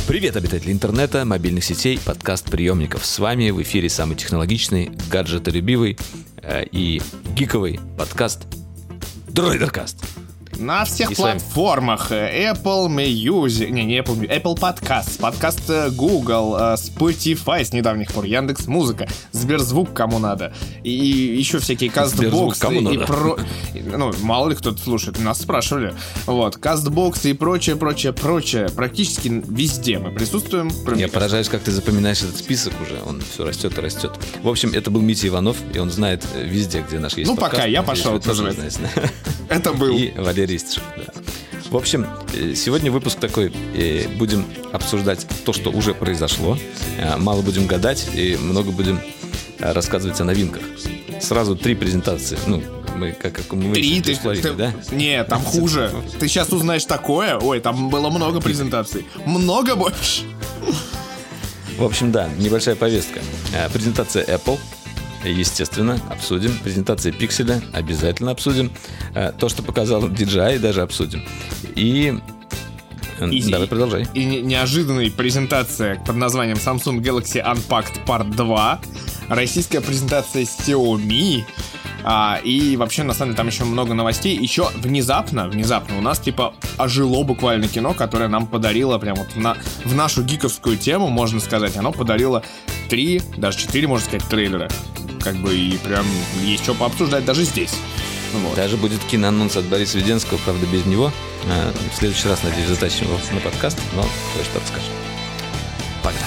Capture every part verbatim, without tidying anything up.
Привет, обитатели интернета, мобильных сетей, подкаст-приемников. С вами в эфире самый технологичный, гаджетолюбивый э, и гиковый подкаст Дроидеркаст. На всех и платформах Apple Music, не, не Apple, Apple Podcast, подкаст Google, Spotify с недавних пор, Яндекс.Музыка, Сберзвук кому надо, и еще всякие кастбоксы и надо. Про... Ну, мало ли кто-то слушает, нас спрашивали. Вот, кастбоксы и прочее, прочее, прочее. Практически везде мы присутствуем. Я поражаюсь, как ты запоминаешь этот список уже, он все растет и растет. В общем, это был Митя Иванов, и он знает везде, где наш есть ну, подкаст. Ну, пока, я пошел тоже. Это был. И Валерий Истишев, да. В общем, сегодня выпуск такой. Будем обсуждать то, что уже произошло. Мало будем гадать и много будем рассказывать о новинках. Сразу три презентации. Ну, мы как, как мы три, ты, Флориде, ты, да? Нет, там хуже. Ты сейчас узнаешь такое. Ой, там было много презентаций. Много больше. В общем, да, небольшая повестка. Презентация Apple. Естественно, обсудим. Презентация Пикселя обязательно обсудим. То, что показал ди джей ай, даже обсудим. И... и давай, продолжай. И неожиданная презентация под названием Samsung Galaxy Unpacked Part два. Российская презентация Xiaomi. А, и вообще, на самом деле, там еще много новостей. Еще внезапно, внезапно у нас, типа, ожило буквально кино, которое нам подарило прям вот в, на, в нашу гиковскую тему, можно сказать. Оно подарило три, даже четыре, можно сказать, трейлера. Как бы и прям есть что пообсуждать даже здесь. Вот. Даже будет киноанонс от Бориса Веденского, правда, без него. А, в следующий раз, надеюсь, затащим его на подкаст, но кое-что расскажем. Погнали.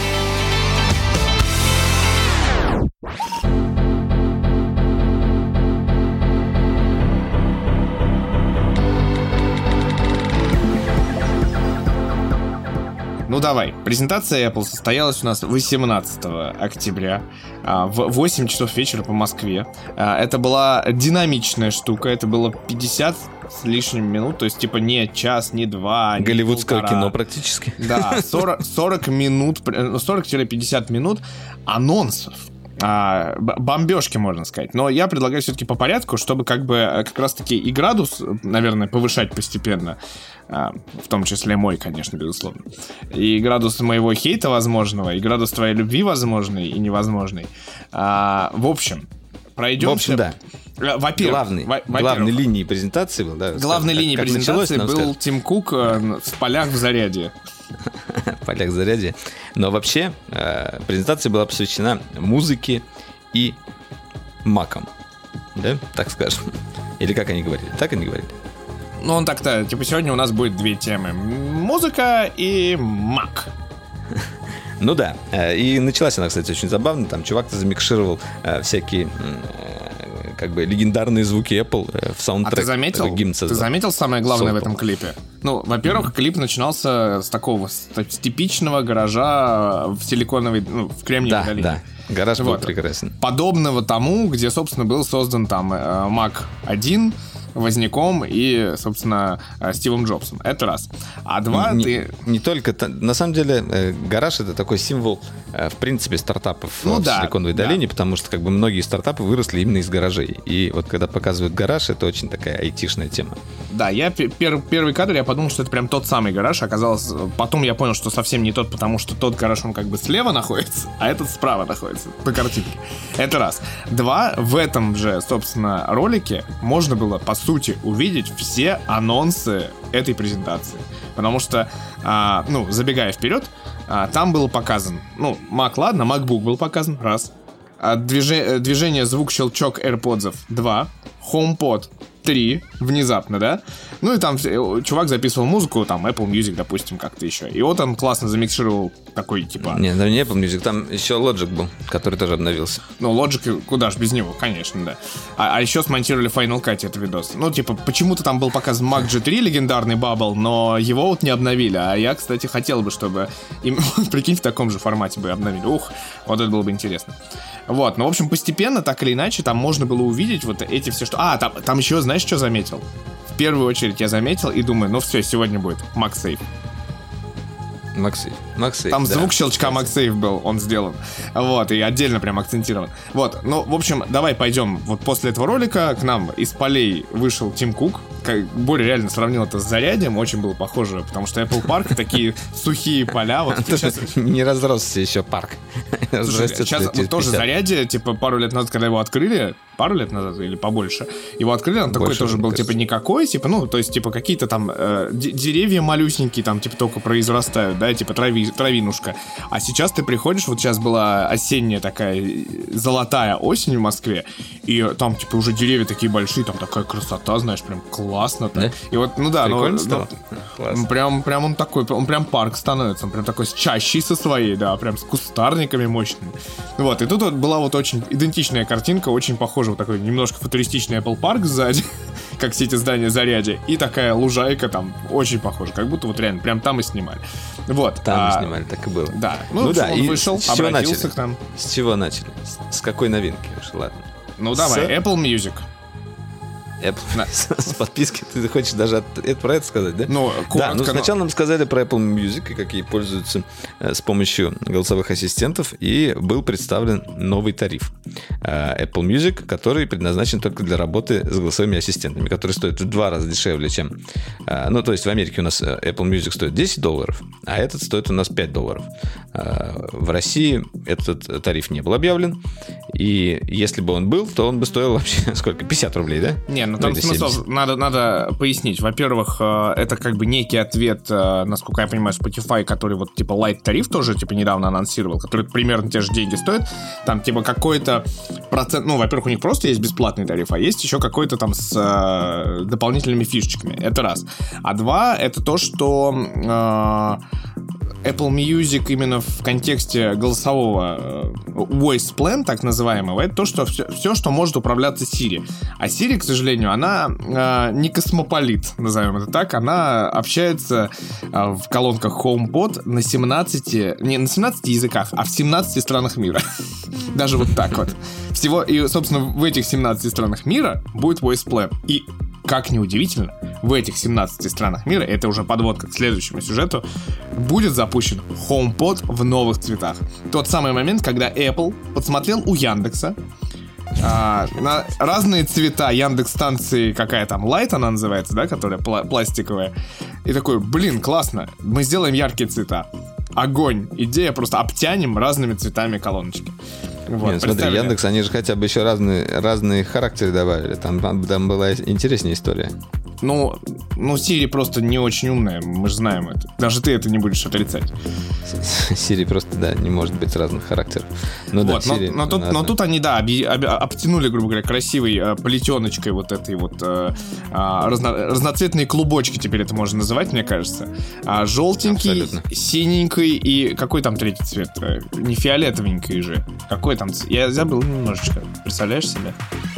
Ну давай, презентация Apple состоялась у нас восемнадцатого октября в восемь часов вечера по Москве. Это была динамичная штука, это было пятьдесят с лишним минут, то есть типа не час, не два, не голливудское полтора. Кино практически. Да, сорок, сорок минут, сорок-пятьдесят минут анонсов. А, бомбежки, можно сказать. Но я предлагаю все-таки по порядку, чтобы как бы как раз-таки и градус, наверное, повышать постепенно. А, в том числе мой, конечно, безусловно. И градус моего хейта возможного, и градус твоей любви возможный и невозможный. А, в общем, пройдем... В общем, да. Во-первых, главной, во- главной линией презентации был, да? Главной линией как презентации началось, был Тим Кук в полях в заряде. В полях в заряде. Но вообще э, презентация была посвящена музыке и макам. Да? Так скажем. Или как они говорили? Так они говорили? Ну, он так-то, типа, сегодня у нас будет две темы. Музыка и мак. Ну да. И началась она, кстати, очень забавно. Там чувак-то замикшировал э, всякие... Э, как бы легендарные звуки Apple в саундтрек. А ты заметил? Гимн ты заметил самое главное Soul в этом клипе? Ну, во-первых, mm-hmm. клип начинался с такого, с, с типичного гаража в силиконовой, ну, в Кремниевой да, долине. Да, гараж вот. был прекрасен. Подобного тому, где, собственно, был создан там Mac один, Возняком и, собственно, Стивом Джобсом. Это раз. А два, не, ты... Не только... На самом деле, гараж — это такой символ, в принципе, стартапов ну, в да, Силиконовой да. долине, потому что как бы многие стартапы выросли именно из гаражей. И вот когда показывают гараж, это очень такая айтишная тема. Да, я пер, первый кадр, я подумал, что это прям тот самый гараж. Оказалось, потом я понял, что совсем не тот, потому что тот гараж, он как бы слева находится, а этот справа находится по картинке. Это раз. Два, в этом же, собственно, ролике можно было, по сути, увидеть все анонсы этой презентации. Потому что, а, ну, забегая вперед, а, там было показан, ну, Mac, ладно, MacBook был показан, раз. А, движение, движение звук-щелчок AirPods, два. HomePod, три, внезапно, да? Ну и там чувак записывал музыку, там Apple Music, допустим, как-то еще. И вот он классно замиксировал такой, типа... Нет, там не Apple Music, там еще Logic был, который тоже обновился. Ну, Logic, куда ж без него, конечно, да. А, а еще смонтировали в Final Cut этот видос. Ну, типа, почему-то там был показан Mac джи три, легендарный Bubble, но его вот не обновили. А я, кстати, хотел бы, чтобы... Им, прикинь, в таком же формате бы обновили. Ух, вот это было бы интересно. Вот, ну, в общем, постепенно, так или иначе, там можно было увидеть вот эти все, что... А, там, там еще, знаешь, что заметил? В первую очередь я заметил и думаю, ну все, сегодня будет MagSafe. MagSafe. MagSafe, Там да. звук щелчка MagSafe был, он сделан. Вот, и отдельно прям акцентирован. Вот, ну, в общем, давай пойдем. Вот после этого ролика к нам из полей вышел Тим Кук. как Боря реально сравнил это с Зарядьем, очень было похоже, потому что Apple Park такие сухие поля. Вот сейчас... Не разросся еще парк. Слушай, сейчас вот тоже Зарядье, типа пару лет назад, когда его открыли, пару лет назад или побольше, его открыли, он такой тоже был, типа, никакой, типа, ну, то есть, типа, какие-то там э, деревья малюсенькие, там, типа, только произрастают, да, типа, трави, травинушка. А сейчас ты приходишь, вот сейчас была осенняя такая золотая осень в Москве, и там, типа, уже деревья такие большие, там такая красота, знаешь, прям классно. Да? И вот, ну да, ну, ну прям, прям он такой, он прям парк становится, он прям такой с чащей со своей, да, прям с кустарниками мощными. Вот, и тут вот была вот очень идентичная картинка, очень похожа, вот такой немножко футуристичный Apple Park сзади, как все эти здания Зарядье, и такая лужайка там очень похожа, как будто вот реально прям там и снимали. Вот. Там а, и снимали, так и было. Да. Ну, ну да, он и вышел, с чего обратился начали? К нам. С чего начали? С, с какой новинки уж, ладно. Ну давай, с... Apple Music. Apple. Да. С подписки ты хочешь даже от, это, про это сказать, да? Ну, коротко, да, ну сначала нам сказали про Apple Music и как ей пользуются э, с помощью голосовых ассистентов, и был представлен новый тариф э, Apple Music, который предназначен только для работы с голосовыми ассистентами, который стоит в два раза дешевле, чем... Э, ну, то есть в Америке у нас Apple Music стоит десять долларов, а этот стоит у нас пять долларов. Э, в России этот тариф не был объявлен, и если бы он был, то он бы стоил вообще сколько? пятьдесят рублей, да? Не, ну там смысл, надо, надо пояснить. Во-первых, это как бы некий ответ, насколько я понимаю, Spotify, который вот типа Lite тариф тоже типа недавно анонсировал, который примерно те же деньги стоит. Там типа какой-то процент, ну, во-первых, у них просто есть бесплатный тариф, а есть еще какой-то там с э, дополнительными фишечками. Это раз. А два, это то, что э, Apple Music именно в контексте голосового voice plan, так называемого, это то, что все, все что может управляться Siri. А Siri, к сожалению, она э, не космополит, назовем это так. Она общается э, в колонках HomePod на семнадцати, не на семнадцати языках, а в семнадцати странах мира. Даже вот так вот. Всего, и, собственно, в этих семнадцати странах мира будет voice plan. И, как ни удивительно, в этих семнадцати странах мира, это уже подводка к следующему сюжету, будет запущен HomePod в новых цветах. Тот самый момент, когда Apple подсмотрел у Яндекса а, на разные цвета Яндекс-станции, какая там, Light она называется, да, которая пла- пластиковая, и такой, блин, классно, мы сделаем яркие цвета. Огонь, идея, просто обтянем разными цветами колоночки. Вот, Нет, смотри, Яндекс, они же хотя бы еще разные, разные характеры добавили. Там, там была интереснее история. Ну, ну, Siri просто не очень умная, мы же знаем это. Даже ты это не будешь отрицать. Siri просто, да, не может быть разных характеров. Ну, вот, да, Siri, но, но, тут, но тут они, да, оби, оби, обтянули, грубо говоря, красивой э, плетеночкой вот этой вот э, э, разно, разноцветные клубочки, теперь это можно называть, мне кажется. А, желтенький, абсолютно. Синенький и какой там третий цвет? Не фиолетовенький же. Какой там цвет? Я забыл немножечко. Представляешь себе?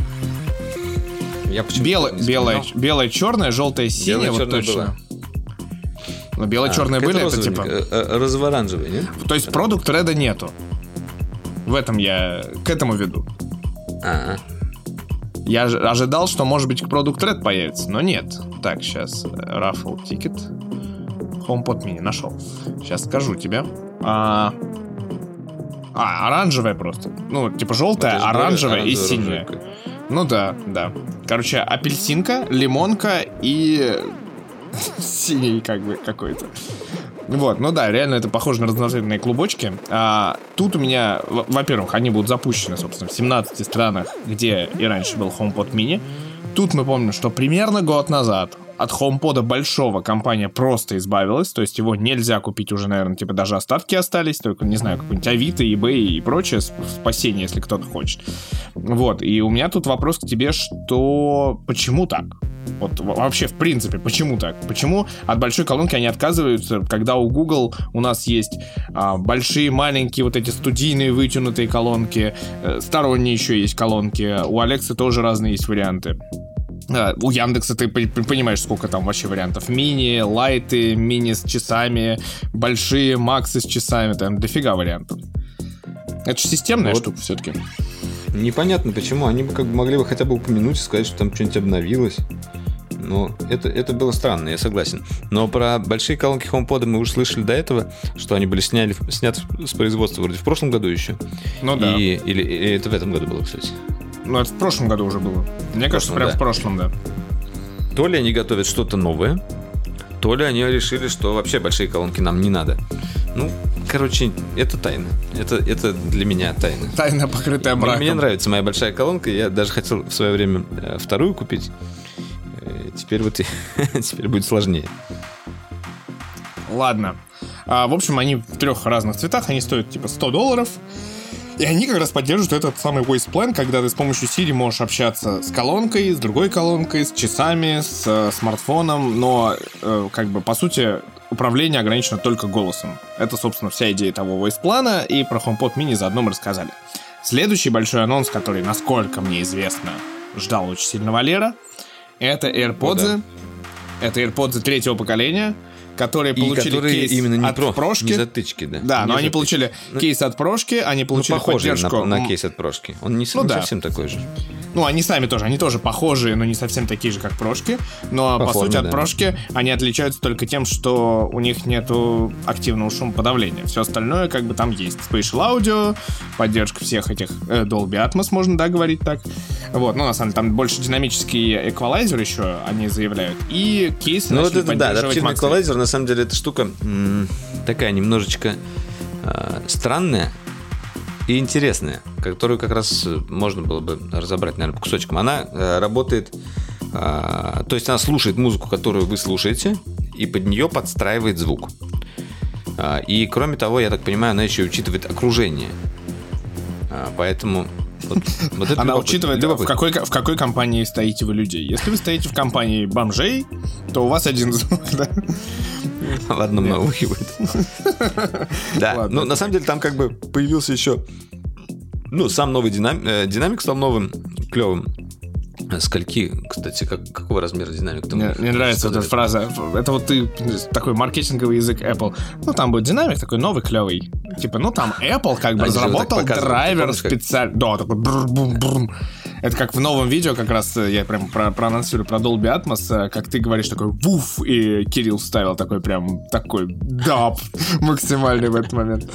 Я Белое, белое, белое, черное, желтое, синее, вот точно. Но бело-черные а, были, это типа... Розово-оранжевый, нет? То есть продукт реда нету. В этом я к этому веду. А-а. Я ожидал, что, может быть, продукт Red появится, но нет. Так, сейчас Raffle Ticket. HomePod Mini нашел. Сейчас скажу тебе. А, а оранжевая просто. Ну, типа желтая, оранжевая и синяя. Ну да, да. Короче, апельсинка, лимонка и синий как бы какой-то. Вот, ну да, реально это похоже на разноцветные клубочки. А, тут у меня, во-первых, они будут запущены, собственно, в семнадцати странах, где и раньше был HomePod Mini. Тут мы помним, что примерно год назад от HomePod большого компания просто избавилась, то есть его нельзя купить уже, наверное, типа даже остатки остались, только, не знаю, какой-нибудь Авито, eBay и прочее, спасение, если кто-то хочет. Вот, и у меня тут вопрос к тебе, что почему так? Вот вообще, в принципе, почему так? Почему от большой колонки они отказываются, когда у Google у нас есть а, большие, маленькие вот эти студийные вытянутые колонки, э, сторонние еще есть колонки, у Alexa тоже разные есть варианты. А, у Яндекса ты понимаешь, сколько там вообще вариантов. Мини, лайты, мини с часами, большие, максы с часами, там дофига вариантов. Это же системная вот штука все-таки. Непонятно почему. Они бы как бы могли бы хотя бы упомянуть и сказать, что там что-нибудь обновилось. Но это, это было странно, я согласен. Но про большие колонки HomePod мы уже слышали до этого, что они были сняли, сняты с производства вроде в прошлом году еще. Ну да. И, или, или это в этом году было, кстати? Ну это в прошлом году уже было. Мне в кажется, прошлом, прям да. в прошлом, да. то ли они готовят что-то новое, то ли они решили, что вообще большие колонки нам не надо. Ну, короче, это тайна. Это, это для меня тайна. Тайна, покрытая мраком. Мне, мне нравится моя большая колонка. Я даже хотел в свое время вторую купить. Теперь вот теперь будет сложнее. Ладно. А, в общем, они в трех разных цветах. Они стоят типа сто долларов. И они как раз поддерживают этот самый voice plan, когда ты с помощью Siri можешь общаться с колонкой, с другой колонкой, с часами, с э, смартфоном, но э, как бы по сути управление ограничено только голосом. Это, собственно, вся идея того voice плана, и про HomePod mini заодно мы рассказали. Следующий большой анонс, который, насколько мне известно, ждал очень сильно Валера, это AirPods. О, да. Это AirPods третьего поколения, которые получили которые кейс именно не от про, прошки. Не затычки, да. Да, не но затычки. Они получили ну, кейс от прошки, они получили ну, похожий поддержку... на, на кейс от прошки. Он не, ну, не да. совсем такой же. Ну, они сами тоже, они тоже похожие, но не совсем такие же, как прошки. Но, по, по форме, сути, от да. прошки они отличаются только тем, что у них нету активного шумоподавления. Все остальное, как бы, там есть. Spatial Audio, поддержка всех этих э, Dolby Atmos, можно, да, говорить так. Вот, ну, на самом деле, там больше динамический эквалайзер еще, они заявляют. И кейсы ну, начали вот это, да, адаптивный MagSafe. эквалайзер, на самом деле, эта штука м- такая немножечко э, странная и интересная, которую как раз можно было бы разобрать, наверное, по кусочкам. Она э, работает, э, то есть она слушает музыку, которую вы слушаете, и под нее подстраивает звук. Э, и кроме того, я так понимаю, она еще учитывает окружение. Э, поэтому... Вот, вот это она любопытно. учитывает, любопытно. В, какой, в какой компании стоите вы людей. Если вы стоите в компании бомжей, то у вас один звук, да? В одном наухивает. Да, ну на самом деле там как бы появился еще... Ну, сам новый динамик, динамик стал новым, клевым. Скольки, кстати, как, какого размера динамик? Мне, мне нравится эта фраза. Это вот ты, такой маркетинговый язык Apple. Ну, там будет динамик такой новый, клевый. Типа, ну, там Apple как бы Они разработал драйвер специально. Да, такой бррр-бум-брум. Это как в новом видео, как раз я прям про- проанонсирую про Dolby Atmos, как ты говоришь, такой вуф, и Кирилл вставил такой прям такой даб максимальный в этот момент.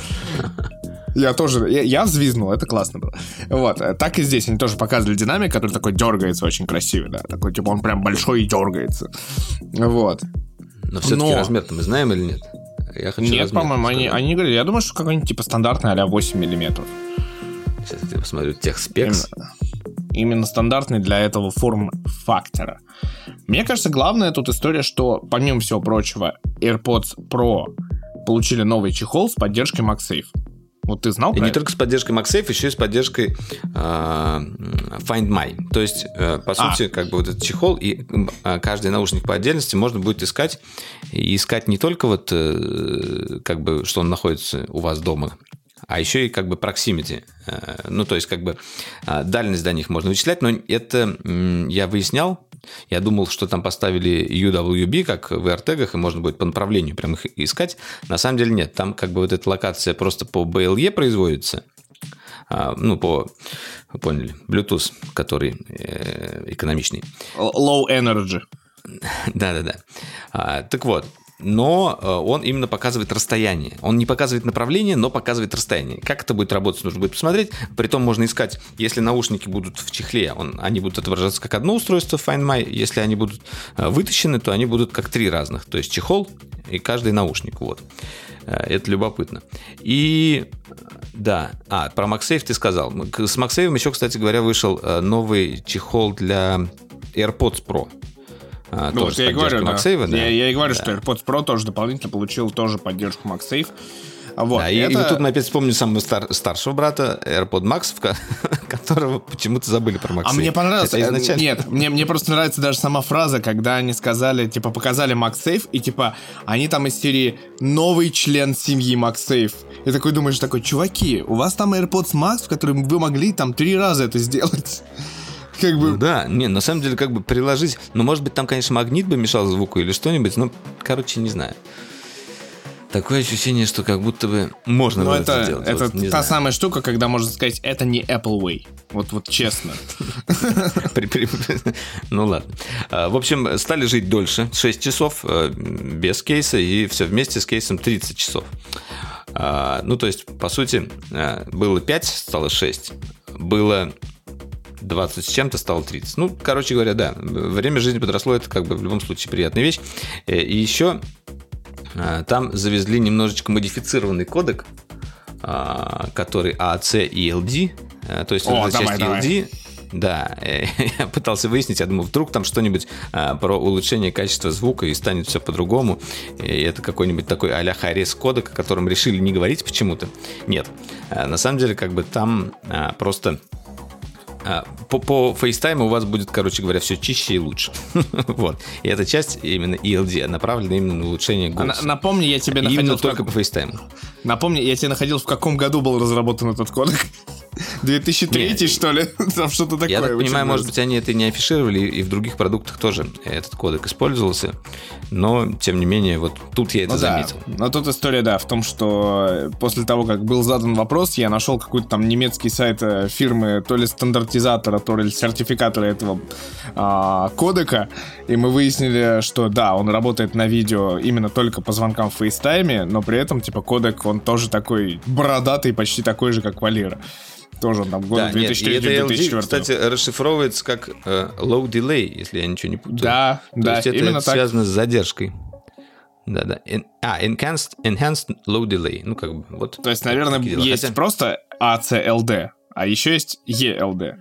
Я тоже, я, я взвизнул, это классно было. Вот, так и здесь они тоже показывали динамик, который такой дергается очень красивый, да, такой, типа, он прям большой и дергается. Вот. Но все-таки Но... размер-то мы знаем или нет? Я хочу нет, по-моему, они, они говорили, я думаю, что какой-нибудь, типа, стандартный а-ля восемь миллиметров. Сейчас я посмотрю, техспекс. Именно, именно стандартный для этого форм-фактора. Мне кажется, главная тут история, что, помимо всего прочего, AirPods Pro получили новый чехол с поддержкой MagSafe. Вот ты знал и про не это? только с поддержкой MagSafe, еще и с поддержкой э, Find My. То есть, э, по сути, а. как бы вот этот чехол, и э, каждый наушник по отдельности можно будет искать. И искать не только вот, э, как бы, что он находится у вас дома, а еще и как бы proximity. Э, ну, то есть, как бы э, дальность до них можно вычислять. Но это э, я выяснял. Я думал, что там поставили ю дабл ю би, как в AirTag'ах, и можно будет по направлению прям их искать. На самом деле нет. Там как бы вот эта локация просто по би эл и производится. А, ну, по, вы поняли, Bluetooth, который э, экономичный. Low energy. Да-да-да. А, так вот. Но он именно показывает расстояние. Он не показывает направление, но показывает расстояние. Как это будет работать, нужно будет посмотреть. Притом можно искать, если наушники будут в чехле, он, они будут отображаться как одно устройство Find My. Если они будут вытащены, то они будут как три разных. То есть чехол и каждый наушник. Вот. Это любопытно. И да, а, про MagSafe ты сказал. С MagSafe еще, кстати говоря, вышел новый чехол для AirPods Pro. А, ну, вот я и говорю, MagSafe, да. да. Я, я и говорю, да. что AirPods Pro тоже дополнительно получил тоже поддержку MagSafe. Вот, да, это... и, и вот тут мы опять вспомним самого стар, старшего брата, AirPod Max, которого почему-то забыли про MagSafe. А мне понравилось. Изначально... Нет, мне, мне просто нравится даже сама фраза, когда они сказали, типа, показали MagSafe, и типа, они там из серии «Новый член семьи MagSafe». И такой думаешь, такой, чуваки, у вас там AirPods Max, в котором вы могли там три раза это сделать. Как бы... Ну, да, не, на самом деле, как бы приложить. Ну, может быть, там, конечно, магнит бы мешал звуку или что-нибудь, но, короче, не знаю. Такое ощущение, что как будто бы можно было это, это сделать. Это вот, та знаю. Самая штука, когда можно сказать, это не Apple Way. Вот, вот честно. Ну ладно. В общем, стали жить дольше. шесть часов без кейса, и все вместе с кейсом тридцать часов. Ну, то есть, по сути, было пять, стало шесть. Было двадцать с чем-то стало тридцать. Ну, короче говоря, да, время жизни подросло, это как бы в любом случае приятная вещь. И еще там завезли немножечко модифицированный кодек, который эй си и эл ди, то есть О, это давай, часть давай. эл ди. Да, я пытался выяснить, я думаю, вдруг там что-нибудь а, про улучшение качества звука и станет все по-другому. И это какой-нибудь такой а-ля Харрис кодек, о котором решили не говорить почему-то. Нет, а, на самом деле как бы там а, просто... По, по FaceTime у вас будет, короче говоря, все чище и лучше. Вот. И эта часть именно и эл ди направлена именно на улучшение голоса. А, напомни, я тебе находил... Именно в только как... по FaceTime. Напомни, я тебе находил, в каком году был разработан этот кодек. две тысячи третий, Не, что ли? Там что-то такое. Я так понимаю, очень может быть, они это и не афишировали, и в других продуктах тоже этот кодек использовался. Но, тем не менее, вот тут я это ну, заметил. Да. Но тут история, да, в том, что после того, как был задан вопрос, я нашел какой-то там немецкий сайт фирмы, то ли стандартизатора, то ли сертификатора этого а, кодека, и мы выяснили, что да, он работает на видео именно только по звонкам в FaceTime, но при этом, типа, кодек, он тоже такой бородатый, почти такой же, как Валера. Тоже он там года Да, две тысячи третьего - две тысячи четвёртого. кстати, расшифровывается как э, low delay, если я ничего не путаю. Да, То да, есть это, именно это так. связано с задержкой. Да-да. In, а, enhanced, enhanced low delay. Ну, как бы, вот. То есть, наверное, есть Хотя... просто эй си эл ди, а еще есть и эл ди.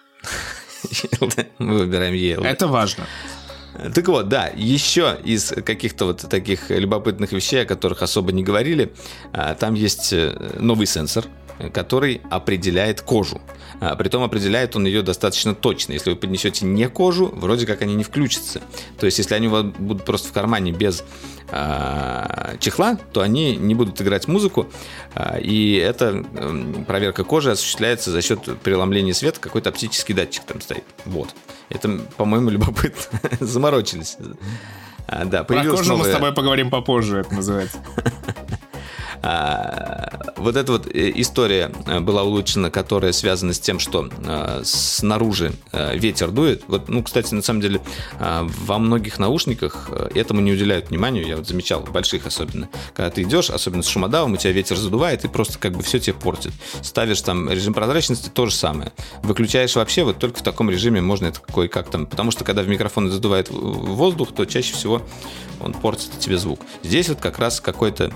Мы выбираем и эл ди. Это важно. Так вот, да, еще из каких-то вот таких любопытных вещей, о которых особо не говорили, там есть новый сенсор, который определяет кожу. Притом определяет он ее достаточно точно. Если вы поднесете не кожу, вроде как они не включатся. То есть, если они у вас будут просто в кармане без э, чехла, то они не будут играть музыку. И эта э, проверка кожи осуществляется за счет преломления света. Какой-то оптический датчик там стоит. Вот. Это, по-моему, любопытно. Заморочились. А, да, Про кожу новая... мы с тобой поговорим попозже, это называется. Вот эта вот история была улучшена, которая связана с тем, что снаружи ветер дует. Вот, ну, кстати, на самом деле, во многих наушниках этому не уделяют внимания. Я вот замечал, в больших особенно. Когда ты идешь, особенно с шумодавом, у тебя ветер задувает, и просто как бы все тебе портит. Ставишь там режим прозрачности, то же самое. Выключаешь вообще, вот только в таком режиме можно это кое-как там. Потому что когда в микрофон задувает воздух, то чаще всего он портит тебе звук. Здесь вот как раз какой-то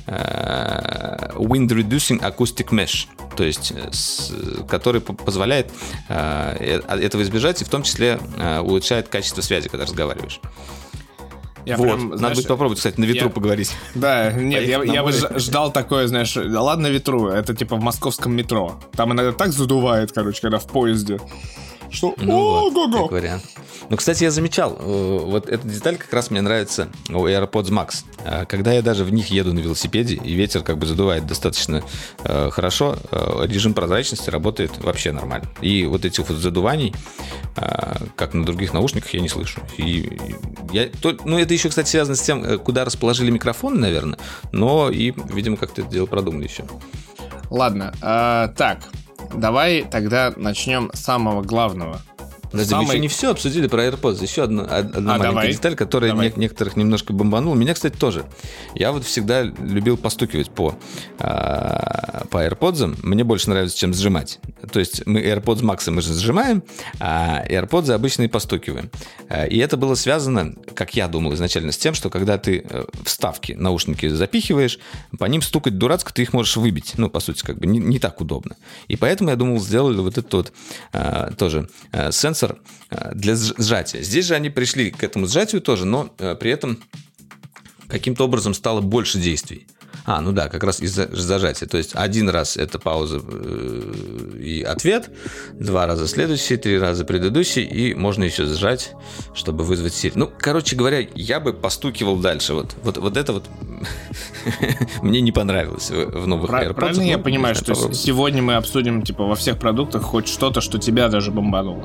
Wind Reducing Acoustic Mesh, то есть, с, который позволяет э, этого избежать и в том числе э, улучшает качество связи, когда разговариваешь. Я вот, прям, надо знаешь, будет попробовать, кстати, на ветру я... поговорить. Да, нет, я, я бы море. ждал такое, знаешь, да ладно ветру, это типа в московском метро. Там иногда так задувает, короче, когда в поезде. Что? Ну О, вот, го-го. как вариант. Ну, кстати, я замечал, вот эта деталь как раз мне нравится у AirPods Max. Когда я даже в них еду на велосипеде, и ветер как бы задувает достаточно э, хорошо, э, режим прозрачности работает вообще нормально. И вот этих вот задуваний, э, как на других наушниках, я не слышу. И я, то, ну, это еще, кстати, связано с тем, куда расположили микрофоны, наверное, но и, видимо, как-то это дело продумали еще. Ладно, а, так, давай тогда начнем с самого главного. Подожди, Самый... мы еще не все обсудили про AirPods. Еще одна, одна а, маленькая давай. деталь, которая давай. не, некоторых немножко бомбанула. Меня, кстати, тоже. Я вот всегда любил постукивать по, а, по AirPods. Мне больше нравится, чем сжимать. То есть мы AirPods Max мы же сжимаем, а AirPods обычно и постукиваем. И это было связано, как я думал изначально, с тем, что когда ты вставки, наушники запихиваешь, по ним стукать дурацко, ты их можешь выбить. Ну, по сути, как бы не, не так удобно. И поэтому, я думал, сделали вот этот вот а, тоже а, сенсор для сжатия. Здесь же они пришли к этому сжатию тоже, но при этом каким-то образом стало больше действий. А, ну да, как раз из-за зажатия. То есть один раз это пауза и ответ, два раза следующий, три раза предыдущий, и можно еще сжать, чтобы вызвать Siri. Ну, короче говоря, я бы постукивал дальше. Вот, вот, вот это вот мне не понравилось в новых AirPods. Правильно я понимаю, что сегодня мы обсудим типа во всех продуктах хоть что-то, что тебя даже бомбануло.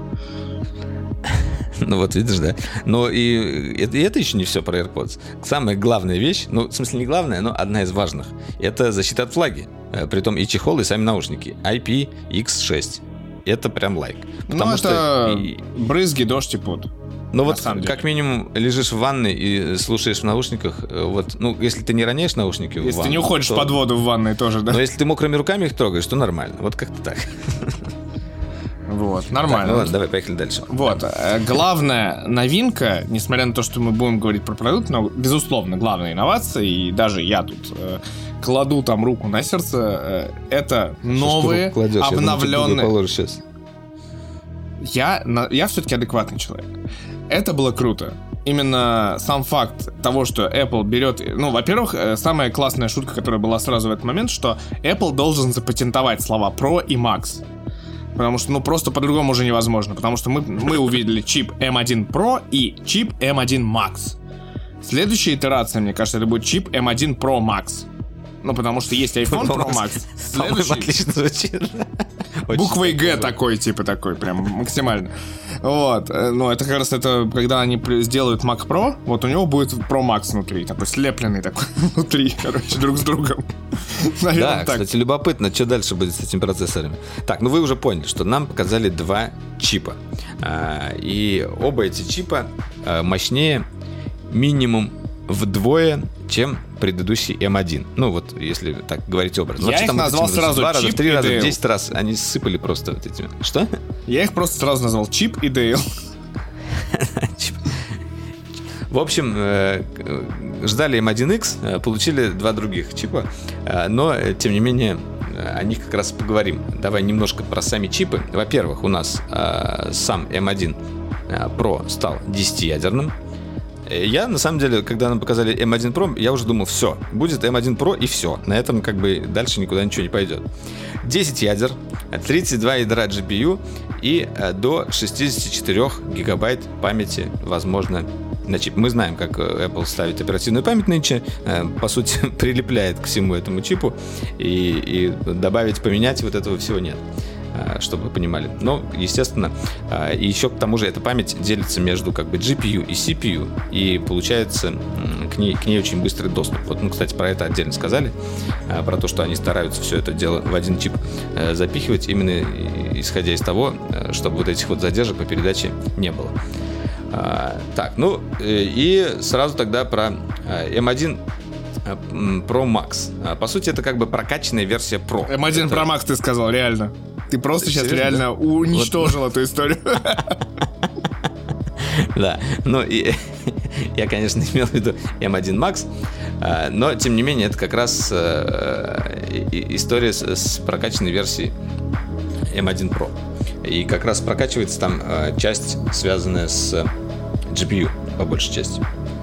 Ну вот, видишь, да. Но и это, и это еще не все про AirPods. Самая главная вещь, ну, в смысле не главная, но одна из важных, это защита от влаги. Притом и чехол, и сами наушники. ай пи икс шесть. Это прям лайк. Потому ну, что это брызги, дождь и пот. Ну вот, как минимум, лежишь в ванной и слушаешь в наушниках, вот, ну, если ты не роняешь наушники если в ванну... Если ты не уходишь то... под воду в ванной тоже, да? Но если ты мокрыми руками их трогаешь, то нормально. Вот как-то так. Вот, нормально. Так, ну ладно, давай, поехали дальше. Вот, главная новинка, несмотря на то, что мы будем говорить про продукт, но, безусловно, главная инновация, и даже я тут э, кладу там руку на сердце, э, это новые, обновленные... Я, я, на, я все-таки адекватный человек. Это было круто. Именно сам факт того, что Apple берет... Ну, во-первых, самая классная шутка, которая была сразу в этот момент, что Apple должен запатентовать слова Pro и Max. Потому что, ну, просто по-другому уже невозможно. Потому что мы, мы увидели чип эм один Pro и чип эм один Max. Следующая итерация, мне кажется, это будет чип эм один Pro Max. Ну, потому что есть iPhone Pro Max. Следующий... отлично звучит. Буквой Г такой, типа такой, прям максимально. Вот. Ну, это как раз это, когда они сделают Mac Pro, вот у него будет Pro Max внутри, такой слепленный такой внутри, короче, друг с другом. Наверное, да, так. Кстати, любопытно, что дальше будет с этими процессорами. Так, ну вы уже поняли, что нам показали два чипа. И оба эти чипа мощнее минимум вдвое, чем предыдущий эм один. Ну, вот, если так говорить образно. Я их там назвал вот сразу два чип раза, в три раза, Dale. в десять раз. Они сыпали просто вот этими. Что? Я их просто сразу назвал чип и Дейл. В общем, ждали эм один икс, получили два других чипа, но, тем не менее, о них как раз поговорим. Давай немножко про сами чипы. Во-первых, у нас сам эм один Pro стал десятиядерным. Я, на самом деле, когда нам показали эм один Pro, я уже думал, все, будет эм один Pro и все. На этом как бы дальше никуда ничего не пойдет. десять ядер, тридцать два ядра джи пи ю и до шестьдесят четыре гигабайт памяти, возможно, на чип. Мы знаем, как Apple ставит оперативную память нынче, по сути, прилепляет к всему этому чипу, и, и добавить, поменять вот этого всего нет, чтобы вы понимали. Но, естественно, и еще к тому же эта память делится между как бы джи пи ю и си пи ю, и получается к ней, к ней очень быстрый доступ. Вот, ну, кстати, про это отдельно сказали, про то, что они стараются все это дело в один чип запихивать, именно исходя из того, чтобы вот этих вот задержек по передаче не было. Так, ну и сразу тогда про эм один Pro Max. По сути, это как бы прокачанная версия Pro. эм один это... Pro Max ты сказал, реально. Ты просто сейчас реально уничтожил эту историю. Да, ну и я, конечно, имел в виду эм один Max, но, тем не менее, это как раз история с прокачанной версией эм один Pro. И как раз прокачивается там часть, связанная с джи пи ю, по большей части.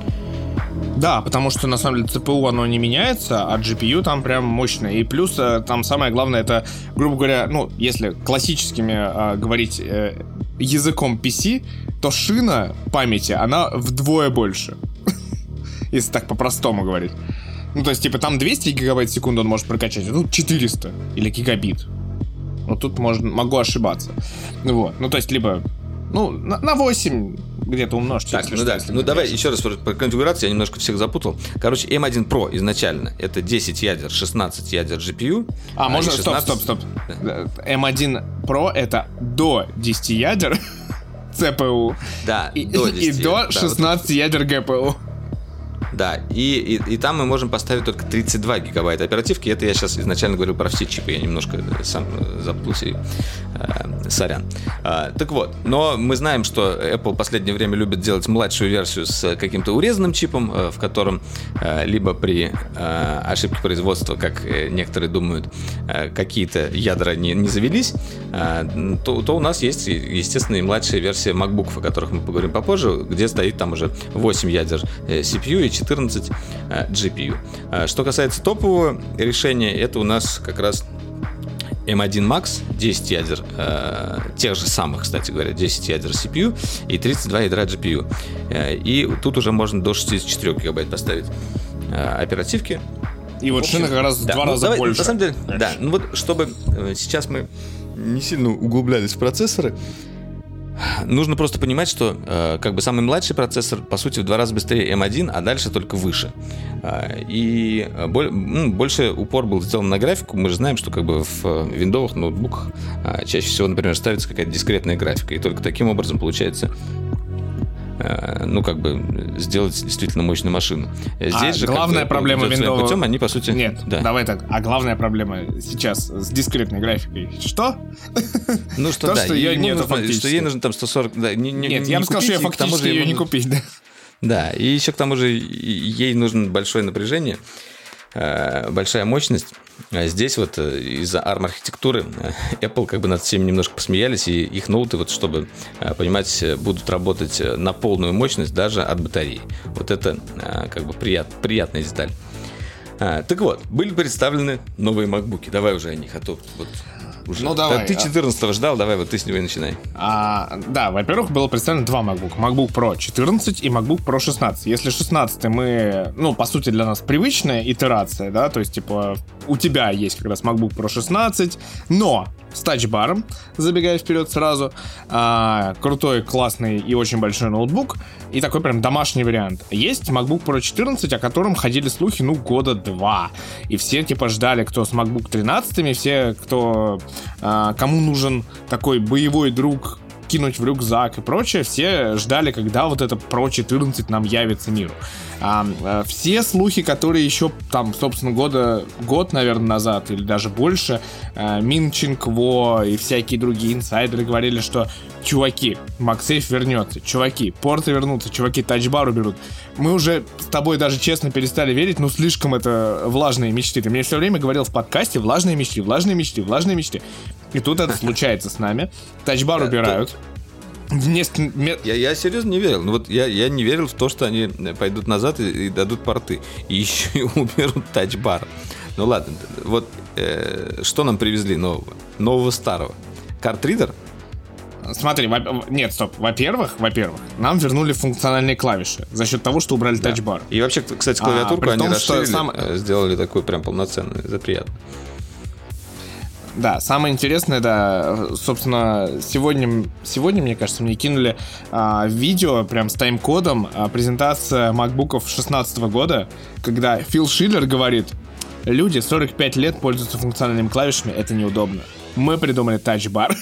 Да, потому что на самом деле си пи ю оно не меняется, а джи пи ю там прям мощное. И плюс там самое главное, это, грубо говоря, ну, если классическими э, говорить э, языком пи си, то шина памяти, она вдвое больше. Если так по-простому говорить. Ну, то есть, типа, там двести гигабайт в секунду он может прокачать, а тут четыреста или гигабит. Вот тут можно, могу ошибаться. Вот, ну, то есть, либо, ну, на, на восемь где-то умножьте. Так, ну что, да, ну давай еще раз про, про конфигурацию, я немножко всех запутал. Короче, эм один Pro изначально это десять ядер, шестнадцать ядер джи пи ю. А, а можно, шестнадцать... стоп, стоп, стоп. Да. эм один Pro это до десяти ядер си пи ю. Да, и, до десяти, и до шестнадцати да, вот ядер джи пи ю. Да, и, и, и там мы можем поставить только тридцать два гигабайта оперативки. Это я сейчас изначально говорил про все чипы. Я немножко сам запутался и э, сорян. А, так вот, но мы знаем, что Apple в последнее время любит делать младшую версию с каким-то урезанным чипом, э, в котором э, либо при э, ошибке производства, как некоторые думают, э, какие-то ядра не, не завелись, э, то, то у нас есть, естественно, и младшая версия MacBook, о которых мы поговорим попозже, где стоит там уже восемь ядер э, си пи ю и четырнадцать джи пи ю. Что касается топового решения, это у нас как раз эм один Max, десять ядер, э, тех же самых, кстати говоря, десять ядер си пи ю и тридцать два ядра джи пи ю. Э, и тут уже можно до шестьдесят четыре гигабайт поставить э, оперативки. И вот шина как раз в да, два ну, раза давай, больше. На самом деле, да, ну вот чтобы э, сейчас мы не сильно углублялись в процессоры, нужно просто понимать, что э, как бы самый младший процессор, по сути, в два раза быстрее эм один, а дальше только выше. Э, и боль, ну, больше упор был сделан на графику. Мы же знаем, что как бы в виндовых ноутбуках э, чаще всего, например, ставится какая-то дискретная графика. И только таким образом получается ну, как бы, сделать действительно мощную машину. Здесь а же, главная как бы, проблема Windows... путем, они, по сути... Нет, да. давай так. А главная проблема сейчас с дискретной графикой что? Ну, что То, да, что ее нету нужно, фактически. Что ей нужно там сто сорок... Да, не, не, Нет, не я бы сказал, что купить, ее фактически ее не нужно... купить, да. Да, и еще к тому же ей нужно большое напряжение, большая мощность. Здесь вот из-за арм-архитектуры Apple как бы над всеми немножко посмеялись, и их ноуты, вот, чтобы понимать, будут работать на полную мощность даже от батареи. Вот это как бы прият, приятная деталь. Так вот, были представлены новые MacBook'и. Давай уже о них, а то вот... Уже. Ну, давай. Ты четырнадцатого ждал, давай вот ты с него и начинай. А, да, во-первых, было представлено два MacBook. MacBook Pro четырнадцать и MacBook Pro шестнадцать. Если шестнадцатый мы, ну, по сути, для нас привычная итерация, да, то есть, типа, у тебя есть как раз MacBook Pro шестнадцать, но с тачбаром, забегая вперед сразу, а, крутой, классный и очень большой ноутбук, и такой прям домашний вариант. Есть MacBook Pro четырнадцать, о котором ходили слухи, ну, года два. И все, типа, ждали, кто с MacBook тринадцать, все, кто, а, кому нужен такой боевой друг, кинуть в рюкзак и прочее, все ждали, когда вот это Pro четырнадцать нам явится миру. А, а, все слухи, которые еще там, собственно, года, год, наверное, назад или даже больше, а, Минчин, Кво и всякие другие инсайдеры говорили, что чуваки, MagSafe вернется, чуваки, порты вернутся, чуваки, тачбар уберут. Мы уже с тобой даже честно перестали верить, ну слишком это влажные мечты. Ты мне все время говорил в подкасте влажные мечты, влажные мечты, влажные мечты. И тут это случается с нами. Тачбар убирают. Я, я серьезно не верил. Ну, вот я, я не верил в то, что они пойдут назад и, и дадут порты. И еще и уберут тачбар. Ну ладно, вот э, что нам привезли нового? Нового старого. Картридер? Смотри, во- нет, стоп. Во-первых, во-первых, нам вернули функциональные клавиши за счет того, что убрали да. тачбар. И вообще, кстати, клавиатурку а, они том, расширили, сам... сделали такую прям полноценную. Это приятно. Да, самое интересное, да, собственно, сегодня, сегодня, мне кажется, мне кинули а, видео прям с тайм-кодом, а, презентация макбуков шестнадцатого года, когда Фил Шиллер говорит: люди сорок пять лет пользуются функциональными клавишами, это неудобно. Мы придумали тачбар.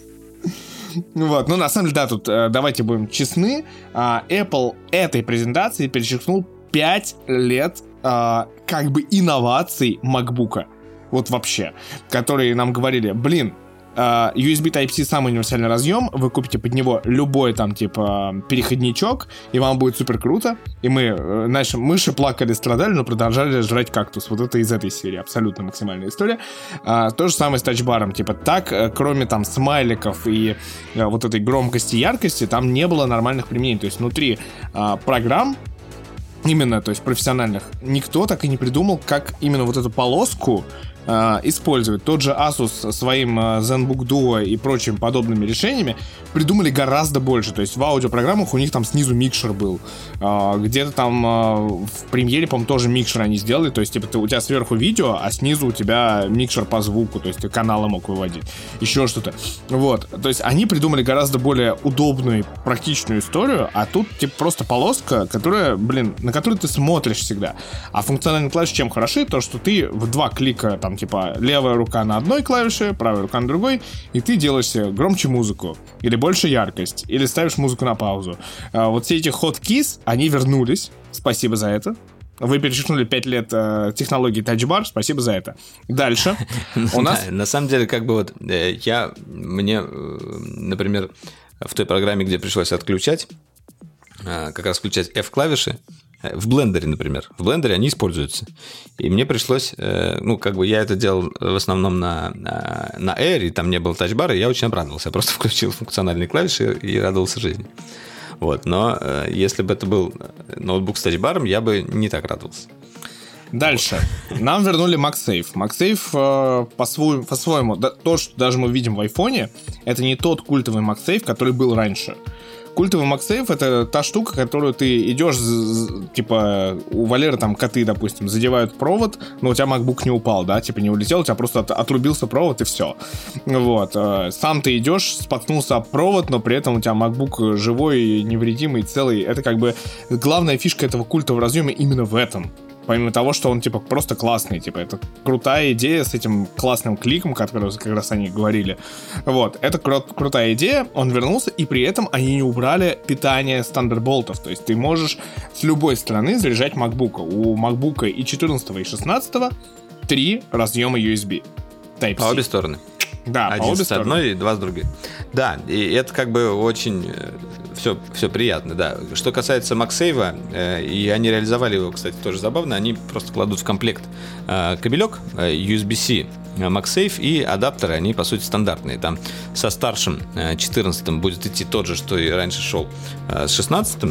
Вот, ну на самом деле, да, тут давайте будем честны, Apple этой презентации перечеркнул пять лет как бы инноваций MacBook'а. Вот вообще, которые нам говорили, блин, Uh, ю эс би Type-C самый универсальный разъем, вы купите под него любой там типа переходничок, и вам будет супер круто. И мы, наши мыши плакали, страдали, но продолжали жрать кактус. Вот это из этой серии, абсолютно максимальная история. Uh, то же самое с тачбаром, типа так, кроме там смайликов и uh, вот этой громкости и яркости, там не было нормальных применений. То есть внутри uh, программ, именно, то есть профессиональных, никто так и не придумал, как именно вот эту полоску э, использовать. Тот же Asus со своим э, ZenBook Duo и прочими подобными решениями придумали гораздо больше. То есть в аудиопрограммах у них там снизу микшер был. Э, где-то там э, в премьере, по-моему, тоже микшер они сделали. То есть типа ты, у тебя сверху видео, а снизу у тебя микшер по звуку. То есть ты каналы мог выводить. Еще что-то. Вот. То есть они придумали гораздо более удобную и практичную историю, а тут типа просто полоска, которая, блин, на которую ты смотришь всегда. А функциональные клавиши чем хороши? То, что ты в два клика, там, типа, левая рука на одной клавише, правая рука на другой, и ты делаешь себе громче музыку, или больше яркость, или ставишь музыку на паузу. А вот все эти hotkeys, они вернулись. Спасибо за это. Вы перечеркнули пять лет э, технологии тачбар, спасибо за это. Дальше у нас... На самом деле, как бы вот, я, мне, например, в той программе, где пришлось отключать, как раз включать F-клавиши, в блендере, например. В блендере они используются. И мне пришлось, ну, как бы я это делал в основном на, на Air, и там не было тачбара, и я очень обрадовался. Я просто включил функциональные клавиши и радовался жизни. Вот. Но если бы это был ноутбук с тачбаром, я бы не так радовался. Дальше. Нам вернули MagSafe. MagSafe э, по-своему, по-своему да, то, что даже мы видим в айфоне, это не тот культовый MagSafe, который был раньше. Культовый MagSafe — это та штука, которую ты идешь, типа, у Валеры там коты, допустим, задевают провод, но у тебя MacBook не упал, да, типа не улетел, у тебя просто от, отрубился провод и все. Вот. Сам ты идешь, споткнулся об провод, но при этом у тебя MacBook живой, невредимый, целый. Это как бы главная фишка этого культового разъема именно в этом. Помимо того, что он, типа, просто классный. Типа, это крутая идея с этим классным кликом, который как раз они говорили. Вот, это кру- крутая идея. Он вернулся, и при этом они не убрали питание Thunderbolt'ов. То есть ты можешь с любой стороны заряжать MacBook. У MacBook и четырнадцатого, и шестнадцатого три разъема ю эс би. Type-C. По обе стороны. Да, один по обе с стороны. одной и два с другой. Да, и это как бы очень все, все приятно, да. Что касается MagSafe, э, и они реализовали его, кстати, тоже забавно, они просто кладут в комплект э, кабелек э, ю эс би-C MagSafe и адаптеры, они по сути стандартные. Там со старшим э, четырнадцатым будет идти тот же, что и раньше шел э, с шестнадцатым,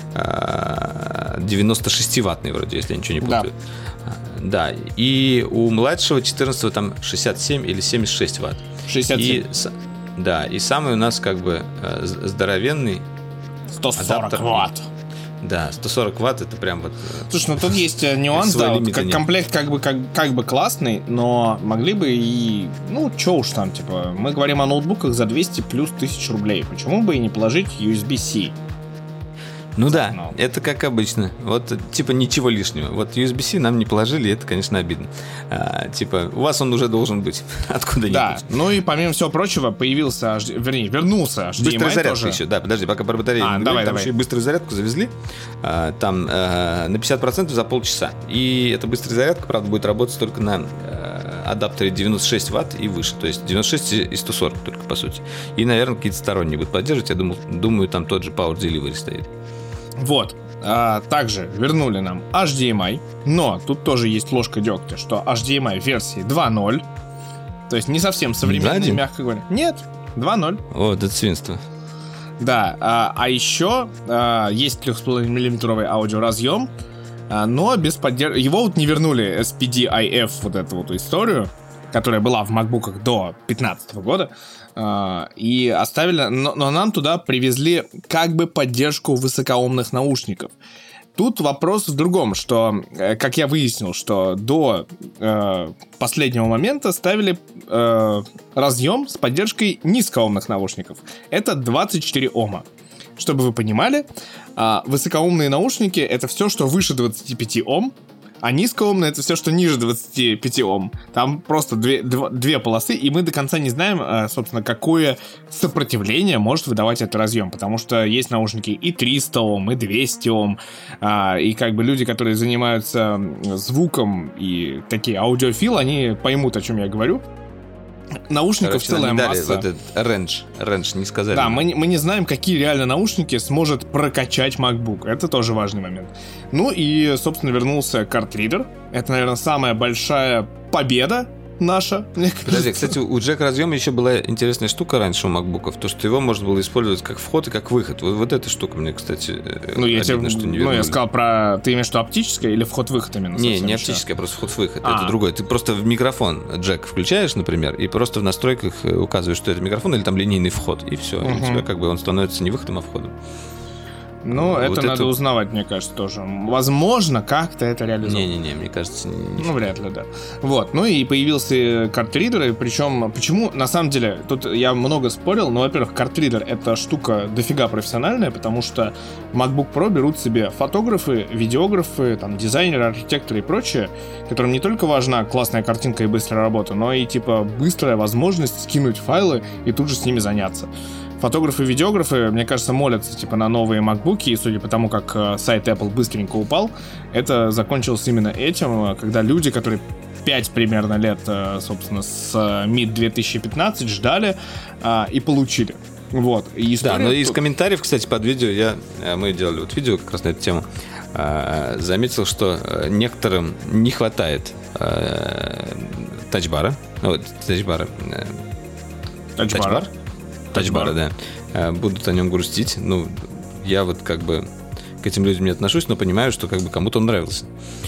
э, девяносто шестиваттный вроде, если я ничего не путаю. Да. Да, и у младшего четырнадцатого там шестьдесят семь или семьдесят шесть ватт. шестьдесят семь. И, да, и самый у нас как бы здоровенный сто сорок адаптер. Ватт. Да, сто сорок ватт это прям вот... Слушай, ну тут есть нюанс, да, вот, как, комплект как бы, как, как бы классный, но могли бы и... Ну, чё уж там, типа, мы говорим о ноутбуках за двести плюс тысяч рублей. Почему бы и не положить ю эс би-C? Ну да, no. это как обычно. Вот типа ничего лишнего. Вот ю эс би-C нам не положили, это, конечно, обидно. А, типа, у вас он уже должен быть. Откуда-нибудь. Да, ну и помимо всего прочего появился, вернее, вернулся эйч ди эм ай быстрая зарядка тоже. еще. Да, подожди, пока про батарею а, не давай, говорим, там давай. еще и быструю зарядку завезли. А, там а, на пятьдесят процентов за полчаса. И эта быстрая зарядка, правда, будет работать только на а, адаптере девяносто шесть ватт и выше. То есть девяносто шесть и сто сорок только, по сути. И, наверное, какие-то сторонние будут поддерживать. Я думаю, думаю там тот же Power Delivery стоит. Вот. А, также вернули нам эйч ди эм ай, но тут тоже есть ложка дегтя, что эйч ди эм ай версии два ноль, то есть не совсем современный, мягко говоря. Нет, два ноль. О, это свинство. Да, а, а еще а, есть три с половиной миллиметровый аудиоразъем, а, но без поддержки. Его вот не вернули эс пи ди ай эф, вот эту вот историю, которая была в макбуках до две тысячи пятнадцатого года. И оставили, но, но нам туда привезли как бы поддержку высокоомных наушников. Тут вопрос в другом, что, как я выяснил, что до э, последнего момента ставили э, разъем с поддержкой низкоомных наушников. Это двадцать четыре ома. Чтобы вы понимали, э, высокоомные наушники — это все, что выше двадцать пять ом, а низкоомные — это все, что ниже двадцати пяти ом. Там просто две, дв, две полосы, и мы до конца не знаем, собственно, какое сопротивление может выдавать этот разъем, потому что есть наушники и триста ом, и двести ом, и как бы люди, которые занимаются звуком и такие аудиофилы, они поймут, о чем я говорю. Наушников Короче, целая дали масса. Вот этот рейндж, рейндж не сказали. Да, мы, мы не знаем, какие реально наушники сможет прокачать MacBook. Это тоже важный момент. Ну и, собственно, вернулся картридер. Это, наверное, самая большая победа наша. Подожди, кстати, у джек разъема еще была интересная штука раньше у макбуков, то, что его можно было использовать как вход и как выход. Вот, вот эта штука мне, кстати, ну, я обидно, тебе, что не ну, я вернули. сказал про... Ты имеешь в виду оптическое или вход-выход именно? Не, не оптическое, а просто вход-выход. А. Это другое. Ты просто в микрофон джек включаешь, например, и просто в настройках указываешь, что это микрофон или там линейный вход, и все. Uh-huh. И у тебя как бы он становится не выходом, а входом. Ну, вот это, это надо узнавать, мне кажется, тоже. Возможно, как-то это реализовано. Не-не-не, мне кажется, не, не Ну, вряд ли, да. Вот, ну и появился картридер, и причем, почему, на самом деле, тут я много спорил, но, во-первых, картридер — это штука дофига профессиональная, потому что MacBook Pro берут себе фотографы, видеографы, там, дизайнеры, архитекторы и прочее, которым не только важна классная картинка и быстрая работа, но и, типа, быстрая возможность скинуть файлы и тут же с ними заняться. Фотографы и видеографы, мне кажется, молятся типа на новые макбуки, и судя по тому, как э, сайт Apple быстренько упал, это закончилось именно этим, когда люди, которые пять примерно лет, э, собственно, с мид две тысячи пятнадцать ждали э, и получили. Вот. И да, но тут... из комментариев, кстати, под видео, я, мы делали вот видео как раз на эту тему, э, заметил, что некоторым не хватает э, тачбара. Вот, тачбара. Э, тачбара? Тачбара, да. Будут о нем грустить. Ну, я вот как бы к этим людям не отношусь, но понимаю, что как бы кому-то он нравился.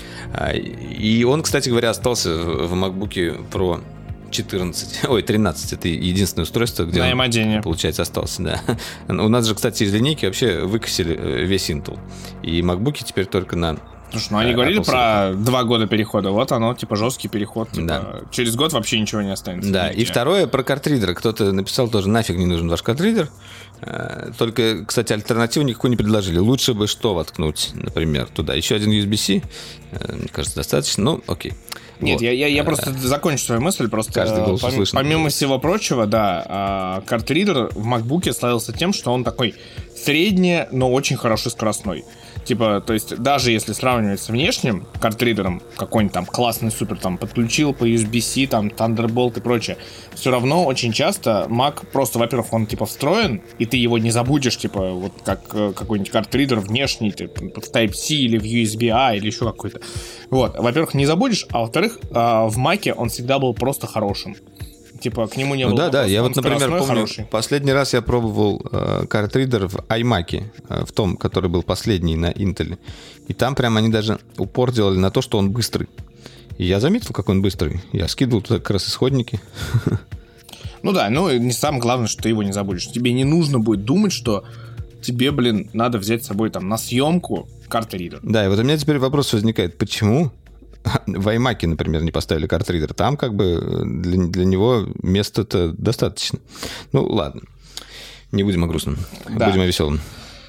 И он, кстати говоря, остался в MacBook Pro четырнадцать, ой, тринадцать. Это единственное устройство, где на он, эм один. Получается, остался, да. У нас же, кстати, из линейки вообще выкосили весь Intel. И MacBook теперь только на Слушай, ну они говорили про два года перехода, вот оно, типа, жесткий переход, типа, да. через год вообще ничего не останется. Да, нигде. И второе, про картридер. Кто-то написал тоже, нафиг не нужен ваш картридер. Только, кстати, альтернативу никакой не предложили. Лучше бы что воткнуть, например, туда. Еще один ю эс би-C, мне кажется, достаточно, ну, окей. Нет, вот. я, я, я просто закончу свою мысль, просто Каждый голос пом- услышан. помимо всего прочего, да, картридер в MacBook'е славился тем, что он такой средний, но очень хорошо скоростной. Типа, то есть, даже если сравнивать с внешним картридером, какой-нибудь там классный супер, там, подключил по ю эс би-C, там, Thunderbolt и прочее, все равно очень часто Mac просто, во-первых, он, типа, встроен, и ты его не забудешь, типа, вот как э, какой-нибудь картридер внешний, ты, в Type-C или в ю эс би-A или еще какой-то. Вот, во-первых, не забудешь, а во-вторых, э, в Mac'е он всегда был просто хорошим. Типа, к нему не ну, было. Да, да, я вот, например, помню, хороший. Последний раз я пробовал э, картридер в iMac, э, в том, который был последний на Intel. И там прям они даже упор делали на то, что он быстрый. И я заметил, как он быстрый. Я скидывал туда как раз исходники. Ну да, ну не самое главное, что ты его не забудешь. Тебе не нужно будет думать, что тебе, блин, надо взять с собой там на съемку картридер. Да, и вот у меня теперь вопрос возникает, почему в iMac, например, не поставили картридер? Там как бы для, для него места-то достаточно. Ну, ладно. Не будем о грустном. Да. Будем о веселом.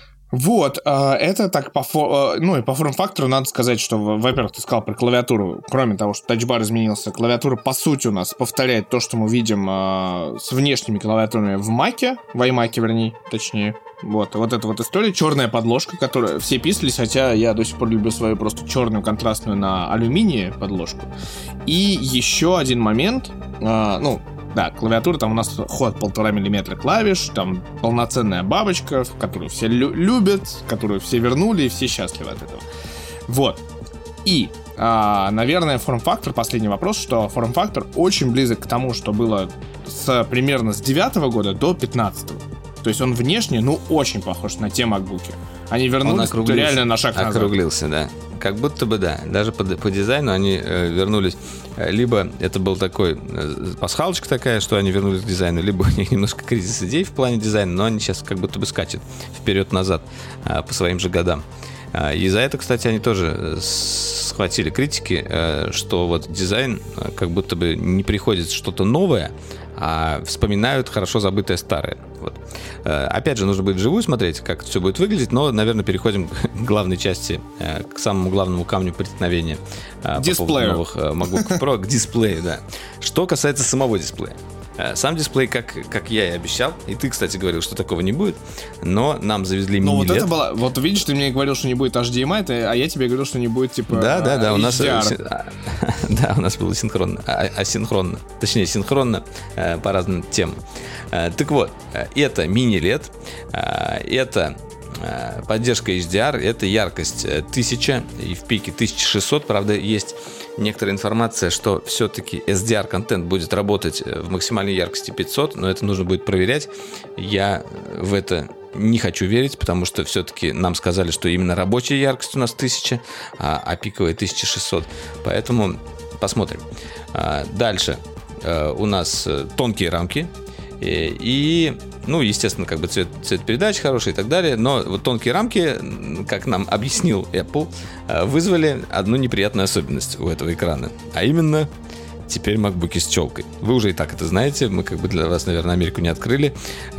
Вот, это так по, фо... ну, и по форм-фактору надо сказать, что, во-первых, ты сказал про клавиатуру, кроме того, что тачбар изменился, клавиатура, по сути, у нас повторяет то, что мы видим с внешними клавиатурами в Mac'е, в iMac'е, вернее, точнее. Вот, вот эта вот история, черная подложка, которая все писались, хотя я до сих пор люблю свою просто черную контрастную на алюминии подложку. И еще один момент, ну, да, клавиатура, там у нас ход полтора миллиметра клавиш, там полноценная бабочка, которую все лю- любят, которую все вернули, и все счастливы от этого. Вот. И, а, наверное, форм-фактор, последний вопрос, что форм-фактор очень близок к тому, что было с, примерно с девятого года до пятнадцатого. То есть он внешне, ну, очень похож на те MacBook'и. Они вернулись реально на шаг назад. Округлился, да. Как будто бы, да. Даже по, по дизайну они э, вернулись. Либо это был такой э, пасхалочка такая, что они вернулись к дизайну, либо у них немножко кризис идей в плане дизайна, но они сейчас как будто бы скачут вперед-назад э, по своим же годам. Э, и за это, кстати, они тоже схватили критики, э, что вот дизайн э, как будто бы не приходит что-то новое, а вспоминают хорошо забытое старое. Вот. Опять же, нужно будет вживую смотреть, как это все будет выглядеть, но, наверное, переходим к главной части, к самому главному камню преткновения по поводу новых MacBook Pro, к дисплею, да. Что касается самого дисплея. Сам дисплей, как, как я и обещал, и ты, кстати, говорил, что такого не будет, но нам завезли мини-лед. Ну вот это было, вот видишь, ты мне говорил, что не будет эйч ди эм ай, а я тебе говорил, что не будет, типа, да, да, да, у нас, да, у нас было синхронно, асинхронно, точнее, синхронно по разным темам. Так вот, это мини-лед, это поддержка эйч ди ар, это яркость тысяча и в пике тысяча шестьсот, правда, есть некоторая информация, что все-таки эс ди ар-контент будет работать в максимальной яркости пятьсот, но это нужно будет проверять. Я в это не хочу верить, потому что все-таки нам сказали, что именно рабочая яркость у нас тысяча, а, а пиковая тысяча шестьсот. Поэтому посмотрим. Дальше у нас тонкие рамки. И, ну, естественно, как бы цвет, цвет передачи хороший и так далее. Но вот тонкие рамки, как нам объяснил Apple, вызвали одну неприятную особенность у этого экрана. А именно, теперь MacBook'и с челкой. Вы уже и так это знаете. Мы как бы для вас, наверное, Америку не открыли.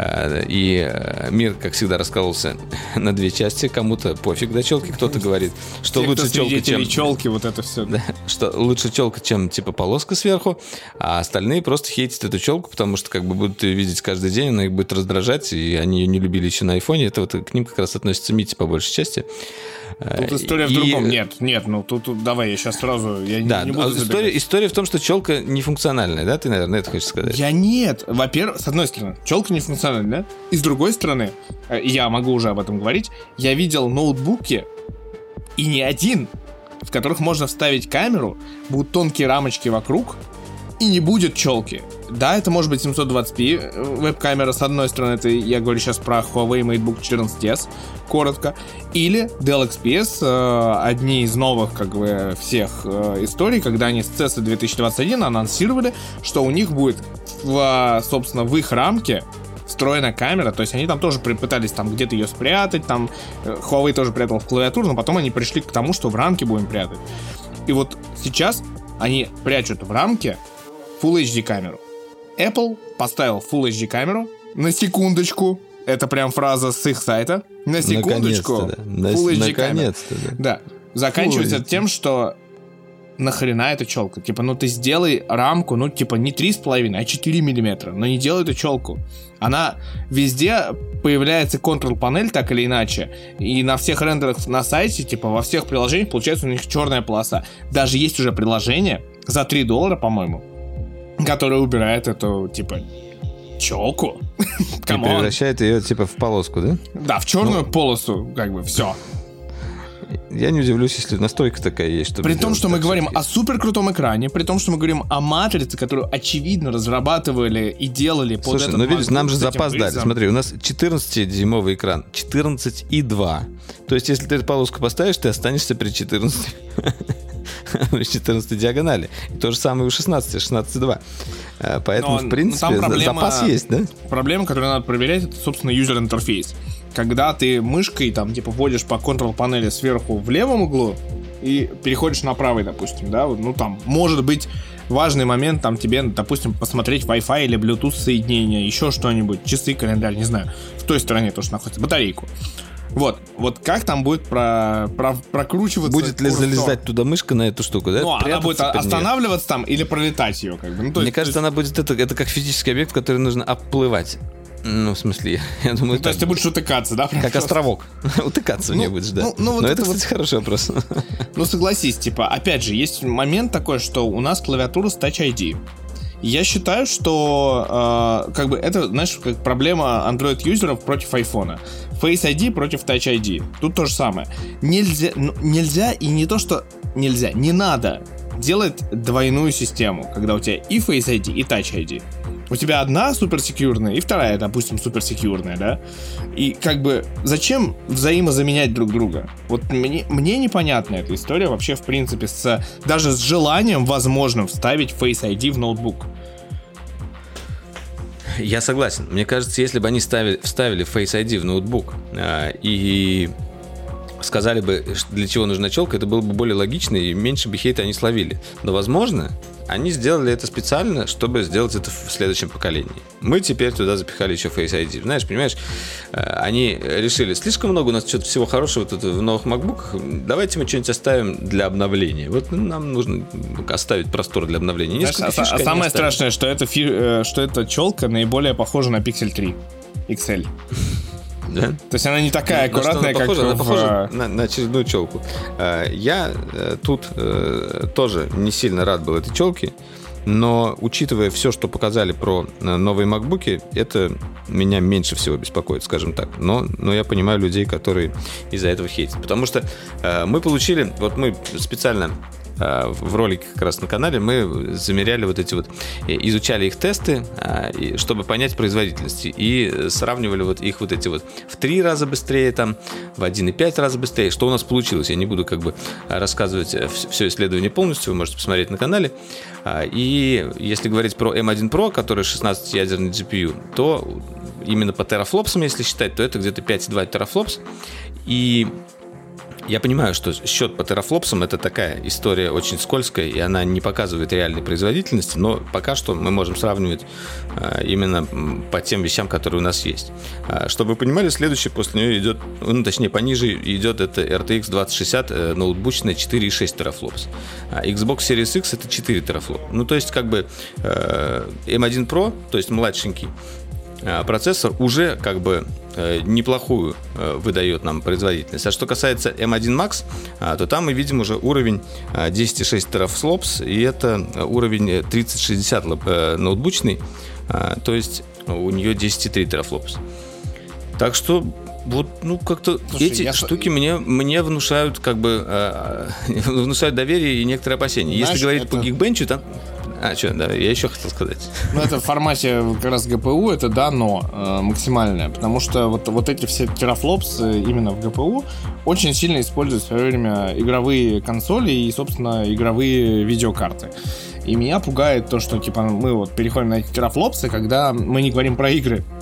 И мир, как всегда, раскололся на две части. Кому-то пофиг до челки. Кто-то говорит, что те, лучше челка, чем... челки, вот это все. Да, что лучше челка, чем типа полоска сверху. А остальные просто хейтят эту челку, потому что как бы будут ее видеть каждый день, она их будет раздражать. И они ее не любили еще на айфоне. Это вот к ним как раз относится Мити по большей части. Тут история и... в другом. Нет, нет, ну тут, тут давай, я сейчас сразу. Я да, не, не буду история, история в том, что челка нефункциональная, да? Ты, наверное, это хочешь сказать? Я нет. Во-первых, с одной стороны, челка нефункциональная, да? И с другой стороны, я могу уже об этом говорить, я видел ноутбуки, и не один, в которых можно вставить камеру, будут тонкие рамочки вокруг, и не будет челки. Да, это может быть семьсот двадцать пи веб-камера, с одной стороны, это я говорю сейчас про Huawei MateBook четырнадцать эс, коротко, или Dell икс пи эс, э, одни из новых, как бы, всех э, историй, когда они с си и эс две тысячи двадцать один анонсировали, что у них будет, в, собственно, в их рамке встроенная камера, то есть они там тоже пытались там где-то ее спрятать, там Huawei тоже прятал в клавиатуру, но потом они пришли к тому, что в рамке будем прятать. И вот сейчас они прячут в рамке Full эйч ди камеру. Apple поставил Full эйч ди камеру, на секундочку, это прям фраза с их сайта, на секундочку, наконец-то, да. Full эйч ди камера. Наконец-то, да. Да, заканчивается тем, что нахрена эта челка? Типа, ну ты сделай рамку, ну типа не три с половиной, а четыре миллиметра, но не делай эту челку. Она везде появляется контрол-панель, так или иначе, и на всех рендерах на сайте, типа во всех приложениях, получается у них черная полоса. Даже есть уже приложение за три доллара, по-моему, которое убирает эту, типа, челку. И превращает ее, типа, в полоску, да? Да, в черную ну, полосу, как бы, все. Я не удивлюсь, если настройка такая есть. При том, что мы говорим о супер крутом экране, при том, что мы говорим о матрице, которую, очевидно, разрабатывали и делали под Слушай, этот ну видишь, нам же запоздали. вырезом. Смотри, у нас четырнадцатидюймовый экран, четырнадцать и два. То есть, если ты эту полоску поставишь, ты останешься при четырнадцати. При четырнадцатой диагонали. И то же самое у шестнадцати, шестнадцать и два. Поэтому, но, в принципе, проблема, запас есть, да? Проблема, которую надо проверять, это, собственно, юзер-интерфейс. Когда ты мышкой, там, типа, вводишь по контрол-панели сверху в левом углу и переходишь на правый, допустим, да, вот, ну, там, может быть, важный момент, там, тебе, допустим, посмотреть Wi-Fi или Bluetooth соединение, еще что-нибудь, часы, календарь, не знаю, в той стороне то, что находится, батарейку. Вот, вот как там будет про, про, прокручиваться будет ли курсор? Залезать туда мышка на эту штуку, да? Ну, она будет останавливаться там или пролетать ее, как бы. Ну, то Мне есть, кажется, есть... она будет, это, это как физический объект, который нужно оплывать. Ну, в смысле, я думаю... Ну, то есть ты будешь утыкаться, да? Как островок. Утыкаться в нее будешь, да. Но это, кстати, хороший вопрос. Ну, согласись, типа, опять же, есть момент такой, что у нас клавиатура с Touch ай ди. Я считаю, что э, как бы это, знаешь, как проблема Android-юзеров против айфона. Face ай ди против Touch ай ди. Тут то же самое. Нельзя, ну, нельзя и не то, что нельзя, не надо делать двойную систему, когда у тебя и Face ай ди, и Touch ай ди. У тебя одна суперсекьюрная, и вторая, допустим, суперсекьюрная, да? И как бы зачем взаимозаменять друг друга? Вот мне, мне непонятна эта история вообще, в принципе, с, даже с желанием возможным вставить Face ай ди в ноутбук. Я согласен. Мне кажется, если бы они ставили, вставили Face ай ди в ноутбук э, и сказали бы, для чего нужна челка, это было бы более логично, и меньше бы хейта они словили. Но, возможно, они сделали это специально, чтобы сделать это в следующем поколении. Мы теперь туда запихали еще Face ай ди. Знаешь, понимаешь, они решили, слишком много у нас что-то всего хорошего тут в новых MacBook'ах, давайте мы что-нибудь оставим для обновления. Вот нам нужно оставить простор для обновления. Знаешь, а, а самое страшное, что эта, фи- что эта челка наиболее похожа на Pixel три икс эль. Да? То есть она не такая ну, аккуратная, как похожа, в... Она похожа на, на очередную челку. Я тут тоже не сильно рад был этой челке, но учитывая все, что показали про новые MacBook'и, это меня меньше всего беспокоит, скажем так. Но, но я понимаю людей, которые из-за этого хейтят. Потому что мы получили, вот мы специально в ролике как раз на канале мы замеряли вот эти вот, изучали их тесты, чтобы понять производительность, и сравнивали вот их вот эти вот в три раза быстрее, там, в один и пять раз быстрее, что у нас получилось. Я не буду как бы рассказывать все исследование полностью, вы можете посмотреть на канале. И если говорить про эм один Pro, который шестнадцатиядерный джи пи ю, то именно по терафлопсам, если считать, то это где-то пять и два терафлопс. И я понимаю, что счет по терафлопсам — это такая история очень скользкая, и она не показывает реальной производительности, но пока что мы можем сравнивать а, именно по тем вещам, которые у нас есть. А, чтобы вы понимали, следующий после нее идет, ну, точнее, пониже идет это эр ти экс двадцать шестьдесят, ноутбучная четыре и шесть терафлопс. А Xbox Series X — это четыре терафлопс. Ну, то есть, как бы э, эм один Pro, то есть младшенький, процессор уже как бы неплохую выдает нам производительность. А что касается эм один Max, то там мы видим уже уровень десять и шесть терафлопс, и это уровень тридцать шестьдесят ноутбучный, то есть у нее десять и три терафлопс. Так что вот, ну, как-то Слушай, эти я... штуки мне, мне внушают как бы э, внушают доверие и некоторые опасения. Знаешь, если говорить это... по Geekbench, там... А, что, да, я еще хотел сказать. Ну, это в формате как раз джи пи ю, это да, но э, максимальное, потому что вот, вот эти все терафлопсы именно в джи пи ю очень сильно используют в свое время игровые консоли и, собственно, игровые видеокарты. И меня пугает то, что, типа, мы вот переходим на эти терафлопсы, когда мы не говорим про игры,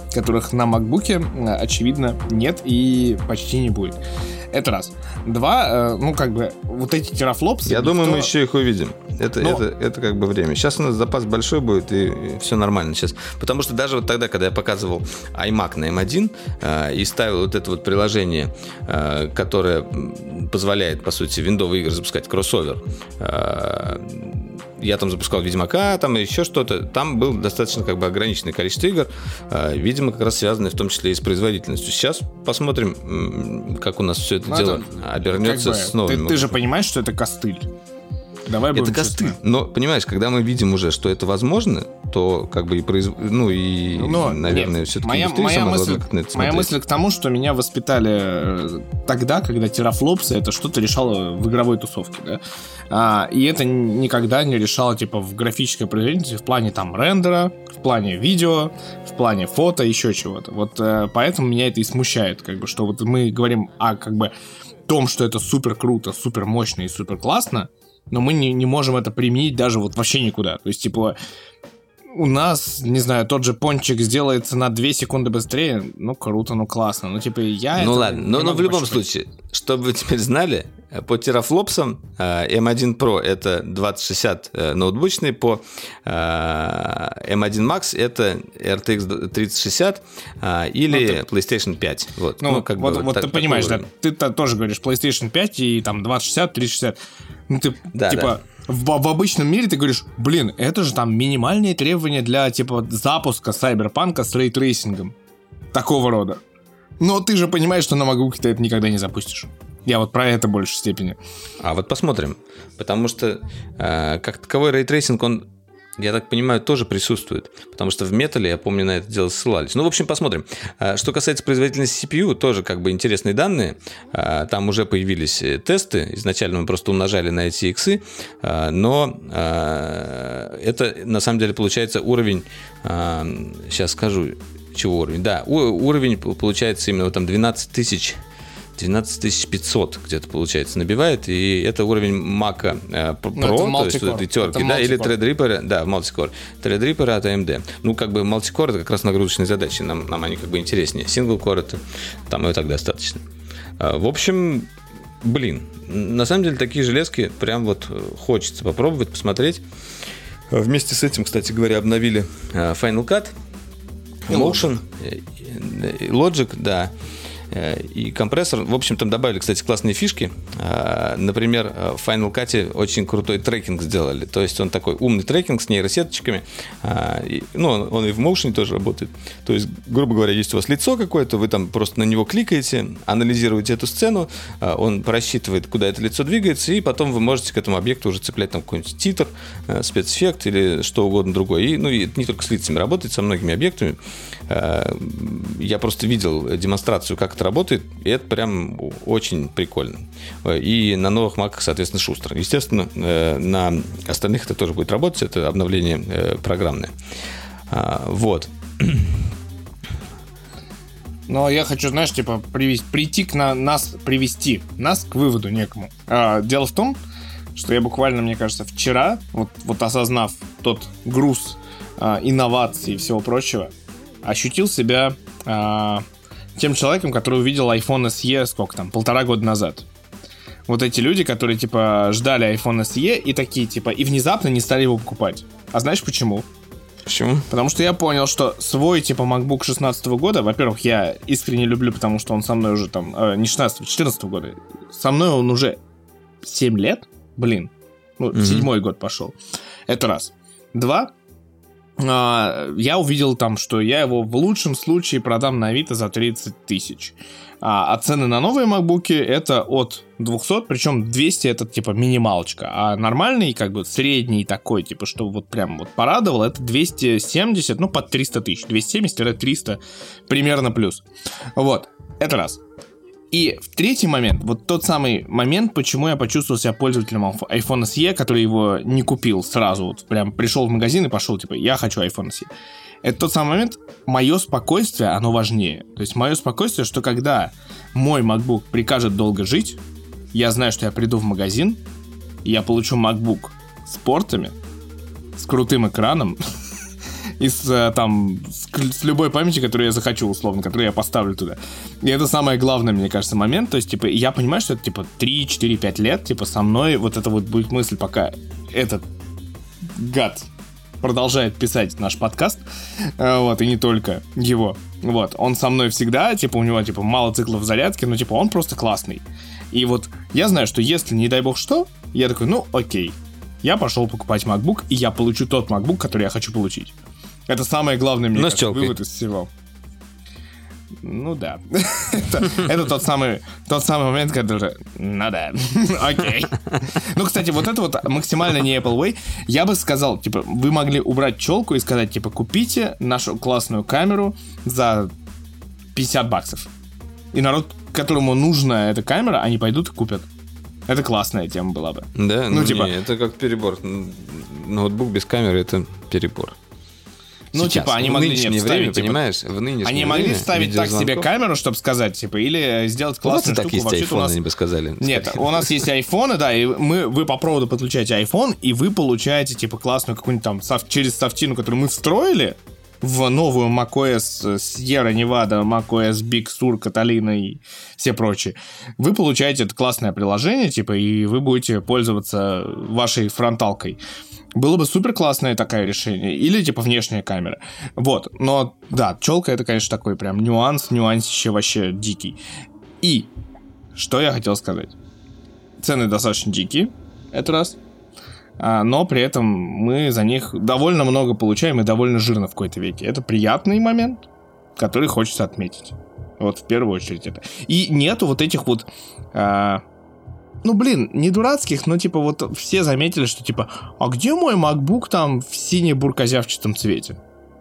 которых на MacBook'е, очевидно, нет и почти не будет. Это раз. Два, ну, как бы, вот эти терафлопсы... Я никто... думаю, мы еще их увидим. Это, Но... это, это как бы время. Сейчас у нас запас большой будет, и, и все нормально сейчас. Потому что даже вот тогда, когда я показывал iMac на эм один э, и ставил вот это вот приложение, э, которое позволяет, по сути, виндовые игры запускать, кроссовер, э, я там запускал Ведьмака, там еще что-то. Там было достаточно как бы ограниченное количество игр, э, видимо, как раз связанное в том числе и с производительностью. Сейчас посмотрим, как у нас все это ну, дело это, обернется как бы, с новыми. Ты, ты же понимаешь, что это костыль. Давай это костыль. Но, понимаешь, когда мы видим уже, что это возможно, то как бы и произв... ну и, Но, наверное, нет, все-таки моя, индустрия моя сама мысль, должна как-то на это моя смотреть. мысль к тому, что меня воспитали тогда, когда терафлопсы это что-то решало в игровой тусовке, да. А, и это никогда не решало, типа, в графической производительности, в плане там рендера, в плане видео, в плане фото, еще чего-то. Вот э, поэтому меня это и смущает, как бы, что вот мы говорим о, как бы, том, что это супер круто, супер мощно и супер классно, но мы не, не можем это применить даже вот вообще никуда. То есть, типа, у нас, не знаю, тот же пончик сделается на две секунды быстрее, ну, круто, ну, классно. Ну, типа, я... Ну, ладно, но, но в любом случае, чтобы вы теперь знали, по терафлопсам эм один Pro это двадцать шестьдесят ноутбучный, по эм один Max это эр ти экс тридцать шестьдесят или ну, PlayStation пять. Вот, ну, ну, как вот, бы, вот так, ты понимаешь, да, ты тоже говоришь PlayStation пять и там двадцать шестьдесят, тридцать шестьдесят. Ну, ты, да, типа, да. В, в обычном мире ты говоришь, блин, это же там минимальные требования для, типа, запуска Cyberpunk'а с рейтрейсингом. Такого рода. Но ты же понимаешь, что на MacBook ты это никогда не запустишь. Я вот про это в большей степени. А вот посмотрим. Потому что, э, как таковой рейтрейсинг, он, я так понимаю, тоже присутствует. Потому что в металле, я помню, на это дело ссылались. Ну, в общем, посмотрим. Что касается производительности си пи ю, тоже как бы интересные данные. Там уже появились тесты. Изначально мы просто умножали на эти иксы. Но это, на самом деле, получается уровень... Сейчас скажу, чего уровень. Да, уровень получается именно там двенадцать тысяч... двенадцать тысяч пятьсот где-то, получается, набивает, и это уровень Mac Pro, то есть вот терки, да, или Threadripper, да, Multicore, Threadripper от эй эм ди. Ну, как бы Multicore — это как раз нагрузочные задачи, нам, нам они как бы интереснее. Single-Core — это там и так достаточно. В общем, блин, на самом деле такие железки прям вот хочется попробовать, посмотреть. Вместе с этим, кстати говоря, обновили Final Cut, Motion, Logic, да, и компрессор. В общем, там добавили, кстати, классные фишки. Например, в Final Cut очень крутой трекинг сделали. То есть он такой умный трекинг с нейросеточками. Ну, он и в Motion тоже работает. То есть, грубо говоря, есть у вас лицо какое-то, вы там просто на него кликаете, анализируете эту сцену, он просчитывает, куда это лицо двигается, и потом вы можете к этому объекту уже цеплять там какой-нибудь титр, спецэффект или что угодно другое. И, ну, и это не только с лицами работает, со многими объектами. Я просто видел демонстрацию, как это работает, и это прям очень прикольно. И на новых маках, соответственно, шустро. Естественно, на остальных это тоже будет работать, это обновление программное. Вот. Но я хочу, знаешь, типа, привести, прийти к на, нас, привести нас к выводу некому. А, дело в том, что я буквально, мне кажется, вчера, вот, вот осознав тот груз а, инноваций и всего прочего, ощутил себя... А, тем человеком, который увидел iPhone эс и, сколько там, полтора года назад. Вот эти люди, которые, типа, ждали iPhone эс и и такие, типа, и внезапно не стали его покупать. А знаешь почему? Почему? Потому что я понял, что свой, типа, MacBook шестнадцатого года, во-первых, я искренне люблю, потому что он со мной уже там, э, не шестнадцатого, четырнадцатого года. Со мной он уже семь лет, блин. Ну, mm-hmm. седьмой год пошел. Это раз. Два. Я увидел там, что я его в лучшем случае продам на Авито за тридцать тысяч. А, а цены на новые макбуки это от двухсот, причем двести это типа минималочка. А нормальный, как бы средний такой, типа, что вот прям вот порадовал, это двести семьдесят, ну под триста тысяч. двести семьдесят - триста примерно плюс. Вот, это раз. И в третий момент, вот тот самый момент, почему я почувствовал себя пользователем iPhone эс и, который его не купил сразу, вот прям пришел в магазин и пошел, типа, я хочу iPhone эс и. Это тот самый момент, мое спокойствие, оно важнее. То есть мое спокойствие, что когда мой MacBook прикажет долго жить, я знаю, что я приду в магазин, и я получу MacBook с портами, с крутым экраном, из там с, с любой памяти, которую я захочу, условно, которую я поставлю туда. И это самый главный, мне кажется, момент. То есть, типа, я понимаю, что это, типа, три, четыре, пять лет, типа, со мной вот это вот будет мысль, пока этот гад продолжает писать наш подкаст, вот, и не только его, вот, он со мной всегда, типа, у него, типа, мало циклов зарядки, но, типа, он просто классный. И вот я знаю, что если, не дай бог что, я такой, ну, окей, я пошел покупать MacBook, и я получу тот MacBook, который я хочу получить. Это самое главное, мне кажется, вывод из всего. Ну да. это, это тот самый тот самый момент, когда... Ну да. Окей. Ну, кстати, вот это вот максимально не Apple Way. Я бы сказал, типа, вы могли убрать челку и сказать, типа, купите нашу классную камеру за пятьдесят баксов. И народ, которому нужна эта камера, они пойдут и купят. Это классная тема была бы. Да? Ну, ну типа... не, это как перебор. Ноутбук без камеры — это перебор. Ну, сейчас, типа, они в могли нынешнее не вставить, время, типа, понимаешь, в нынешнее они могли время вставить так себе камеру, чтобы сказать, типа, или сделать классную штуку. У вас так есть айфоны, нас... они бы сказали. Нет, у нас есть айфоны, да, и мы, вы по проводу подключаете айфон, и вы получаете, типа, классную какую-нибудь там соф... через софтину, которую мы встроили в новую macOS Sierra Nevada, macOS Big Sur, Catalina и все прочие. Вы получаете это классное приложение, типа, и вы будете пользоваться вашей фронталкой. Было бы супер классное такое решение. Или, типа, внешняя камера. Вот. Но, да, челка — это, конечно, такой прям нюанс, нюансище вообще дикий. И, что я хотел сказать. Цены достаточно дикие. Это раз. А, но при этом мы за них довольно много получаем и довольно жирно в какой-то веке. Это приятный момент, который хочется отметить. Вот, в первую очередь это. И нету вот этих вот... А, ну, блин, не дурацких, но, типа, вот все заметили, что, типа, а где мой MacBook там в сине-буркозявчатом цвете?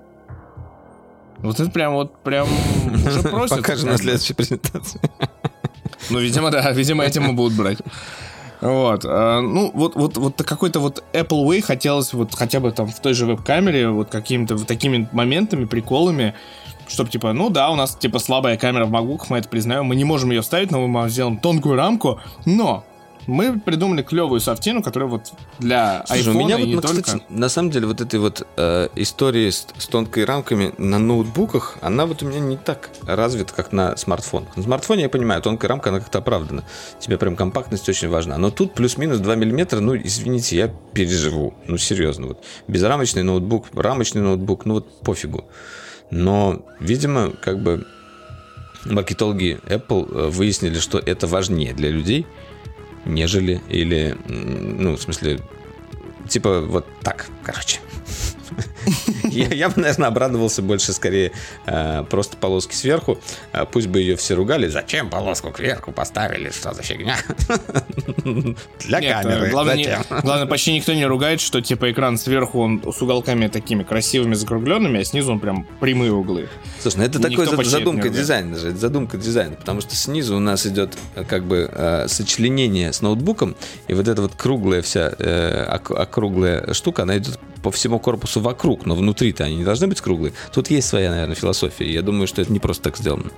Вот это прям, вот, прям уже просят. Покажем на следующей презентации. Ну, видимо, да, видимо, этим и будут брать. Вот, а, ну, вот, вот, вот какой-то вот Apple Way хотелось вот хотя бы там в той же веб-камере вот какими-то вот такими моментами, приколами, чтобы, типа, ну да, у нас, типа, слабая камера в MacBook, мы это признаем, мы не можем ее вставить, но мы сделаем тонкую рамку, но мы придумали клевую софтину, которая вот для Слушай, айфона у меня и вот, не ну, только... кстати, на самом деле, вот этой вот э, истории с, с тонкой рамками на ноутбуках, она вот у меня не так развита, как на смартфонах. На смартфоне, я понимаю, тонкая рамка, она как-то оправдана. Тебе прям компактность очень важна. Но тут плюс-минус два миллиметра, ну, извините, я переживу. Ну, серьезно. Вот. Безрамочный ноутбук, рамочный ноутбук, ну, вот пофигу. Но, видимо, как бы маркетологи Apple выяснили, что это важнее для людей, нежели или, ну, в смысле, типа вот так, короче. Я, я бы, наверное, обрадовался больше скорее э, просто полоски сверху. Э, пусть бы ее все ругали. Зачем полоску кверху поставили? Что за фигня? Для Нет, камеры. Главное, не, главное, почти никто не ругает, что типа экран сверху он с уголками такими красивыми, закругленными, а снизу он прям прямые углы. Слушай, ну это такая задумка дизайна же. Это задумка дизайна. Потому что снизу у нас идет как бы э, сочленение с ноутбуком. И вот эта вот круглая вся э, округлая штука, она идет по всему корпусу вокруг, но внутри-то они не должны быть круглые. Тут есть своя, наверное, философия. Я думаю, что это не просто так сделано.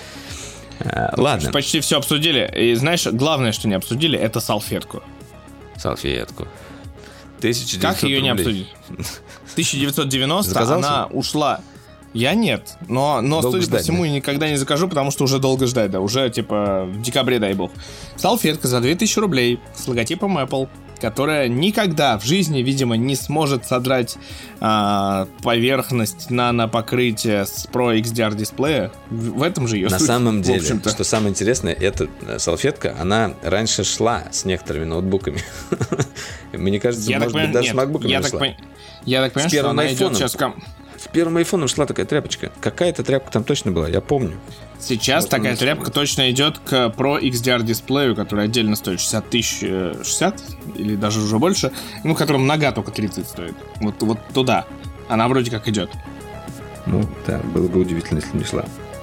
А, ну, ладно. Почти все обсудили. И знаешь, главное, что не обсудили, это салфетку. Салфетку. тысяча девятьсот как ее рублей. Не обсудить? тысяча девятьсот девяносто Заказался? Она ушла. Я нет, но, но судя ждать, по всему, да? Никогда не закажу, потому что уже долго ждать, да, уже типа в декабре, дай бог. Салфетка за две тысячи рублей с логотипом Apple, которая никогда в жизни, видимо, не сможет содрать а, поверхность нано-покрытия с Pro икс ди ар дисплея. В, в этом же ее На суть, самом деле, общем-то. Что самое интересное, эта салфетка, она раньше шла с некоторыми ноутбуками. Мне кажется, я может быть, пон... даже Нет, с макбуками я шла. Так пон... Я так понимаю, что она идет сейчас... С первым айфоном шла такая тряпочка. Какая-то тряпка там точно была, я помню. Сейчас вот такая тряпка точно идет к Pro икс ди ар дисплею, который отдельно стоит шестьдесят тысяч, шестьдесят или даже уже больше, ну, в котором нога только тридцать стоит. Вот, вот туда. Она вроде как идет. Ну, да, было бы удивительно, если не шла.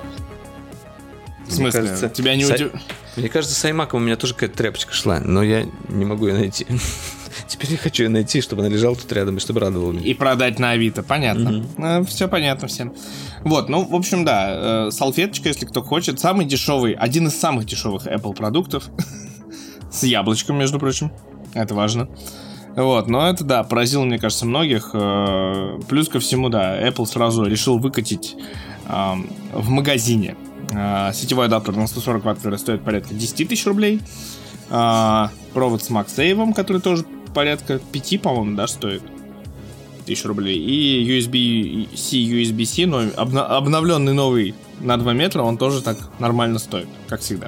В смысле? Мне кажется, тебя не с... удив... Мне кажется, с iMac'ом у меня тоже какая-то тряпочка шла, но я не могу ее найти. Теперь я хочу ее найти, чтобы она лежала тут рядом и чтобы радовала меня. И продать на Авито, понятно. Mm-hmm. Все понятно всем. Вот, ну, в общем, да, салфеточка, если кто хочет. Самый дешевый, один из самых дешевых Apple продуктов. С яблочком, между прочим. Это важно. Вот, но это, да, поразило, мне кажется, многих. Плюс ко всему, да, Apple сразу решил выкатить э, в магазине э, сетевой адаптер на сто сорок ватт, который стоит порядка десять тысяч рублей. Э, провод с MagSafe, который тоже порядка пять, по-моему, да, стоит тысяч рублей. И ю эс би-C, ю эс би-C, но обна- обновленный новый на два метра, он тоже так нормально стоит, как всегда.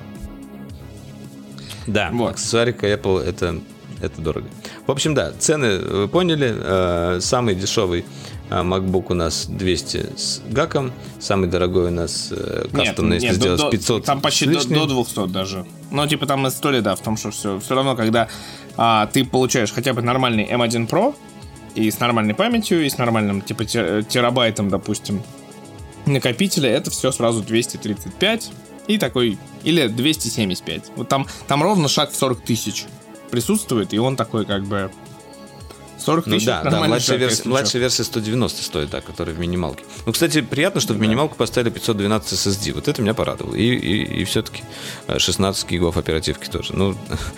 Да, вот. Аксессуарика Apple это, это дорого. В общем, да, цены вы поняли. Э, самый дешевый э, MacBook у нас двести с гаком. Самый дорогой у нас э, кастомный, если нет, сделать до, пятьсот. Там почти до, до двухсот даже. Но типа там история, да, в том, что все, все равно, когда а, ты получаешь хотя бы нормальный эм один Pro и с нормальной памятью, и с нормальным типа терабайтом, допустим, накопителя, это все сразу двести тридцать пять и такой, или двести семьдесят пять. Вот там, там ровно шаг в сорок тысяч присутствует, и он такой как бы сорок тысяч. Ну, да, да, младшая, версия, младшая версия сто девяносто стоит, да, которая в минималке. Ну, кстати, приятно, что в минималку поставили пятьсот двенадцать эс эс ди. Вот это меня порадовало. И, и, и все-таки шестнадцать гигов оперативки тоже. Ну,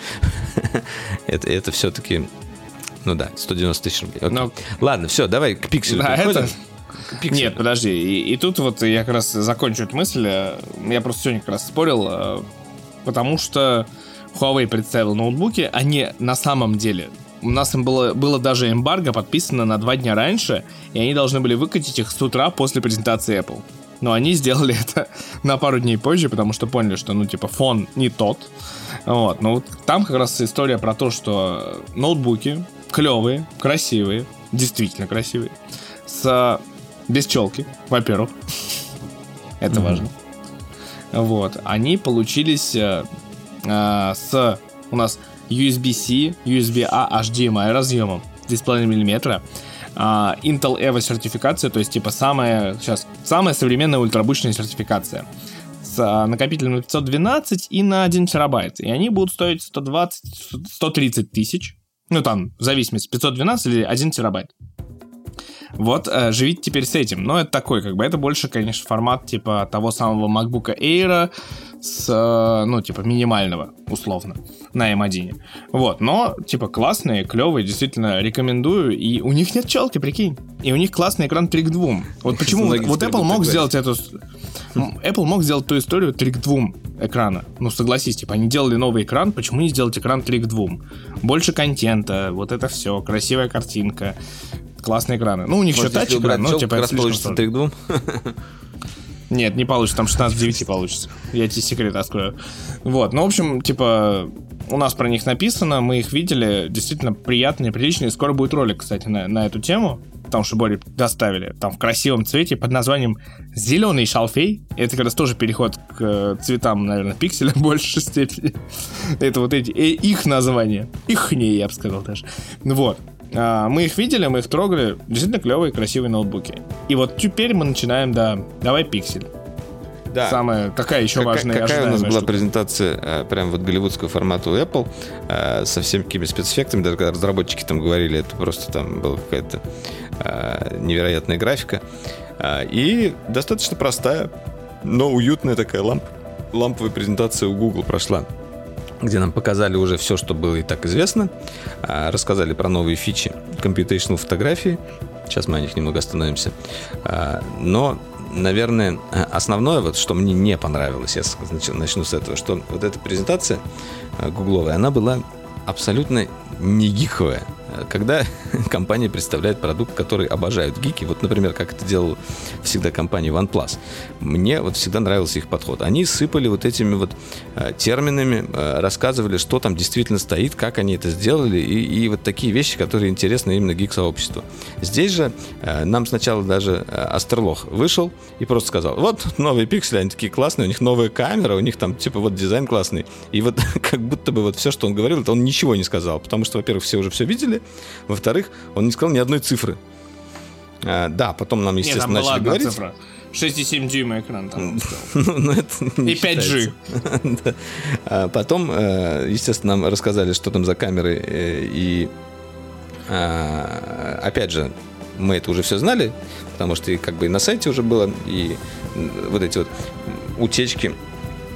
это, это все-таки, ну да, сто девяносто тысяч рублей. Но... Ладно, все, давай к пикселю. Да, это... Нет, подожди, и, и тут вот я как раз закончу эту мысль. Я просто сегодня как раз спорил, потому что Huawei представил ноутбуки, они на самом деле... У нас им было, было даже эмбарго подписано на два дня раньше, и они должны были выкатить их с утра после презентации Apple. Но они сделали это на пару дней позже, потому что поняли, что, ну, типа, фон не тот. Вот, но вот там как раз история про то, что ноутбуки клевые, красивые, действительно красивые, с... без челки, во-первых. Это mm-hmm. важно. Вот, они получились э, э, с у нас ю эс би-C, ю эс би-A, эйч ди эм ай разъемом десять целых пять десятых миллиметра, э, Intel Evo сертификация, то есть типа самая сейчас самая современная ультрабычная сертификация с э, накопителем на пятьсот двенадцать и на один терабайт, и они будут стоить сто двадцать - сто тридцать тысяч, ну там в зависимости пятьсот двенадцать или один терабайт. Вот, э, живите теперь с этим. Но это такой, как бы, это больше, конечно, формат, типа, того самого MacBook Air с, э, ну, типа, минимального, условно, на эм один. Вот, но, типа, классные, клевые, действительно, рекомендую. И у них нет челки, прикинь. И у них классный экран три к двум. Вот почему вот, вот Apple мог сделать эту... Apple мог сделать ту историю три к двум экрана. Ну, согласись, типа, они делали новый экран, почему не сделать экран три к двум? Больше контента, вот это все, красивая картинка. Классные экраны. Ну, у них еще тач-экран, но типа как раз получится три к двум. Нет, не получится, там шестнадцать к девяти получится. Я тебе секрет открою. Вот, ну, в общем, типа, у нас про них написано, мы их видели, действительно приятные, приличные. Скоро будет ролик, кстати, на, на эту тему, потому что Бори доставили. Там в красивом цвете под названием «Зеленый шалфей». Это как раз тоже переход к цветам, наверное, пикселя в большей степени. Это вот эти, их названия. Ихние, я бы сказал даже. Вот. Мы их видели, мы их трогали. Действительно клевые, красивые ноутбуки. И вот теперь мы начинаем, да, давай пиксель. Да. Самая такая еще какая, важная. Какая у нас штука. была презентация прям вот голливудского формата у Apple со всеми какими спецэффектами, даже когда разработчики там говорили, это просто там была какая-то невероятная графика. И достаточно простая, но уютная такая ламп, ламповая презентация у Google прошла, где нам показали уже все, что было и так известно, рассказали про новые фичи computational фотографии. Сейчас мы о них немного остановимся. Но, наверное, основное, вот, что мне не понравилось, я начну с этого, что вот эта презентация гугловая, она была абсолютно не гиковая. Когда компания представляет продукт, который обожают гики, вот, например, как это делала всегда компания OnePlus, мне вот всегда нравился их подход. Они сыпали вот этими вот э, терминами, э, рассказывали, что там действительно стоит, как они это сделали, и, и вот такие вещи, которые интересны именно гик-сообществу. Здесь же э, нам сначала даже э, Астерлох вышел и просто сказал: вот новые пиксели, они такие классные, у них новая камера, у них там типа вот дизайн классный. И вот как будто бы вот все, что он говорил, это он ничего не сказал, потому что, во-первых, все уже все видели, во-вторых, он не сказал ни одной цифры. А, да, потом нам, естественно, Нет, там начали говорить. Цифра. шесть и семь дюйма экран там. Ну, это не и пять джи. Да. А потом, естественно, нам рассказали, что там за камеры. И опять же, мы это уже все знали, потому что и как бы и на сайте уже было, и вот эти вот утечки.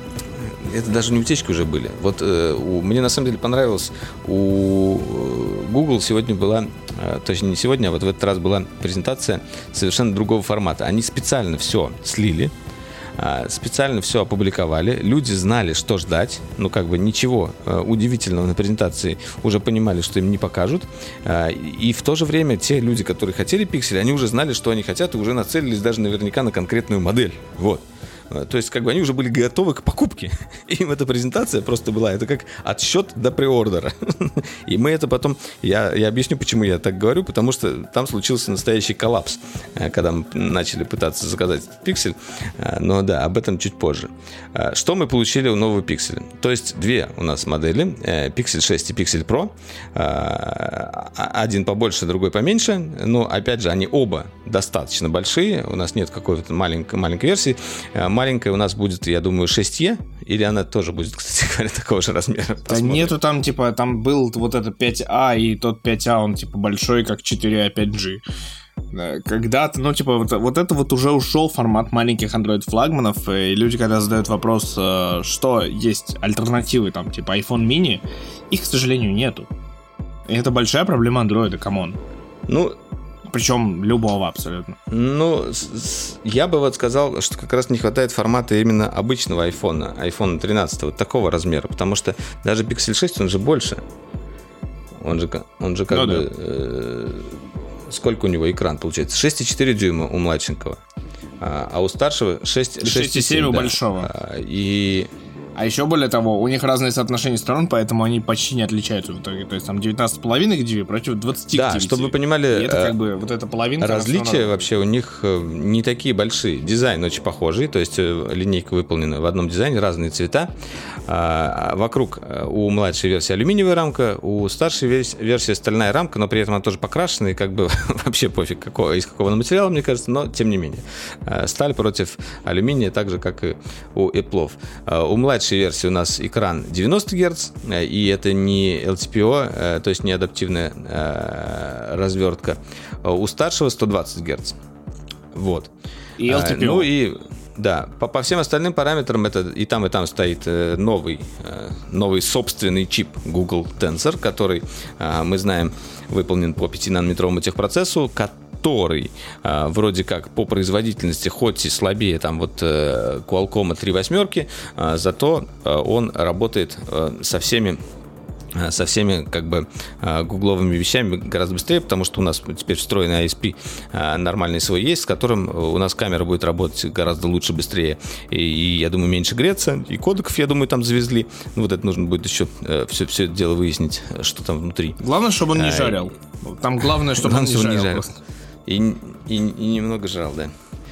Это даже не утечки уже были. Вот э, у, мне на самом деле понравилось у Google сегодня была, точнее не сегодня, а вот в этот раз была презентация совершенно другого формата. Они специально все слили, специально все опубликовали, люди знали, что ждать, ну как бы ничего удивительного на презентации, уже понимали, что им не покажут, и в то же время те люди, которые хотели пиксели, они уже знали, что они хотят, и уже нацелились даже наверняка на конкретную модель, вот. То есть, как бы они уже были готовы к покупке. Им эта презентация просто была, это как отсчет до преордера. И мы это потом, я, я объясню, почему я так говорю, потому что там случился настоящий коллапс, когда мы начали пытаться заказать пиксель. Но да, об этом чуть позже. Что мы получили у нового пикселя? То есть, две у нас модели, Pixel шесть и Pixel Pro. Один побольше, другой поменьше. Но, опять же, они оба достаточно большие. У нас нет какой-то маленькой, маленькой версии. Маленькая у нас будет, я думаю, шесть и, или она тоже будет, кстати говоря, такого же размера? Да Посмотрим. Нету там, типа, там был вот этот пять а, и тот пять а, он, типа, большой, как четыре а пять джи. Когда-то, ну, типа, вот, вот это вот уже ушел формат маленьких Android-флагманов, и люди, когда задают вопрос, что есть альтернативы, там, типа, iPhone mini, их, к сожалению, нету. И это большая проблема Android, камон. Ну... Причем любого абсолютно. Ну, я бы вот сказал, что как раз не хватает формата именно обычного айфона, айфон тринадцать, вот такого размера, потому что даже Pixel шесть, он же больше. Он же, он же как ну, бы... Да. Э, сколько у него экран получается? шесть и четыре дюйма у младшенького, а, а у старшего шесть и семь у да. большого. А, и... А еще более того, у них разные соотношения сторон, поэтому они почти не отличаются в итоге. То есть там девятнадцать целых пять к девяти против двадцати да, к девяти. чтобы вы понимали, и это как бы вот эта половинка. различия вообще у них не такие большие. Дизайн очень похожий, то есть линейка выполнена в одном дизайне, разные цвета. Вокруг у младшей версии алюминиевая рамка, у старшей версии стальная рамка, но при этом она тоже покрашена, и как бы вообще пофиг, какого, из какого материала, мне кажется, но тем не менее. Сталь против алюминия, так же, как и у Apple. У младшей версии у нас экран девяносто герц, и это не эл ти пи о, то есть не адаптивная развертка. У старшего сто двадцать герц. Вот. И эл ти пи о. Ну и да, по, по всем остальным параметрам это и там, и там стоит новый, новый собственный чип Google Tensor, который, мы знаем, выполнен по пятинанометровому техпроцессу, который э, вроде как по производительности хоть и слабее там вот э, Qualcomm три восьмерки, э, зато э, он работает э, со всеми со всеми как бы гугловыми вещами гораздо быстрее, потому что у нас теперь встроенный ай эс пи нормальный свой есть, с которым у нас камера будет работать гораздо лучше, быстрее, и, и я думаю, меньше греться, и кодеков, я думаю, там завезли. Ну, вот это нужно будет еще все, все это дело выяснить, что там внутри. Главное, чтобы он не жарил. Там главное, чтобы он не жарил, не жарил. И, и, и немного жрал, да.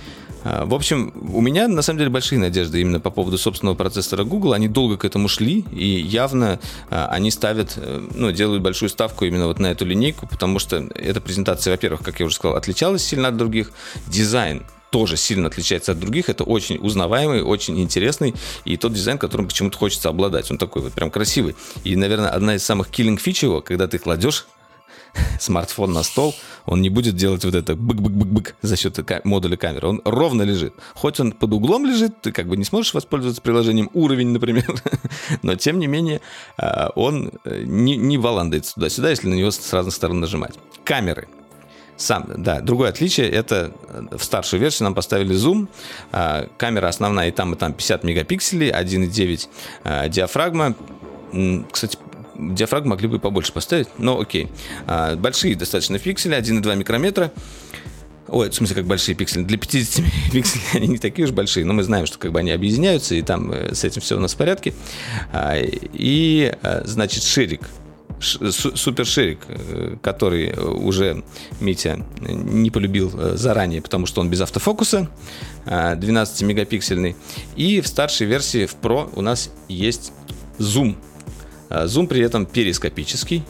В общем, у меня на самом деле большие надежды именно по поводу собственного процессора Google. Они долго к этому шли, и явно они ставят, ну, делают большую ставку именно вот на эту линейку, потому что эта презентация, во-первых, как я уже сказал, отличалась сильно от других. Дизайн тоже сильно отличается от других. Это очень узнаваемый, очень интересный, и тот дизайн, которым почему-то хочется обладать. Он такой вот прям красивый. И, наверное, одна из самых killing фич его, когда ты кладешь смартфон на стол, он не будет делать вот это бык-бык-бык-бык за счет модуля камеры. Он ровно лежит. Хоть он под углом лежит, ты как бы не сможешь воспользоваться приложением уровень, например, но тем не менее он не, не валандается туда-сюда, если на него с разных сторон нажимать. Камеры. Сам, да, другое отличие, это в старшей версии нам поставили зум. Камера основная и там, и там пятьдесят мегапикселей, один и девять диафрагма. Кстати, диафрагму могли бы побольше поставить, но окей. А, большие достаточно пиксели, один и два микрометра. Ой, в смысле, как большие пиксели. Для пятидесяти пикселей они не такие уж большие, но мы знаем, что как бы они объединяются, и там с этим все у нас в порядке. А, и, значит, ширик. Суперширик, который уже Митя не полюбил заранее, потому что он без автофокуса, двенадцатимегапиксельный. И в старшей версии, в Pro, у нас есть зум. Зум при этом перископический.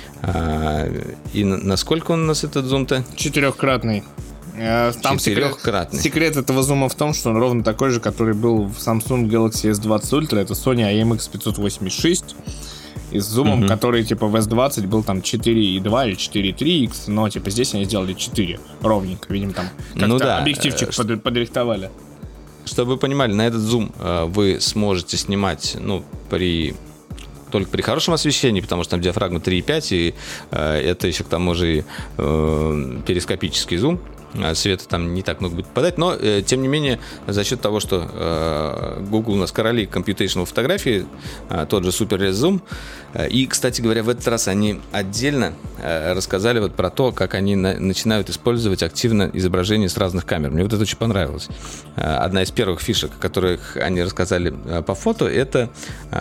И насколько он у нас, этот зум-то? Четырехкратный. Там Четырехкратный. Секрет, секрет этого зума в том, что он ровно такой же, который был в Samsung Galaxy эс двадцать Ultra. Это Sony ай эм икс пятьсот восемьдесят шесть. И с зумом, угу. который типа в эс двадцать был там четыре и два или четыре и три икс. Но типа здесь они сделали четыре ровненько. Видимо, там как-то ну, да. объективчик Ш... под, подрихтовали. Чтобы вы понимали, на этот зум вы сможете снимать, ну, при только при хорошем освещении, потому что там диафрагма три и пять, и э, это еще к тому же и э, перископический зум. Света там не так много будет попадать, но, э, тем не менее, за счет того, что э, Google у нас короли computational фотографии, э, тот же Super Res Zoom, э, и, кстати говоря, в этот раз они отдельно э, рассказали вот про то, как они на, начинают использовать активно изображение с разных камер. Мне вот это очень понравилось. Э, одна из первых фишек, о которых они рассказали э, по фото, это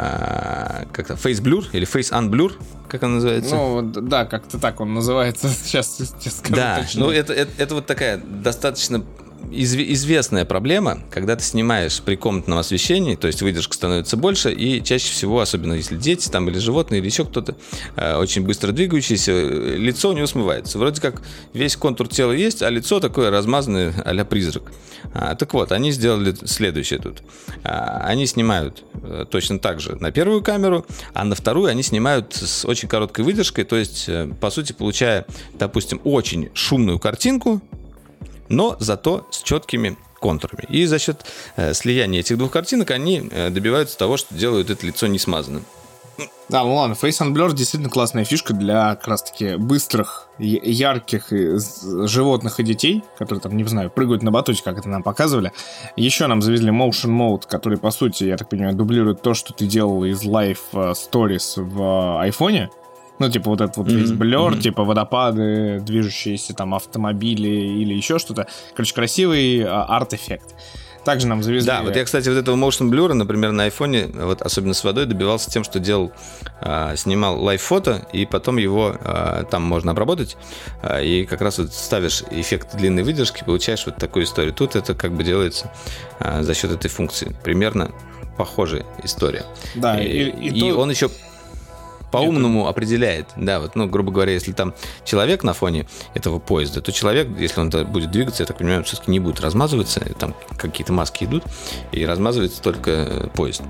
э, как-то Face Blur или Face Unblur, как он называется? Ну, да, как-то так он называется. Сейчас я скажу да, точно. ну это, это, это вот такая достаточно изв- известная проблема, когда ты снимаешь при комнатном освещении, то есть выдержка становится больше, и чаще всего, особенно если дети там, или животные, или еще кто-то э, очень быстро двигающийся, лицо у него смывается. Вроде как весь контур тела есть, а лицо такое размазанное а-ля призрак. А, так вот, они сделали следующее тут. А, они снимают а, точно так же на первую камеру, а на вторую они снимают с очень короткой выдержкой, то есть, по сути, получая, допустим, очень шумную картинку, но зато с четкими контурами. И за счет э, слияния этих двух картинок они э, добиваются того, что делают это лицо не смазанным. Да, ну ладно, Face Unblur действительно классная фишка для как раз-таки быстрых, ярких животных и детей, которые там, не знаю, прыгают на батуте, как это нам показывали. Еще нам завезли Motion Mode, который, по сути, я так понимаю, дублирует то, что ты делал из Live Stories в айфоне. Ну, типа вот этот вот весь mm-hmm. блер, mm-hmm. типа водопады, движущиеся там автомобили или еще что-то. Короче, красивый а, арт-эффект. Также нам завезли... Да, вот я, кстати, вот этого motion blur, например, на айфоне, вот особенно с водой, добивался тем, что делал, а, снимал лайв-фото, и потом его а, там можно обработать, а, и как раз вот ставишь эффект длинной выдержки, получаешь вот такую историю. Тут это как бы делается а, за счет этой функции. Примерно похожая история. Да, и, и, и, и то... он еще... по-умному это... определяет, да, вот, ну, грубо говоря, если там человек на фоне этого поезда, то человек, если он будет двигаться, я так понимаю, все-таки не будет размазываться, там какие-то маски идут, и размазывается только поезд.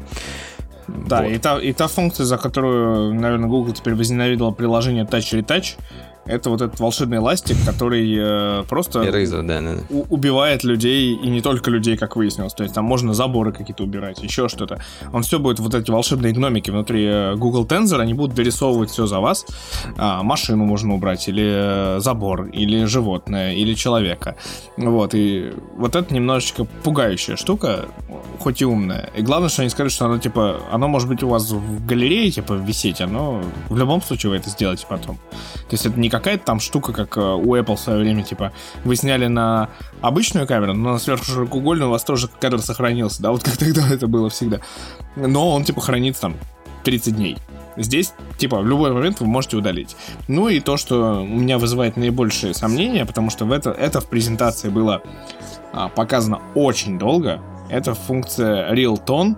Да, вот. и, та, и та функция, за которую, наверное, Google теперь возненавидела приложение Touch Retouch, это вот этот волшебный эластик, который э, просто Eraser, да, да. У- убивает людей, и не только людей, как выяснилось. То есть там можно заборы какие-то убирать, еще что-то. Он все будет, вот эти волшебные гномики внутри э, Google Tensor, они будут дорисовывать все за вас. А, машину можно убрать, или э, забор, или животное, или человека. Вот, и вот это немножечко пугающая штука, хоть и умная. И главное, что они скажут, что оно, типа, оно может быть у вас в галерее, типа, висеть, оно в любом случае вы это сделаете потом. То есть это не какая-то там штука, как у Apple в свое время, типа, вы сняли на обычную камеру, но на сверхширокоугольную у вас тоже кадр сохранился, да, вот как тогда это было всегда. Но он, типа, хранится там тридцать дней. Здесь, типа, в любой момент вы можете удалить. Ну и то, что у меня вызывает наибольшие сомнения, потому что в это, это в презентации было а, показано очень долго, это функция Real Tone,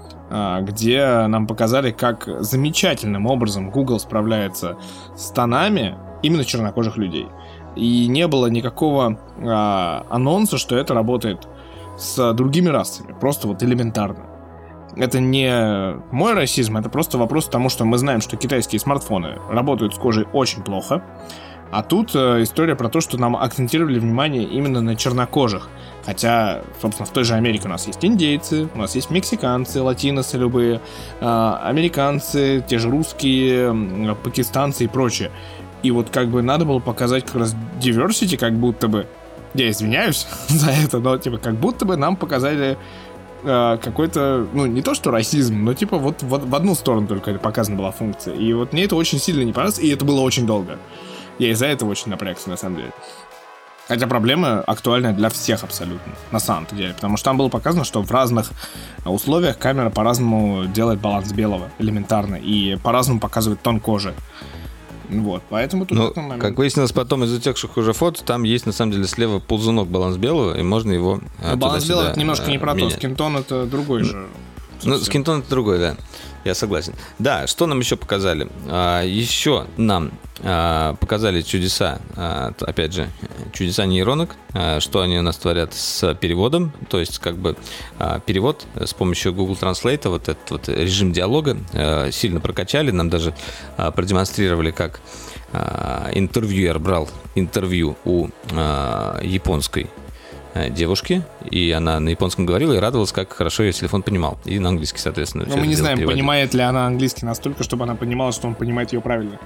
где нам показали, как замечательным образом Google справляется с тонами именно чернокожих людей. И не было никакого а, анонса, что это работает с другими расами. Просто вот элементарно. Это не мой расизм, это просто вопрос к тому, что мы знаем, что китайские смартфоны работают с кожей очень плохо. А тут э, история про то, что нам акцентировали внимание именно на чернокожих. Хотя, собственно, в той же Америке у нас есть индейцы, у нас есть мексиканцы, латиносы любые, э, американцы, те же русские, э, пакистанцы и прочее. И вот как бы надо было показать как раз diversity, как будто бы, я извиняюсь за это, но типа как будто бы нам показали э, какой-то, ну не то что расизм, но типа вот, вот в одну сторону только показана была функция. И вот мне это очень сильно не понравилось, и это было очень долго. Я из-за этого очень напрягся, на самом деле. Хотя проблема актуальна для всех абсолютно, на самом-то деле. Потому что там было показано, что в разных условиях камера по-разному делает баланс белого, элементарно. И по-разному показывает тон кожи. Вот, поэтому тут... Ну, момент... как выяснилось потом из утекших уже фото, там есть, на самом деле, слева ползунок баланс белого, и можно его... Но баланс белого — это немножко не про то. Скинтон — это другой же... Ну, скинтон — это другой, да. Я согласен. Да, что нам еще показали? А, еще нам а, показали чудеса, а, опять же, чудеса нейронок, а, что они у нас творят с переводом. То есть, как бы, а, перевод с помощью Google Translate, вот этот вот режим диалога а, сильно прокачали. Нам даже а, продемонстрировали, как а, интервьюер брал интервью у а, японской девушки, и она на японском говорила и радовалась, как хорошо ее телефон понимал. И на английский, соответственно. Но мы не знаем, переводил. Понимает ли она английский настолько, чтобы она понимала, что он понимает ее правильно.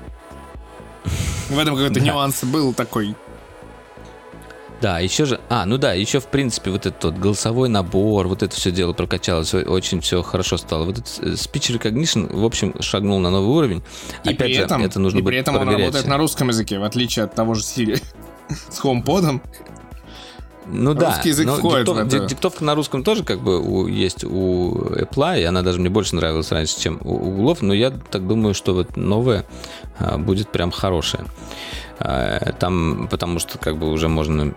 В этом какой-то нюанс был такой. Да, еще же, а, ну да, еще в принципе вот этот вот голосовой набор, вот это все дело прокачалось, очень все хорошо стало. Вот этот speech recognition, в общем, шагнул на новый уровень. И Опять при же, этом, это нужно и будет при этом он проверять. работает на русском языке, в отличие от того же Siri с HomePod'ом. Ну да, русский язык входит диктов, в это. Диктовка на русском тоже как бы у, есть у Apple, и она даже мне больше нравилась раньше, чем у Гуглов, но я так думаю, что вот новая а, будет прям хорошая. А, там, потому что как бы уже можно...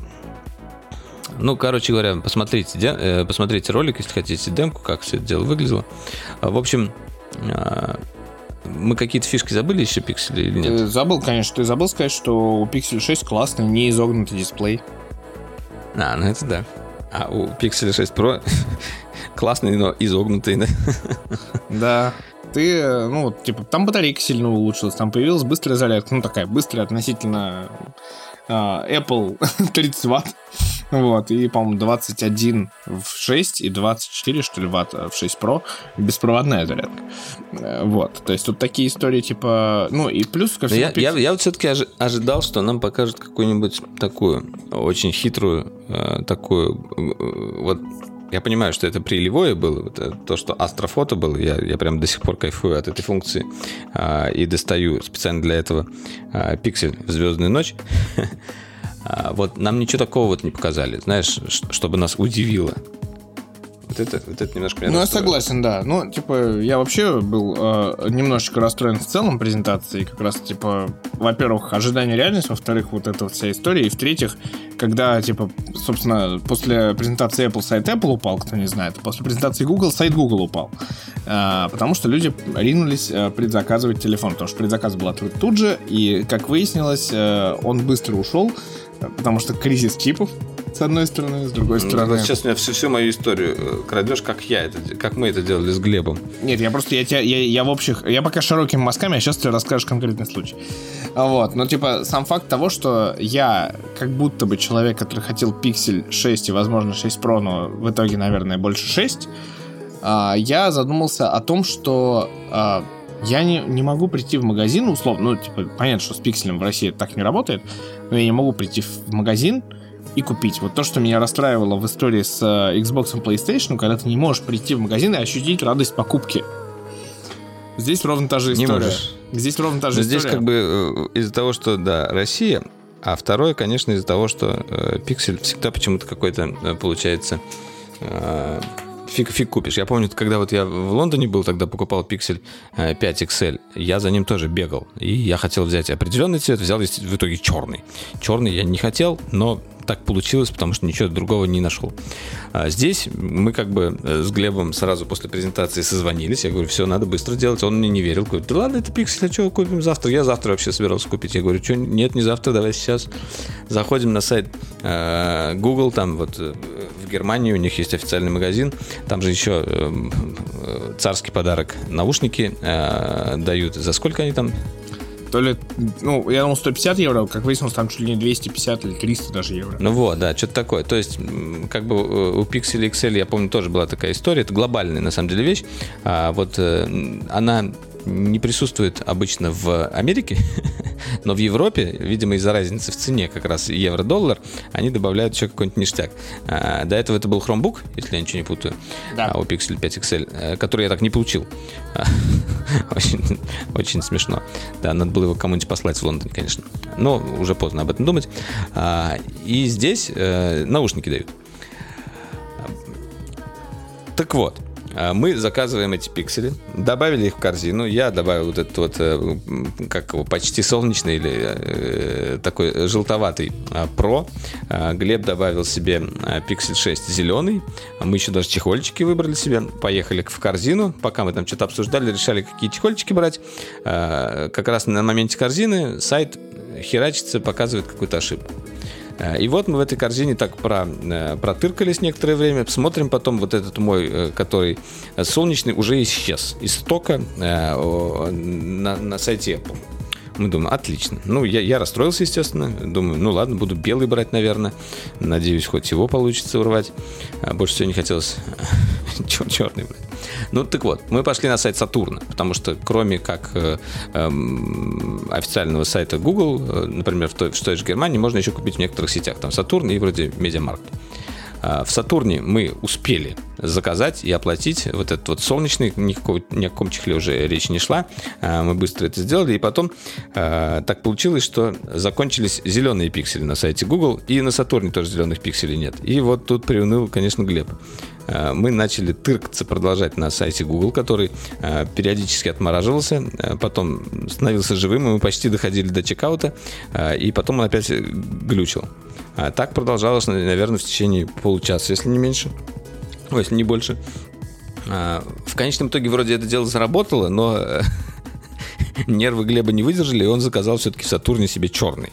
Ну, короче говоря, посмотрите, де, э, посмотрите ролик, если хотите, демку, как все это дело выглядело. А, в общем, а, мы какие-то фишки забыли еще, пиксели или нет? Ты забыл, конечно, ты забыл сказать, что у Pixel шесть классный, не изогнутый дисплей. А, ну это да. А у Pixel шесть Pro классный, но изогнутый, да? Да. Ты, ну, типа, там батарейка сильно улучшилась, там появилась быстрая зарядка, ну, такая быстрая относительно uh, Apple тридцать ватт, вот, и, по-моему, двадцать один в шесть и двадцать четыре, что ли, ватт в шесть Pro, беспроводная зарядка, вот, то есть тут такие истории, типа, ну, и плюс ко всему... Я, я, я вот все-таки ожидал, что нам покажут какую-нибудь такую, очень хитрую, э, такую, э, вот, я понимаю, что это прилевое было, то, что астрофото было, я, я прям до сих пор кайфую от этой функции а, и достаю специально для этого а, пиксель в звездную ночь. а, вот нам ничего такого вот не показали, знаешь, чтобы нас удивило. Вот это, вот это немножко меня Ну, расстроило. я согласен, да. Ну, типа, я вообще был э, немножечко расстроен в целом презентацией. Как раз, типа, во-первых, ожидание реальность, во-вторых, вот эта вот вся история. И в-третьих, когда, типа, собственно, после презентации Apple сайт Apple упал, кто не знает, после презентации Google сайт Google упал. Э, потому что люди ринулись э, предзаказывать телефон. Потому что предзаказ был открыт тут же. И, как выяснилось, э, он быстро ушел, потому что кризис чипов. С одной стороны, с другой стороны. Ну, сейчас у меня всю, всю мою историю крадешь, как я это, как мы это делали с Глебом. Нет, я просто я тебя, я, я в общих, я пока широкими мазками, а сейчас ты расскажешь конкретный случай. Вот, но типа сам факт того, что я как будто бы человек, который хотел Pixel шесть и, возможно, шесть Pro, но в итоге, наверное, больше шесть, я задумался о том, что я не, не могу прийти в магазин, условно, ну, типа, понятно, что с пикселем в России так не работает, но я не могу прийти в магазин и купить. Вот то, что меня расстраивало в истории с Xbox и PlayStation, когда ты не можешь прийти в магазин и ощутить радость покупки. Здесь ровно та же история. Не можешь. Здесь ровно та же Но история. здесь как бы из-за того, что, да, Россия, а второе, конечно, из-за того, что э, пиксель всегда почему-то какой-то э, получается... Э, Фиг, фиг купишь. Я помню, когда вот я в Лондоне был, тогда покупал Pixel пять икс эль, я за ним тоже бегал. И я хотел взять определенный цвет, взял в итоге черный. Черный я не хотел, но так получилось, потому что ничего другого не нашел. А здесь мы как бы с Глебом сразу после презентации созвонились. Я говорю, все, надо быстро делать. Он мне не верил. Говорит, да ладно, это Pixel, а что купим завтра? Я завтра вообще собирался купить. Я говорю, что, нет, не завтра, давай сейчас. Заходим на сайт э, Google, там вот э, в Германии у них есть официальный магазин. Там же еще э, царский подарок. Наушники э, дают. За сколько они там? То ли, ну, я думал, сто пятьдесят евро, как выяснилось, там чуть ли не двести пятьдесят или триста даже евро. Ну вот, да, что-то такое. То есть, как бы у Pixel икс эль, я помню, тоже была такая история. Это глобальная, на самом деле, вещь. А вот она не присутствует обычно в Америке, но в Европе, видимо, из-за разницы в цене как раз евро-доллар, они добавляют еще какой-нибудь ништяк. А, до этого это был Chromebook, если я ничего не путаю, да. а, у Pixel пять икс эль, который я так не получил. Очень, очень смешно. Да, надо было его кому-нибудь послать в Лондон, конечно. Но уже поздно об этом думать. А, и здесь э, наушники дают. Так вот, мы заказываем эти пиксели, добавили их в корзину. Я добавил вот этот вот, как его, почти солнечный или э, такой желтоватый Pro. Глеб добавил себе Pixel шесть зеленый. Мы еще даже чехольчики выбрали себе. Поехали в корзину. Пока мы там что-то обсуждали, решали, какие чехольчики брать. Как раз на моменте корзины сайт херачится, показывает какую-то ошибку. И вот мы в этой корзине так про, протыркались некоторое время. Смотрим потом, вот этот мой, который солнечный, уже исчез из стока на, на сайте Apple. Мы думаем, отлично. Ну, я, я расстроился, естественно. Думаю, ну ладно, буду белый брать, наверное. Надеюсь, хоть его получится урвать. Больше всего не хотелось черный брать. Ну, так вот, мы пошли на сайт Сатурна, потому что кроме как э, э, официального сайта Google, э, например, в той, в той же Германии, можно еще купить в некоторых сетях. Там Сатурн и вроде Медиамаркт. В Сатурне мы успели заказать и оплатить вот этот вот солнечный, никакого, ни о каком чехле уже речь не шла. Мы быстро это сделали, и потом так получилось, что закончились зеленые пиксели на сайте Google, и на Сатурне тоже зеленых пикселей нет. И вот тут приуныл, конечно, Глеб. Мы начали тыркаться, продолжать на сайте Google, который периодически отмораживался, потом становился живым, и мы почти доходили до чекаута, и потом он опять глючил. Так продолжалось, наверное, в течение получаса, если не меньше, ой, если не больше. В конечном итоге вроде это дело заработало, но нервы Глеба не выдержали, и он заказал все-таки в Сатурне себе черный.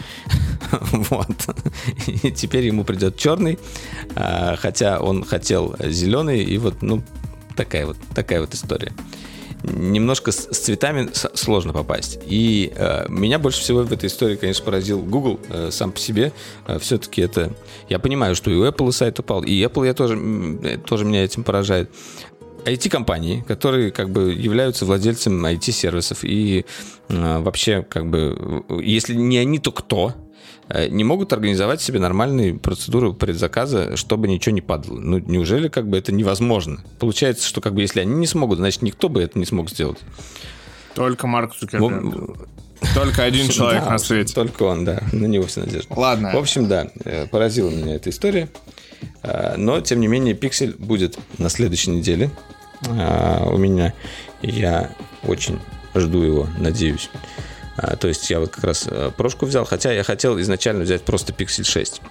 Вот. И теперь ему придет черный, хотя он хотел зеленый, и вот, ну, такая вот, такая вот история. Немножко с, с цветами сложно попасть. И э, меня больше всего в этой истории, конечно, поразил Google э, сам по себе. Э, все-таки это... Я понимаю, что и у Apple сайт упал, и Apple я тоже, тоже меня этим поражает. ай ти-компании, которые как бы являются владельцем ай ти-сервисов. И э, вообще, как бы, если не они, то кто? Не могут организовать себе нормальные процедуры предзаказа, чтобы ничего не падало. Ну, неужели как бы это невозможно? Получается, что как бы если они не смогут, значит, никто бы это не смог сделать. Только Марк Цукерберг. Только один человек на свете. Только он, да. На него вся надежда. Ладно. В общем, да, поразила меня эта история. Но, тем не менее, пиксель будет на следующей неделе. У меня, я очень жду его, надеюсь. То есть я вот как раз прошку взял, хотя я хотел изначально взять просто Pixel шесть.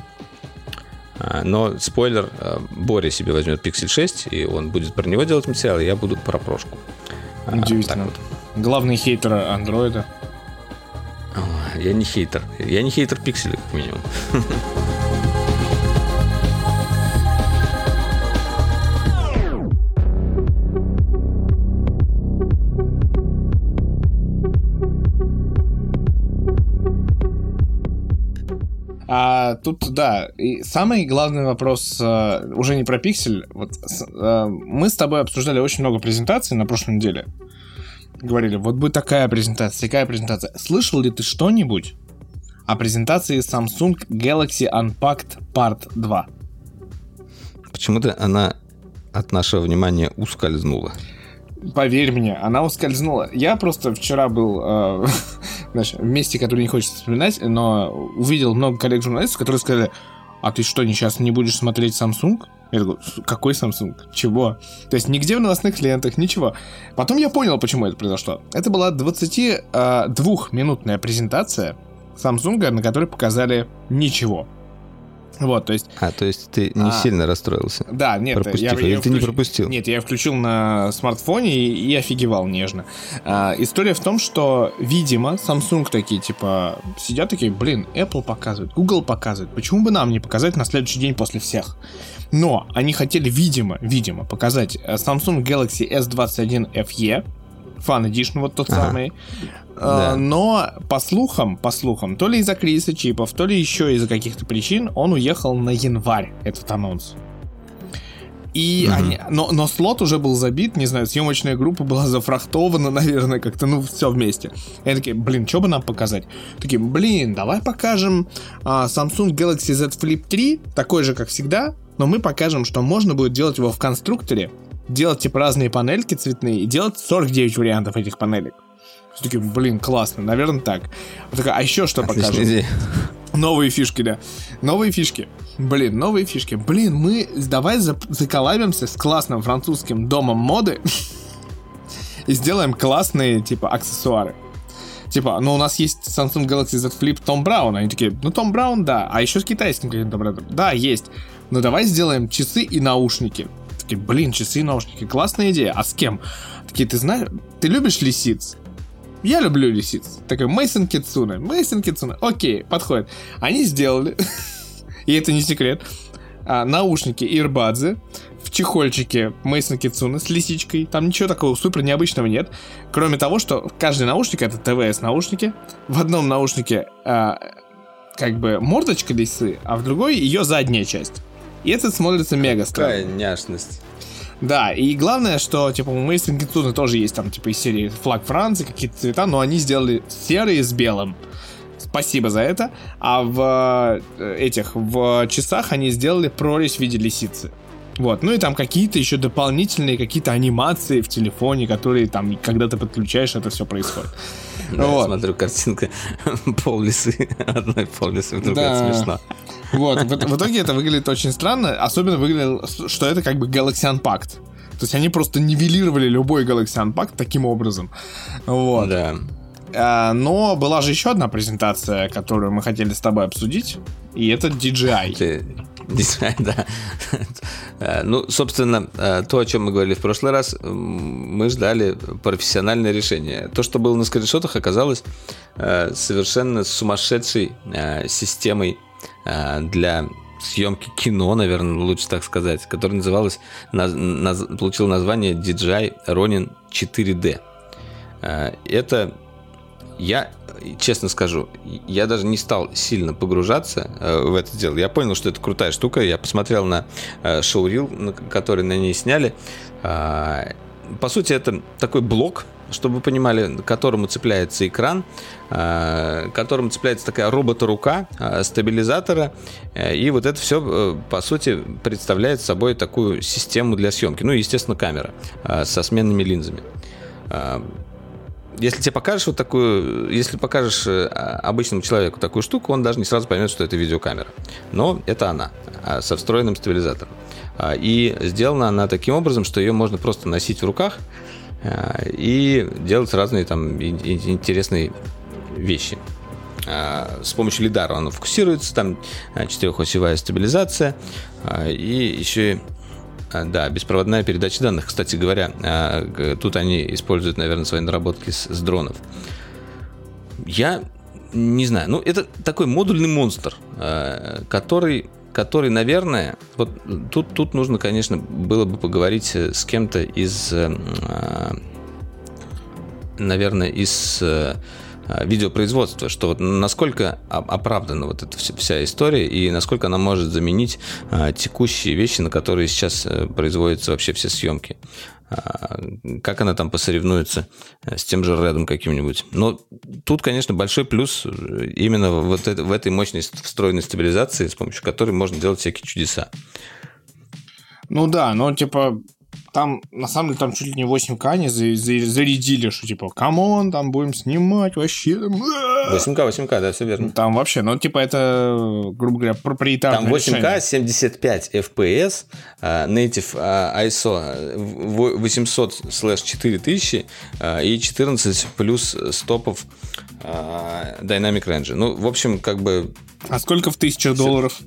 Но, спойлер, Боря себе возьмет Pixel шесть, и он будет про него делать материал, и я буду про прошку. Удивительно. Вот. Главный хейтер андроида. Я не хейтер. Я не хейтер пикселя, как минимум. А тут, да, и самый главный вопрос uh, уже не про пиксель. Вот, uh, мы с тобой обсуждали очень много презентаций на прошлой неделе. Говорили, вот будет такая презентация, такая презентация. Слышал ли ты что-нибудь о презентации Samsung Galaxy Unpacked Part два? Почему-то она от нашего внимания ускользнула. Поверь мне, она ускользнула. Я просто вчера был э, знаешь, в месте, которое не хочется вспоминать, но увидел много коллег-журналистов, которые сказали, а ты что, сейчас не будешь смотреть Samsung? Я такой, какой Samsung? Чего? То есть нигде в новостных лентах, ничего. Потом я понял, почему это произошло. Это была двадцатидвухминутная презентация Samsung, на которой показали ничего. Вот, то есть... А, то есть ты не а, сильно расстроился? Да, нет. Пропустив, я, я, или я ты включ... не пропустил? Нет, я включил на смартфоне и, и офигевал нежно. А, история в том, что, видимо, Samsung такие, типа, сидят такие, блин, Apple показывает, Google показывает, почему бы нам не показать на следующий день после всех? Но они хотели, видимо, видимо, показать Samsung Galaxy эс двадцать один эф и, Fan Edition, вот тот ага. самый. Да. Но по слухам, по слухам, то ли из-за кризиса чипов, то ли еще из-за каких-то причин, он уехал на январь, этот анонс. И угу. они, но, но слот уже был забит, не знаю, съемочная группа была зафрахтована, наверное, как-то, ну, все вместе. И они такие, блин, что бы нам показать? Такие, блин, давай покажем а, Samsung Galaxy Z Flip три, такой же, как всегда, но мы покажем, что можно будет делать его в конструкторе, делать, типа, разные панельки цветные и делать сорок девять вариантов этих панелек. Все такие, блин, классно, наверное, так. Вот такая, а еще что Отличная покажем? Идея. Новые фишки, да. Новые фишки. Блин, новые фишки. Блин, мы давай заколлабимся с классным французским домом моды и сделаем классные, типа, аксессуары. Типа, ну у нас есть Samsung Galaxy Z Flip Том Браун. Они такие, ну Том Браун, да. А еще с китайским каким-то брендом. Да, есть. Но давай сделаем часы и наушники. Такие, блин, часы и наушники. Классная идея. А с кем? Такие, ты знаешь, ты любишь лисиц? Я люблю лисиц. Такой, Мейсон Китсуне. Мейсон Китсуне. Окей, подходит. Они сделали, и это не секрет, наушники Earbuds в чехольчике Мейсон Кицуне с лисичкой. Там ничего такого супер необычного нет. Кроме того, что каждый наушник — это тэ вэ эс наушники. В одном наушнике э, как бы мордочка лисы, а в другой ее задняя часть. И это смотрится мега странно. Какая няшность. Да, и главное, что, типа, у Мейсон Кицуне тоже есть там, типа, из серии флаг Франции, какие-то цвета, но они сделали серые с белым. Спасибо за это. А в этих, в часах они сделали прорезь в виде лисицы. Вот, ну и там какие-то еще дополнительные какие-то анимации в телефоне, которые там, когда ты подключаешь, это все происходит. Да, вот. Я смотрю, картинка пол лисы, одной пол лисы, вдруг да. это смешно. Вот, в, в итоге это выглядит очень странно, особенно выглядит, что это как бы Galaxy Unpacked. То есть они просто нивелировали любой Galaxy Unpacked таким образом. Вот. Да. А, но была же еще одна презентация, которую мы хотели с тобой обсудить, и это ди джей ай. Ты... Да. Ну, собственно, то, о чем мы говорили в прошлый раз, мы ждали профессиональное решение. То, что было на скриншотах, оказалось совершенно сумасшедшей системой для съемки кино, наверное, лучше так сказать, которая называлась, получила название ди джей ай Ronin четыре дэ. Это... Я, честно скажу, я даже не стал сильно погружаться э, в это дело. Я понял, что это крутая штука. Я посмотрел на э, шоурил, который на ней сняли. Э, по сути, это такой блок, чтобы вы понимали, к которому цепляется экран, э, к которому цепляется такая робот-рука э, стабилизатора. Э, и вот это все, э, по сути, представляет собой такую систему для съемки. Ну и, естественно, камера э, со сменными линзами. Э, Если тебе покажешь вот такую, если покажешь обычному человеку такую штуку, он даже не сразу поймет, что это видеокамера. Но это она, со встроенным стабилизатором. И сделана она таким образом, что ее можно просто носить в руках и делать разные там интересные вещи. С помощью лидара она фокусируется, там четырехосевая стабилизация и еще и Да, беспроводная передача данных. Кстати говоря, тут они используют, наверное, свои наработки с, с дронов. Я не знаю. Ну, это такой модульный монстр, который, который наверное... Вот тут, тут нужно, конечно, было бы поговорить с кем-то из... Наверное, из... видеопроизводства, что вот насколько оправдана вот эта вся история и насколько она может заменить а, текущие вещи, на которые сейчас а, производятся вообще все съемки. А, как она там посоревнуется с тем же Редом каким-нибудь. Но тут, конечно, большой плюс именно вот это, в этой мощной встроенной стабилизации, с помощью которой можно делать всякие чудеса. Ну да, но типа... Там, на самом деле, там чуть ли не восемь ка они зарядили, что типа, камон, там будем снимать вообще. восемь ка, восемь ка, да, все верно. Там вообще, ну, типа, это, грубо говоря, проприетарное Там восемь ка, решение. семьдесят пять эф пи эс, native ай эс о восемьсот четыре тысячи и четырнадцать плюс стопов Dynamic Range. Ну, в общем, как бы... А сколько в тысячах долларов?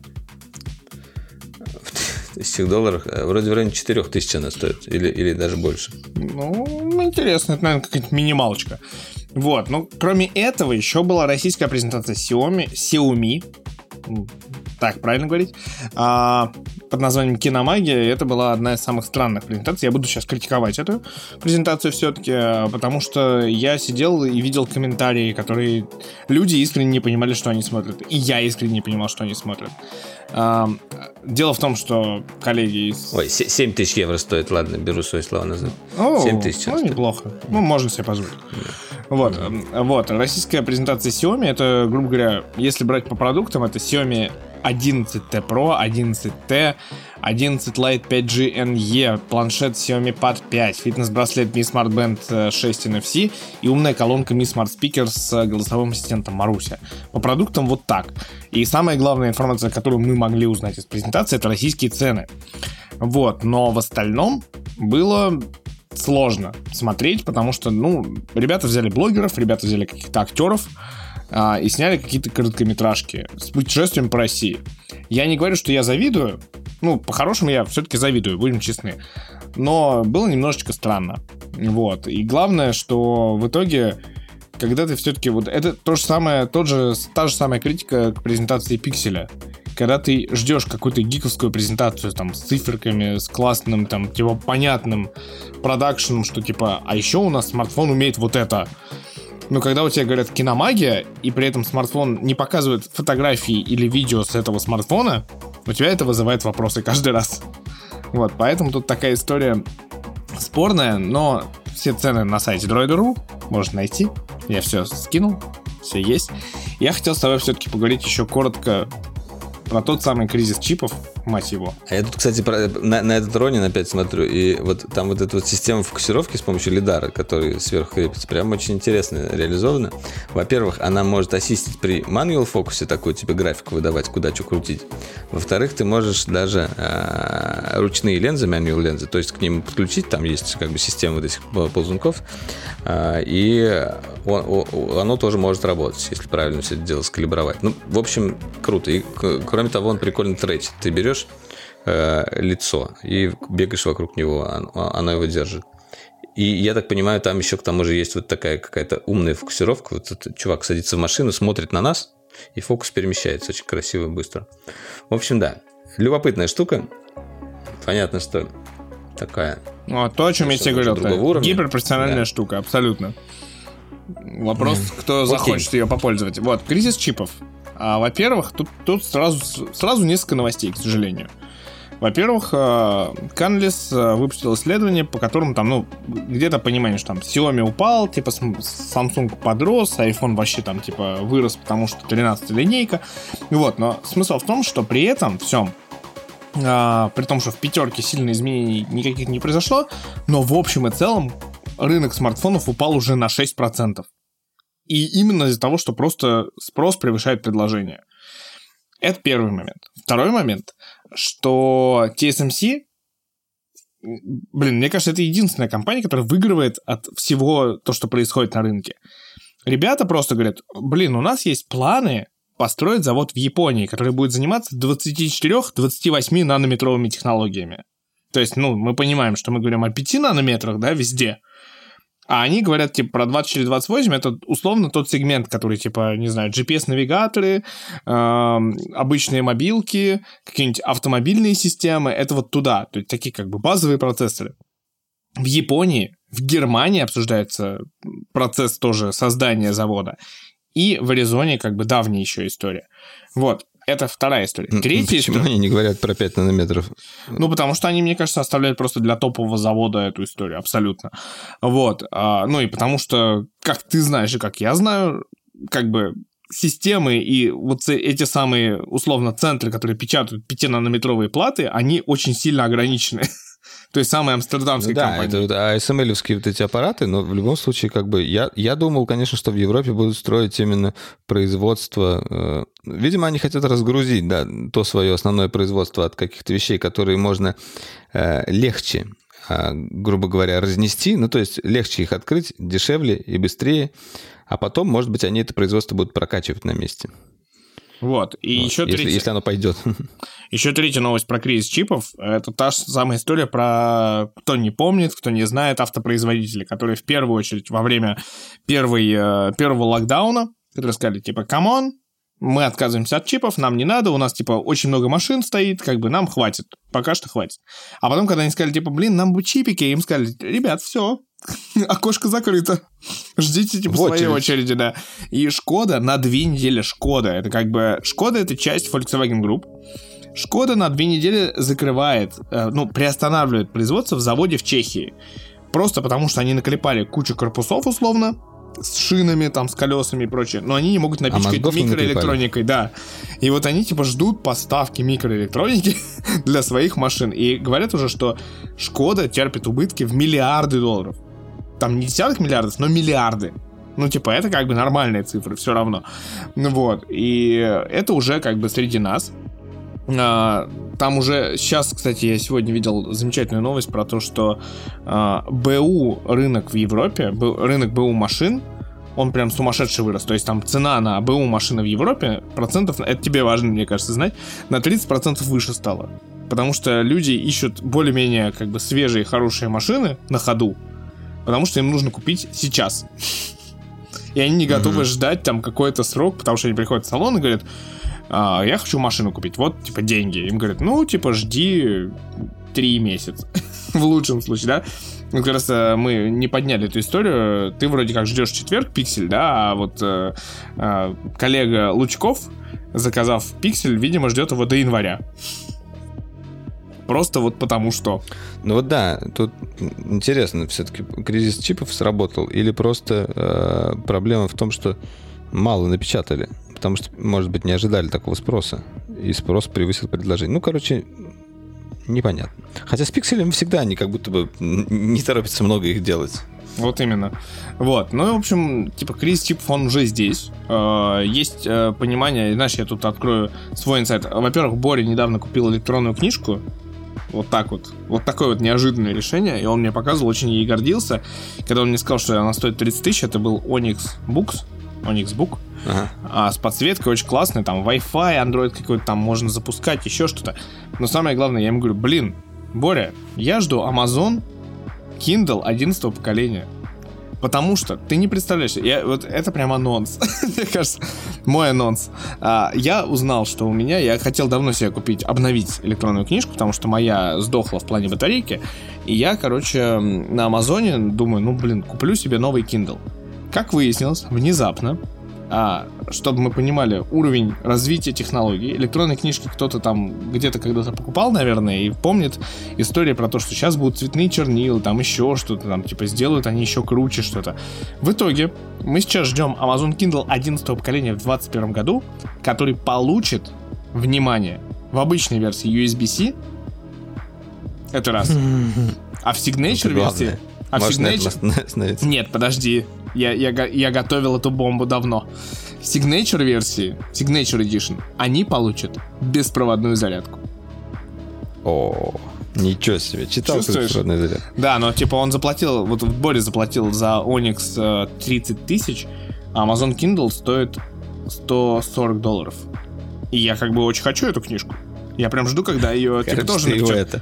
Тысячах долларов, вроде в районе четырех тысяч она стоит, или, или даже больше. Ну, интересно, это, наверное, какая-то минималочка. Вот, ну, кроме этого, еще была российская презентация Xiaomi, Xiaomi, так правильно говорить, а, под названием Киномагия. Это была одна из самых странных презентаций. Я буду сейчас критиковать эту презентацию все-таки, потому что я сидел и видел комментарии, которые люди искренне не понимали, что они смотрят. И я искренне не понимал, что они смотрят. А, дело в том, что коллеги из... Ой, семь тысяч евро стоит, ладно, беру свои слова назад. О, семь тысяч. Ну, неплохо. Ну, можно себе позволить. Вот, вот, российская презентация Xiaomi, это, грубо говоря, если брать по продуктам, это Xiaomi одиннадцать ти Pro, одиннадцать ти, одиннадцать Lite пять джи эн и, планшет Xiaomi Pad пять, фитнес-браслет Mi Smart Band шесть эн эф си и умная колонка Mi Smart Speaker с голосовым ассистентом Маруся. По продуктам вот так. И самая главная информация, которую мы могли узнать из презентации, это российские цены. Вот, но в остальном было... сложно смотреть, потому что, ну, ребята взяли блогеров, ребята взяли каких-то актеров а, и сняли какие-то короткометражки с путешествием по России. Я не говорю, что я завидую, ну, по-хорошему я все-таки завидую, будем честны, но было немножечко странно, вот, и главное, что в итоге, когда ты все-таки, вот, это то же самое, тот же, та же самая критика к презентации Пикселя, когда ты ждешь какую-то гиковскую презентацию там с циферками, с классным, там, типа, понятным продакшеном, что типа, а еще у нас смартфон умеет вот это. Но когда у тебя говорят киномагия, и при этом смартфон не показывает фотографии или видео с этого смартфона, у тебя это вызывает вопросы каждый раз. Вот, поэтому тут такая история спорная, но все цены на сайте Droid точка ру можно найти. Я все скинул, все есть. Я хотел с тобой все-таки поговорить еще коротко про тот самый кризис чипов, мать его. А я тут, кстати, про, на, на этот Ronin опять смотрю, и вот там вот эта вот система фокусировки с помощью лидара, который сверху крепится, прям очень интересно реализована. Во-первых, она может ассистить при manual фокусе, такую тебе графику выдавать, куда что крутить. Во-вторых, ты можешь даже а, ручные лензы, manual лензы, то есть к ним подключить, там есть как бы система вот этих ползунков, а, и он, он, оно тоже может работать, если правильно все это дело скалибровать. Ну, в общем, круто. И, кроме того, он прикольно тречит. Ты берешь э, лицо и бегаешь вокруг него, оно, оно его держит. И я так понимаю, там еще к тому же есть вот такая какая-то умная фокусировка. Вот этот чувак садится в машину, смотрит на нас, и фокус перемещается очень красиво и быстро. В общем, да, любопытная штука. Понятно, что такая... Ну, а то, о чем я тебе говорил, гиперпрофессиональная да. штука, абсолютно. Вопрос, mm. кто захочет ее попользовать. Вот, кризис чипов. А, во-первых, тут, тут сразу, сразу несколько новостей, к сожалению. Во-первых, Canalys выпустил исследование, по которому там, ну, где-то понимание, что там Xiaomi упал, типа Samsung подрос, iPhone вообще там, типа, вырос, потому что тринадцатая линейка. Вот, но смысл в том, что при этом всем, а, при том, что в пятерке сильных изменений никаких не произошло, но в общем и целом рынок смартфонов упал уже на шесть процентов. И именно из-за того, что просто спрос превышает предложение. Это первый момент. Второй момент, что ти эс эм си, блин, мне кажется, это единственная компания, которая выигрывает от всего то, что происходит на рынке. Ребята просто говорят, блин, у нас есть планы построить завод в Японии, который будет заниматься двадцать четыре - двадцать восемь нанометровыми технологиями. То есть, ну, мы понимаем, что мы говорим о пяти нанометрах, да, везде. А они говорят, типа, про двадцать четыре - двадцать восемь, это условно тот сегмент, который, типа, не знаю, джи пи эс-навигаторы, э, обычные мобилки, какие-нибудь автомобильные системы, это вот туда, то есть такие как бы базовые процессоры. В Японии, в Германии обсуждается процесс тоже создания завода, и в Аризоне как бы давняя еще история. Вот. Это вторая история. Третья Почему история... они не говорят про пять нанометров? Ну, потому что они, мне кажется, оставляют просто для топового завода эту историю, абсолютно. Вот. А, ну, и потому что, как ты знаешь и как я знаю, как бы системы и вот эти самые, условно, центры, которые печатают пятинанометровые платы, они очень сильно ограничены. То есть самые амстердамские ну, да, компании. Да, это эй эс эм эль-овские вот эти аппараты, но в любом случае, как бы, я, я думал, конечно, что в Европе будут строить именно производство. Э, видимо, они хотят разгрузить, да, то свое основное производство от каких-то вещей, которые можно э, легче, э, грубо говоря, разнести. Ну, то есть легче их открыть, дешевле и быстрее. А потом, может быть, они это производство будут прокачивать на месте. Вот, и вот, еще если, третья... если оно пойдет. Еще третья новость про кризис чипов. Это та же самая история про, кто не помнит, кто не знает, автопроизводители, которые в первую очередь во время первой, первого локдауна, которые сказали, типа, камон, мы отказываемся от чипов, нам не надо, у нас, типа, очень много машин стоит, как бы нам хватит, пока что хватит. А потом, когда они сказали, типа, блин, нам бы чипики, им сказали, ребят, все, окошко закрыто. Ждите, типа, своей очереди, да. И Шкода на две недели, Шкода, это как бы, Шкода это часть Volkswagen Group. Шкода на две недели закрывает, ну, приостанавливает производство в заводе в Чехии. Просто потому, что они наклепали кучу корпусов, условно, с шинами, там, с колесами и прочее, но они не могут напичкать а микроэлектроникой, да. И вот они, типа, ждут поставки микроэлектроники для своих машин. И говорят уже, что Шкода терпит убытки в миллиарды долларов. Там не десятых миллиардов, но миллиарды. Ну, типа, это как бы нормальные цифры, все равно. Ну, вот. И это уже как бы среди нас. Там уже сейчас, кстати, я сегодня видел замечательную новость про то, что БУ рынок в Европе, рынок БУ машин, он прям сумасшедший вырос. То есть там цена на БУ машины в Европе процентов, это тебе важно, мне кажется, знать, на тридцать процентов выше стало. Потому что люди ищут более-менее как бы свежие, хорошие машины на ходу, потому что им нужно купить сейчас. И они не готовы mm-hmm. ждать там какой-то срок, потому что они приходят в салон и говорят: а, я хочу машину купить, вот, типа, деньги. Им говорят, ну, типа, жди три месяца, в лучшем случае, да. Ну, как раз мы не подняли эту историю. Ты вроде как ждешь четверг пиксель, да, а вот э, э, коллега Лучков, заказав пиксель, видимо, ждет его до января. Просто вот потому что. Ну вот да, тут интересно, все-таки кризис чипов сработал или просто э, проблема в том, что мало напечатали, потому что, может быть, не ожидали такого спроса, и спрос превысил предложение. Ну, короче, непонятно. Хотя с пикселем всегда они как будто бы не торопятся много их делать. Вот именно. Вот. Ну, в общем, типа, кризис чипов, он уже здесь. Есть понимание, знаешь, я тут открою свой инсайт. Во-первых, Боря недавно купил электронную книжку. Вот так вот. Вот такое вот неожиданное решение. И он мне показывал, очень ей гордился. Когда он мне сказал, что она стоит тридцать тысяч, это был Onyx Books. Onyx Book. Ага. А с подсветкой очень классной. Там Wi-Fi, Android какой-то там можно запускать, еще что-то. Но самое главное, я ему говорю, блин, Боря, я жду Amazon Kindle одиннадцатого поколения. Потому что ты не представляешь, я, вот это прям анонс. Мне кажется, мой анонс. а, Я узнал, что у меня, я хотел давно себе купить, обновить электронную книжку, потому что моя сдохла в плане батарейки. И я, короче, на Амазоне думаю, ну блин, куплю себе новый Kindle. Как выяснилось, внезапно, а, чтобы мы понимали уровень развития технологий, электронные книжки кто-то там где-то когда-то покупал, наверное, и помнит историю про то, что сейчас будут цветные чернила, там еще что-то, там типа сделают они еще круче что-то. В итоге мы сейчас ждем Amazon Kindle одиннадцатого поколения в двадцать первом году, который получит, внимание, в обычной версии ю эс би-C, это раз, а в Signature версии... А в Signature... Нет, подожди. Я, я, я готовил эту бомбу давно. В Signature версии, Signature Edition, они получат беспроводную зарядку. О, ничего себе. Читал беспроводную зарядку. Да, но типа он заплатил, вот Боря заплатил за Onyx тридцать тысяч, а Amazon Kindle стоит сто сорок долларов. И я как бы очень хочу эту книжку. Я прям жду, когда ее типа, тоже напечатают.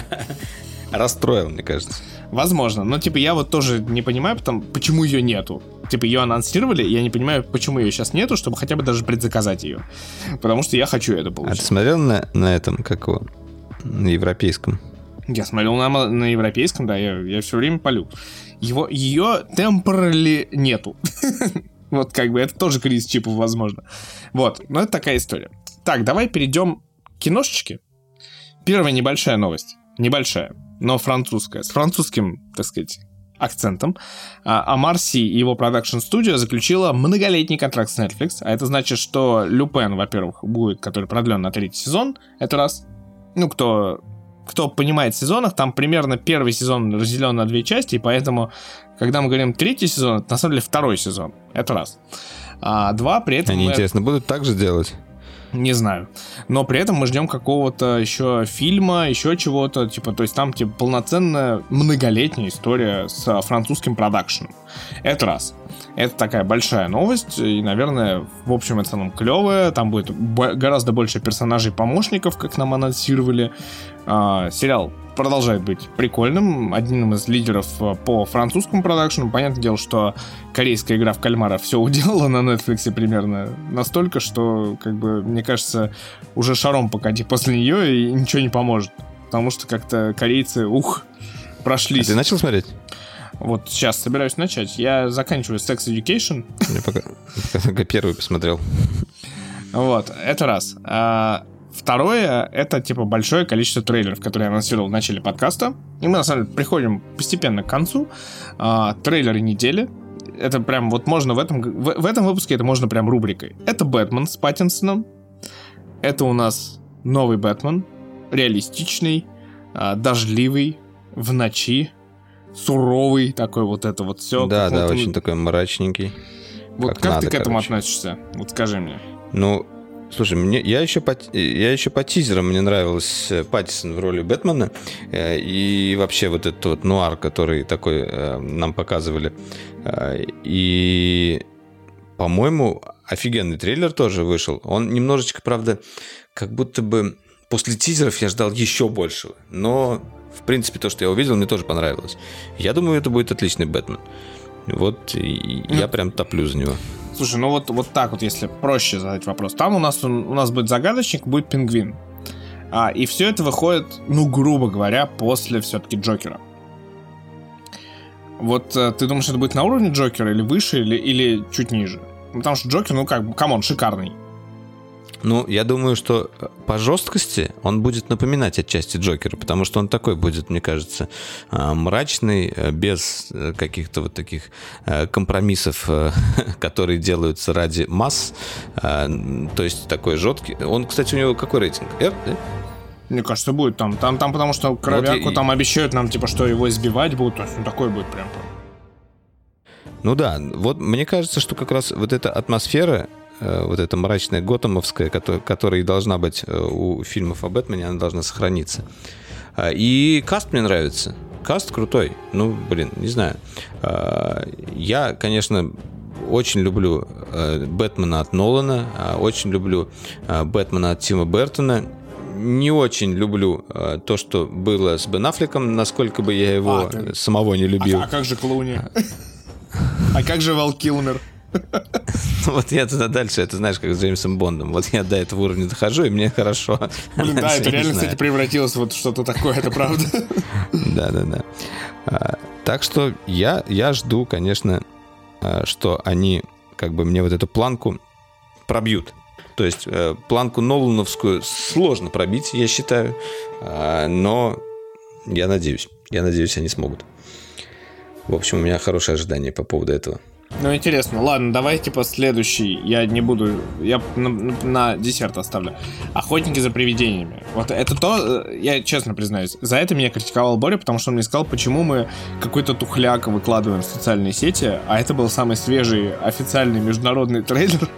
Расстроил, мне кажется. Возможно, но типа я вот тоже не понимаю, потому, почему ее нету. Типа ее анонсировали, я не понимаю, почему ее сейчас нету, чтобы хотя бы даже предзаказать ее. Потому что я хочу это получить. А ты смотрел на, на этом, как его, на европейском? Я смотрел на, на европейском, да, я, я все время палю. Его, ее temporarily нету. Вот как бы это тоже кризис чипов, возможно. Вот, но это такая история. Так, давай перейдем к киношечке. Первая небольшая новость. Небольшая, но французская. С французским, так сказать, акцентом. Омар Си и его продакшн студия заключила многолетний контракт с Netflix. А это значит, что Люпен, во-первых, будет, который продлен на третий сезон. Это раз. Ну, кто, кто понимает в сезонах, там примерно первый сезон разделен на две части, и поэтому, когда мы говорим третий сезон, это на самом деле второй сезон. Это раз. А два, при этом... Они, мы... интересно, будут так же делать? Не знаю. Но при этом мы ждем какого-то еще фильма, еще чего-то. Типа, то есть там типа полноценная многолетняя история с французским продакшеном. Это раз. Это такая большая новость. И, наверное, в общем и целом клевая. Там будет б- гораздо больше персонажей-помощников, как нам анонсировали. А, сериал продолжает быть прикольным, одним из лидеров по французскому продакшену. Понятное дело, что корейская игра в кальмара все уделала на Netflix примерно настолько, что, как бы, мне кажется, уже шаром покати после нее и ничего не поможет. Потому что как-то корейцы, ух, прошлись. А ты начал смотреть? Вот сейчас собираюсь начать. Я заканчиваю Sex Education. Я пока, пока первый посмотрел. Вот, это раз. А второе, это типа большое количество трейлеров, которые я анонсировал в начале подкаста. И мы на самом деле приходим постепенно к концу. А, трейлеры недели. Это прям вот можно в этом, в, в этом выпуске это можно прям рубрикой. Это Бэтмен с Паттинсоном. Это у нас новый Бэтмен. Реалистичный, а, дождливый, в ночи, суровый, такой вот это вот все. Да, да, вот очень он... такой мрачненький. Вот как, как надо, ты к этому короче. относишься? Вот скажи мне. Ну, слушай, мне, я, еще по, я еще по тизерам мне нравился Паттинсон в роли Бэтмена. Э, и вообще вот этот вот нуар, который такой э, нам показывали. Э, и, по-моему, офигенный трейлер тоже вышел. Он немножечко, правда, как будто бы после тизеров я ждал еще большего. Но, в принципе, то, что я увидел, мне тоже понравилось. Я думаю, это будет отличный Бэтмен. Вот и я прям топлю за него. Слушай, ну вот, вот так вот, если проще задать вопрос. Там у нас, у нас будет загадочник, будет пингвин. А, и все это выходит, ну, грубо говоря, после все-таки Джокера. Вот э, ты думаешь, это будет на уровне Джокера или выше, или, или чуть ниже? Потому что Джокер, ну как бы, камон, шикарный. Ну, я думаю, что по жесткости он будет напоминать отчасти Джокера, потому что он такой будет, мне кажется, мрачный, без каких-то вот таких компромиссов, которые делаются ради масс. То есть такой жесткий. Он, кстати, у него какой рейтинг? R, да? Мне кажется, будет там. Там, там потому что Кровяку вот там и... обещают нам, типа, что его избивать будут. То есть, ну, такой будет прям. Ну да, вот мне кажется, что как раз вот эта атмосфера, вот эта мрачная готэмовская, которая, которая и должна быть у фильмов о Бэтмене, она должна сохраниться. И каст мне нравится. Каст крутой. Ну, блин, не знаю. Я, конечно, очень люблю Бэтмена от Нолана, очень люблю Бэтмена от Тима Бертона. Не очень люблю то, что было с Бен Аффлеком, насколько бы я его а, ты... самого не любил. А, а как же Клуни? А как же Вал Килмер? Вот я туда дальше, это знаешь, как с Джеймсом Бондом. Вот я до этого уровня дохожу, и мне хорошо. Блин, да, это реально, кстати, превратилось вот в что-то такое, это правда. Да-да-да. Так что я, я жду, конечно, что они как бы мне вот эту планку пробьют. То есть планку Нолановскую сложно пробить, я считаю. Но я надеюсь. Я надеюсь, они смогут. В общем, у меня хорошее ожидание по поводу этого. Ну, интересно. Ладно, давай, типа, следующий. Я не буду... Я на, на десерт оставлю. Охотники за привидениями. Вот это то... Я честно признаюсь. За это меня критиковал Боря, потому что он мне сказал, почему мы какой-то тухляк выкладываем в социальные сети, а это был самый свежий официальный международный трейлер.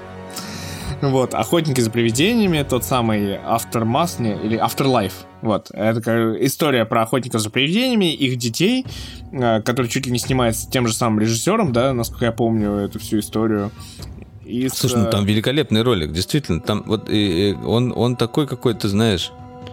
Вот, «Охотники за привидениями», тот самый Aftermath, не, или Afterlife. Вот, это история про охотников за привидениями, их детей, который чуть ли не снимается тем же самым режиссером, да, насколько я помню эту всю историю. И Слушай, с... ну там великолепный ролик, действительно, там вот и, и он, он такой какой-то, знаешь,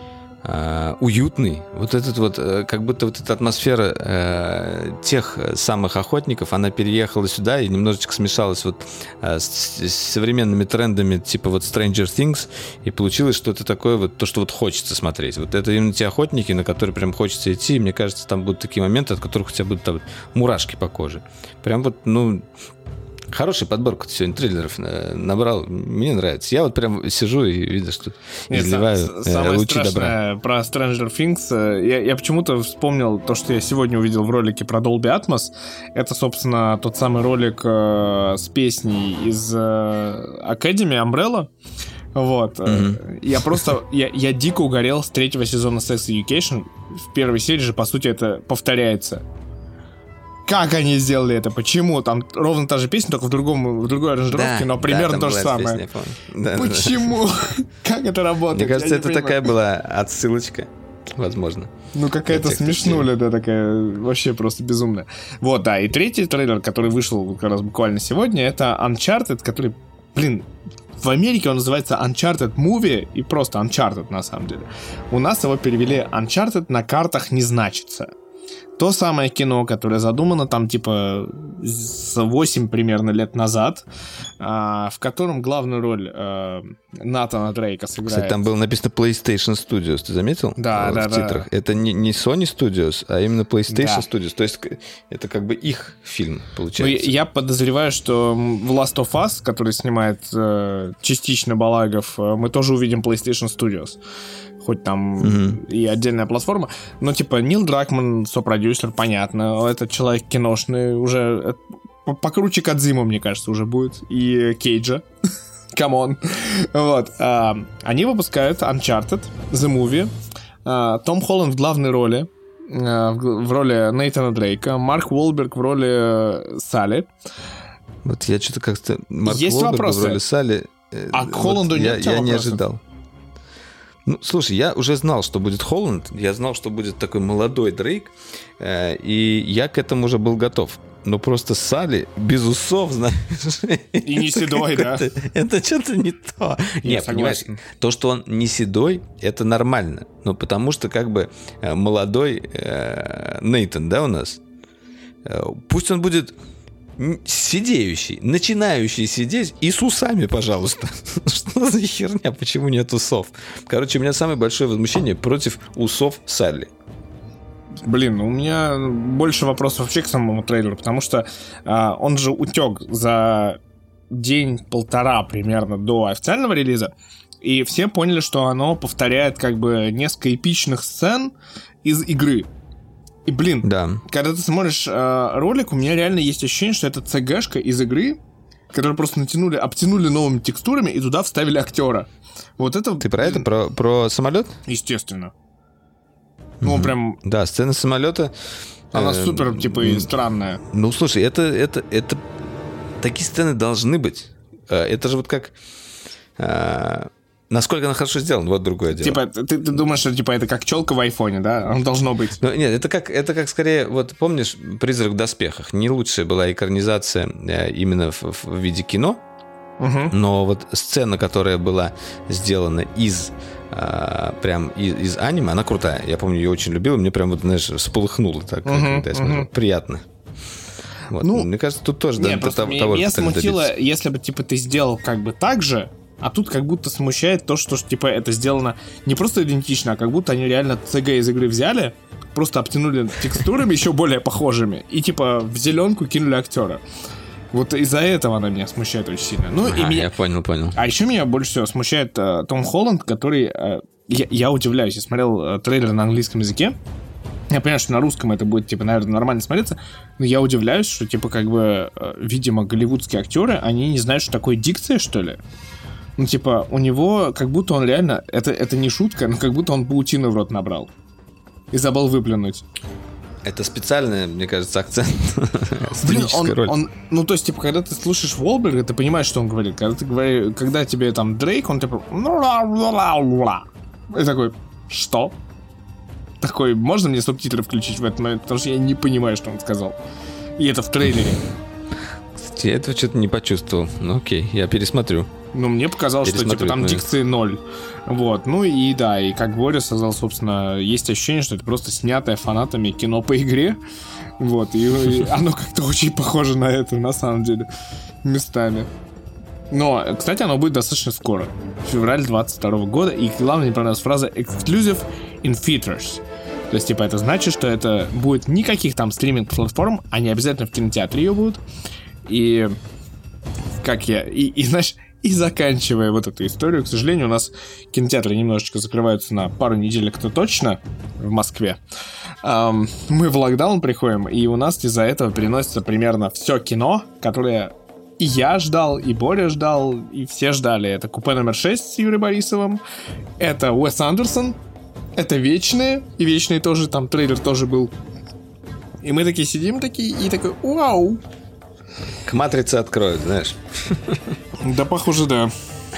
Uh, уютный. Вот этот вот, uh, как будто вот эта атмосфера uh, тех самых охотников, она переехала сюда и немножечко смешалась вот uh, с, с современными трендами типа вот Stranger Things, и получилось что-то такое вот, то, что вот хочется смотреть. Вот это именно те охотники, на которые прям хочется идти, и мне кажется, там будут такие моменты, от которых у тебя будут там, мурашки по коже. Прям вот, ну... Хорошая подборка сегодня трейлеров набрал. Мне нравится. Я вот прям сижу и видно, что Нет, изливаю сам, самое лучи добра. Про Stranger Things. Я, я почему-то вспомнил то, что я сегодня увидел в ролике про Dolby Atmos. Это, собственно, тот самый ролик э, с песней из э, Academy Umbrella. Вот. Mm-hmm. Я просто... Я, я дико угорел с третьего сезона Sex Education. В первой серии же, по сути, это повторяется. Как они сделали это? Почему? Там ровно та же песня, только в, другом, в другой аранжировке, да, но примерно да, то же самое. Песня, да, почему? Да. Как это работает? Мне кажется, это такая была отсылочка. Возможно. Ну, какая-то смешнуля, да, такая вообще просто безумная. Вот, да, и третий трейлер, который вышел как раз буквально сегодня, это Uncharted, который, блин, в Америке он называется Uncharted Movie и просто Uncharted на самом деле. У нас его перевели Uncharted на картах не значится. То самое кино, которое задумано там типа с восемь примерно лет назад, а, в котором главную роль а, Натана Дрейка сыграет. Кстати, там было написано PlayStation Studios, ты заметил? Да, в да, титрах. Да. Это не, не Sony Studios, а именно PlayStation да. Studios. То есть это как бы их фильм, получается. Ну, я подозреваю, что в Last of Us, который снимает э, частично Балагов, э, мы тоже увидим PlayStation Studios. Хоть там mm-hmm. и отдельная платформа. Но, типа, Нил Дракман, сопродюсер, понятно. Этот человек киношный, уже покруче Кодзимы, мне кажется, уже будет. И Кейджа. Камон. Вот. А, они выпускают Uncharted, The Movie. А, Том Холланд в главной роли. А, в, в роли Нейтана Дрейка. Марк Уолберг в роли Салли. Вот я что-то как-то... Марк Есть Уолберг вопросы? в роли Салли... А к Холланду вот нет я, я не вопросов? ожидал. Ну, слушай, я уже знал, что будет Холланд, я знал, что будет такой молодой Дрейк, э, и я к этому уже был готов. Но просто Салли без усов, знаешь... И не седой, да? Это что-то не то. Нет, понимаешь, то, что он не седой, это нормально. Ну, потому что как бы молодой э, Нейтан, да, у нас? Пусть он будет сидеющий, начинающий сидеть и с усами, пожалуйста. Что за херня? Почему нет усов? Короче, у меня самое большое возмущение против усов Салли. Блин, у меня больше вопросов вообще к самому трейлеру, потому что а, он же утек за день-полтора примерно до официального релиза, и все поняли, что оно повторяет как бы несколько эпичных сцен из игры. И, блин, да. Когда ты смотришь э, ролик, у меня реально есть ощущение, что это си джи-шка из игры, которую просто натянули, обтянули новыми текстурами и туда вставили актера. Вот это... Ты про это? Про, про самолет? Естественно. Ну, mm-hmm. прям... Да, сцена самолета... Она э, супер, типа, и странная. Ну, слушай, это, это, это... Такие сцены должны быть. Это же вот как... Э, насколько она хорошо сделана, вот другое дело. Типа, ты, ты думаешь, что типа это как челка в айфоне, да? Оно должно быть. Ну, нет, это как, это как скорее, вот помнишь «Призрак в доспехах»? Не лучшая была экранизация именно в, в виде кино, угу. но вот сцена, которая была сделана из а, прям из, из аниме, она крутая. Я помню, ее очень любил, мне прям вот, знаешь, всполыхнуло так, угу, когда я смотрел. Угу. Приятно. Вот. Ну, мне кажется, тут тоже не, до того, меня, того меня смутило, если бы типа ты сделал как бы так же. А тут как будто смущает то, что типа это сделано не просто идентично, а как будто они реально си джи из игры взяли, просто обтянули текстурами еще более похожими и типа в зеленку кинули актера. Вот из-за этого она меня смущает очень сильно. Ну, а, и меня... я понял, понял. А еще меня больше всего смущает э, Том Холланд, который... Э, я, я удивляюсь, я смотрел э, трейлер на английском языке. Я понимаю, что на русском это будет, типа, наверное, нормально смотреться, но я удивляюсь, что, типа, как бы, э, видимо, голливудские актеры, они не знают, что такое дикция, что ли. Ну, типа, у него как будто он реально... Это, это не шутка, но как будто он паутину в рот набрал. И забыл выплюнуть. Это специальный, мне кажется, акцент. Блин, он, роль. он... Ну, то есть, типа, когда ты слушаешь Уолберга, ты понимаешь, что он говорит. Когда ты говоришь... Когда тебе там Дрейк, он типа... И такой... Что? Такой... Можно мне субтитры включить в этот момент? Потому что я не понимаю, что он сказал. И это в трейлере. Я этого что-то не почувствовал. Ну окей, я пересмотрю. Ну, мне показалось, что типа там дикции ноль. Вот, ну и да, и как Боря сказал, собственно, есть ощущение, что это просто снятое фанатами кино по игре. Вот, и, и оно как-то очень похоже на это, на самом деле, местами. Но, кстати, оно будет достаточно скоро. Февраль двадцать второго года. И главное, мне понравилась фраза «exclusive in theaters». То есть, типа, это значит, что это будет никаких там стриминг-платформ, они обязательно в кинотеатре ее будут. И как я... И, и, знаешь, и заканчивая вот эту историю, к сожалению, у нас кинотеатры немножечко закрываются на пару недель, кто точно, в Москве. Эм, мы в локдаун приходим, и у нас из-за этого переносится примерно все кино, которое и я ждал, и Боря ждал, и все ждали. Это «Купе номер шесть» с Юрием Борисовым, это Уэс Андерсон, это «Вечные», и «Вечные» тоже, там трейлер тоже был. И мы такие сидим, такие, и такой, вау! К «Матрице» откроют, знаешь. Да, похоже, да.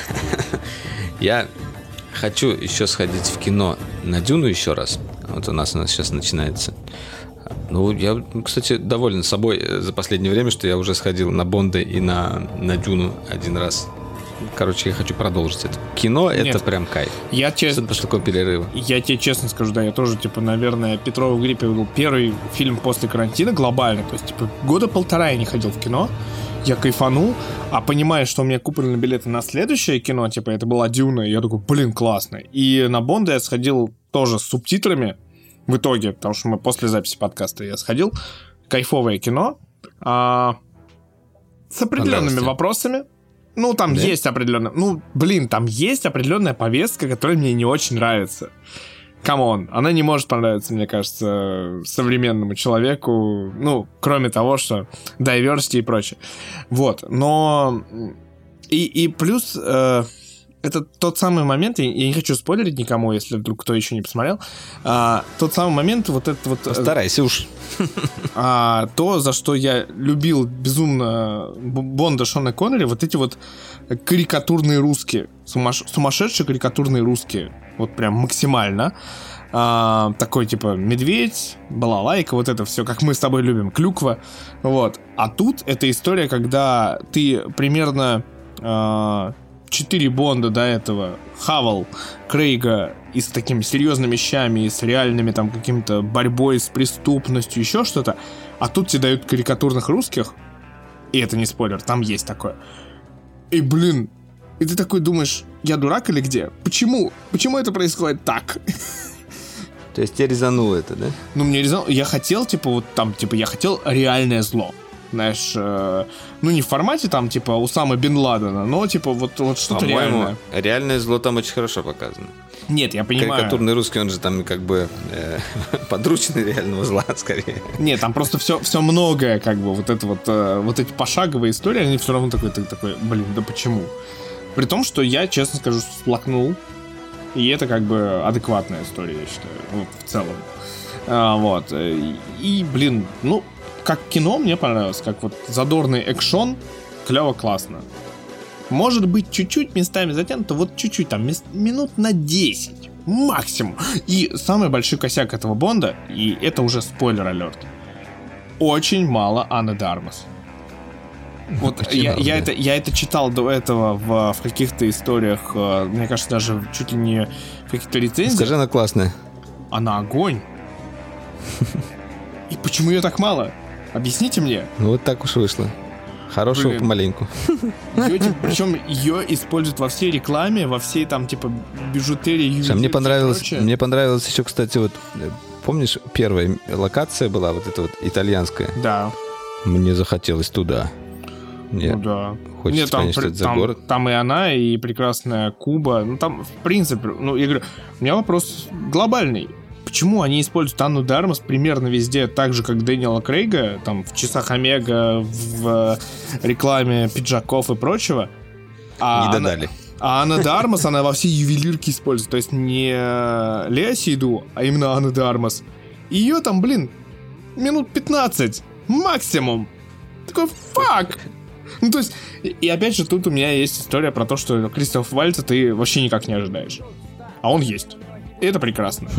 Я хочу еще сходить в кино на «Дюну» еще раз. Вот у нас у нас сейчас начинается. Ну, я, кстати, доволен собой за последнее время, что я уже сходил на «Бонда» и на, на «Дюну» один раз. Короче, я хочу продолжить это. Кино — это Нет, прям кайф. Я тебе... Что-то после такого перерыва. Я тебе честно скажу, да, я тоже, типа, наверное, «Петрова в гриппе» был первый фильм после карантина глобально. То есть, типа, года полтора я не ходил в кино. Я кайфанул, а понимая, что у меня куплены билеты на следующее кино, типа, это была «Дюна», и я такой, блин, классно. И на «Бонда» я сходил тоже с субтитрами в итоге, потому что мы после записи подкаста я сходил. Кайфовое кино. А... С определенными вопросами. Ну, там да? есть определенная... Ну, блин, там есть определенная повестка, которая мне не очень нравится. Камон, она не может понравиться, мне кажется, современному человеку. Ну, кроме того, что diversity и прочее. Вот, но... И, и плюс... Э, это тот самый момент, я, я не хочу спойлерить никому, если вдруг кто еще не посмотрел. А, тот самый момент, вот этот вот... Постарайся уж. А, то, за что я любил безумно Бонда Шона Коннери, вот эти вот карикатурные русские, сумаш... сумасшедшие карикатурные русские, вот прям максимально. А, такой типа медведь, балалайка, вот это все, как мы с тобой любим, клюква. Вот. А тут эта история, когда ты примерно... А, четыре Бонда до этого хавал Крейга и с такими серьезными вещами, и с реальными там каким-то борьбой с преступностью, еще что-то, а тут тебе дают карикатурных русских, И это не спойлер, там есть такое. И, блин, и ты такой думаешь, я дурак или где? Почему? Почему это происходит так? То есть тебя резануло это, да? Ну, мне резануло. Я хотел, типа, вот там, типа, я хотел реальное зло. Знаешь, э, ну, не в формате, там, типа, Усама Бен Ладена, но, типа, вот, вот что-то По-моему, реальное. реальное зло там очень хорошо показано. Нет, я понимаю. Карикатурный русский, он же там как бы э, подручный реального зла, скорее. Нет, там просто все, все многое, как бы, вот это вот, э, вот эти пошаговые истории, они все равно такой, такой, блин, да почему? При том, что я, честно скажу, сплакнул, и это как бы адекватная история, я считаю, вот, в целом. А, вот, и, блин, ну, как кино мне понравилось, как вот задорный экшон, клево, классно. Может быть, чуть-чуть местами затянуто, вот чуть-чуть, там, минут на десять, максимум. И самый большой косяк этого Бонда, и это уже спойлер-алерт, очень мало Анны де Армас. Вот я, я, это, я это читал до этого в, в каких-то историях, мне кажется, даже чуть ли не в каких-то рецензиях. Скажи, она классная. Она огонь. И почему ее так мало? Объясните мне. Ну вот так уж вышло. Хорошего Блин. помаленьку. Ее, типа, причем ее используют во всей рекламе, во всей там типа бижутерии. А мне понравилось, мне понравилось еще, кстати, вот помнишь, первая локация была вот эта вот итальянская. Да. Мне захотелось туда. Мне ну да. Хочется, Нет, там, конечно, это за там, город. Там и она, и прекрасная Куба. Ну там, в принципе, ну я говорю, у меня вопрос глобальный. Почему они используют Анну де Армас примерно везде, так же, как Дэниела Крейга, там, в «Часах Омега», в рекламе пиджаков и прочего? А не додали. Она, а Анна де Армас, она во всей ювелирке использует. То есть не Леа Сейду, а именно Анна де Армас. И ее там, блин, минут пятнадцать максимум. Такой, фак! Ну, то есть, и опять же, тут у меня есть история про то, что Кристоф Вальца ты вообще никак не ожидаешь. А он есть. И это прекрасно.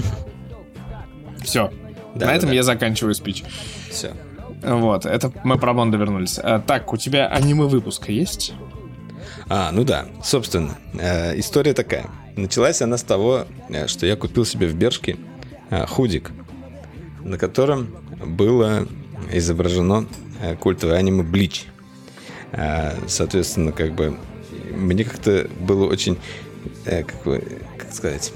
Все. Да, На да, этом да. я заканчиваю спич. Все. Вот, это мы про Бонда вернулись. А, так, у тебя аниме-выпуска есть? А, ну да. Собственно, э, история такая. Началась она с того, что я купил себе в Бершке э, худик, на котором было изображено э, культовое аниме «Блич». Э, соответственно, как бы мне как-то было очень, э, как, бы, как сказать...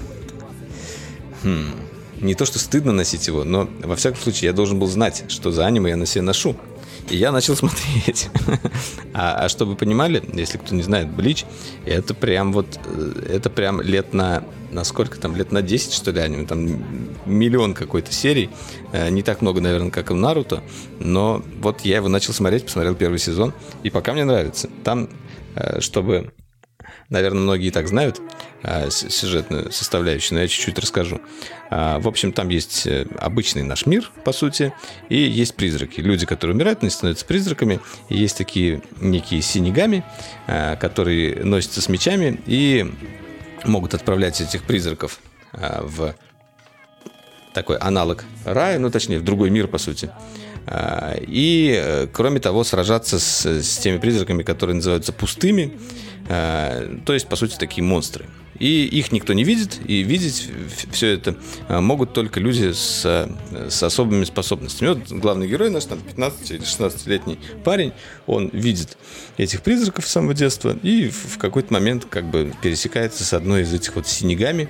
Хм... Не то, что стыдно носить его, но, во всяком случае, я должен был знать, что за аниме я на себе ношу. И я начал смотреть. а, а чтобы вы понимали, если кто не знает, Блич, это прям вот, это прям лет на, на сколько там, лет на десять, что ли, аниме. Там миллион какой-то серий. Не так много, наверное, как и в Наруто. Но вот я его начал смотреть, посмотрел первый сезон. И пока мне нравится. Там, чтобы... Наверное, многие и так знают а, сюжетную составляющую, но я чуть-чуть расскажу. А, в общем, там есть обычный наш мир, по сути, и есть призраки. Люди, которые умирают, они становятся призраками. И есть такие некие синигами, а, которые носятся с мечами и могут отправлять этих призраков а, в такой аналог рая, ну, точнее, в другой мир, по сути. А, и, кроме того, сражаться с, с теми призраками, которые называются пустыми. То есть, по сути, такие монстры. И их никто не видит, и видеть все это могут только люди с, с особыми способностями. Вот главный герой наш, там, пятнадцати- или шестнадцатилетний парень, он видит этих призраков с самого детства и в какой-то момент как бы пересекается с одной из этих вот синигами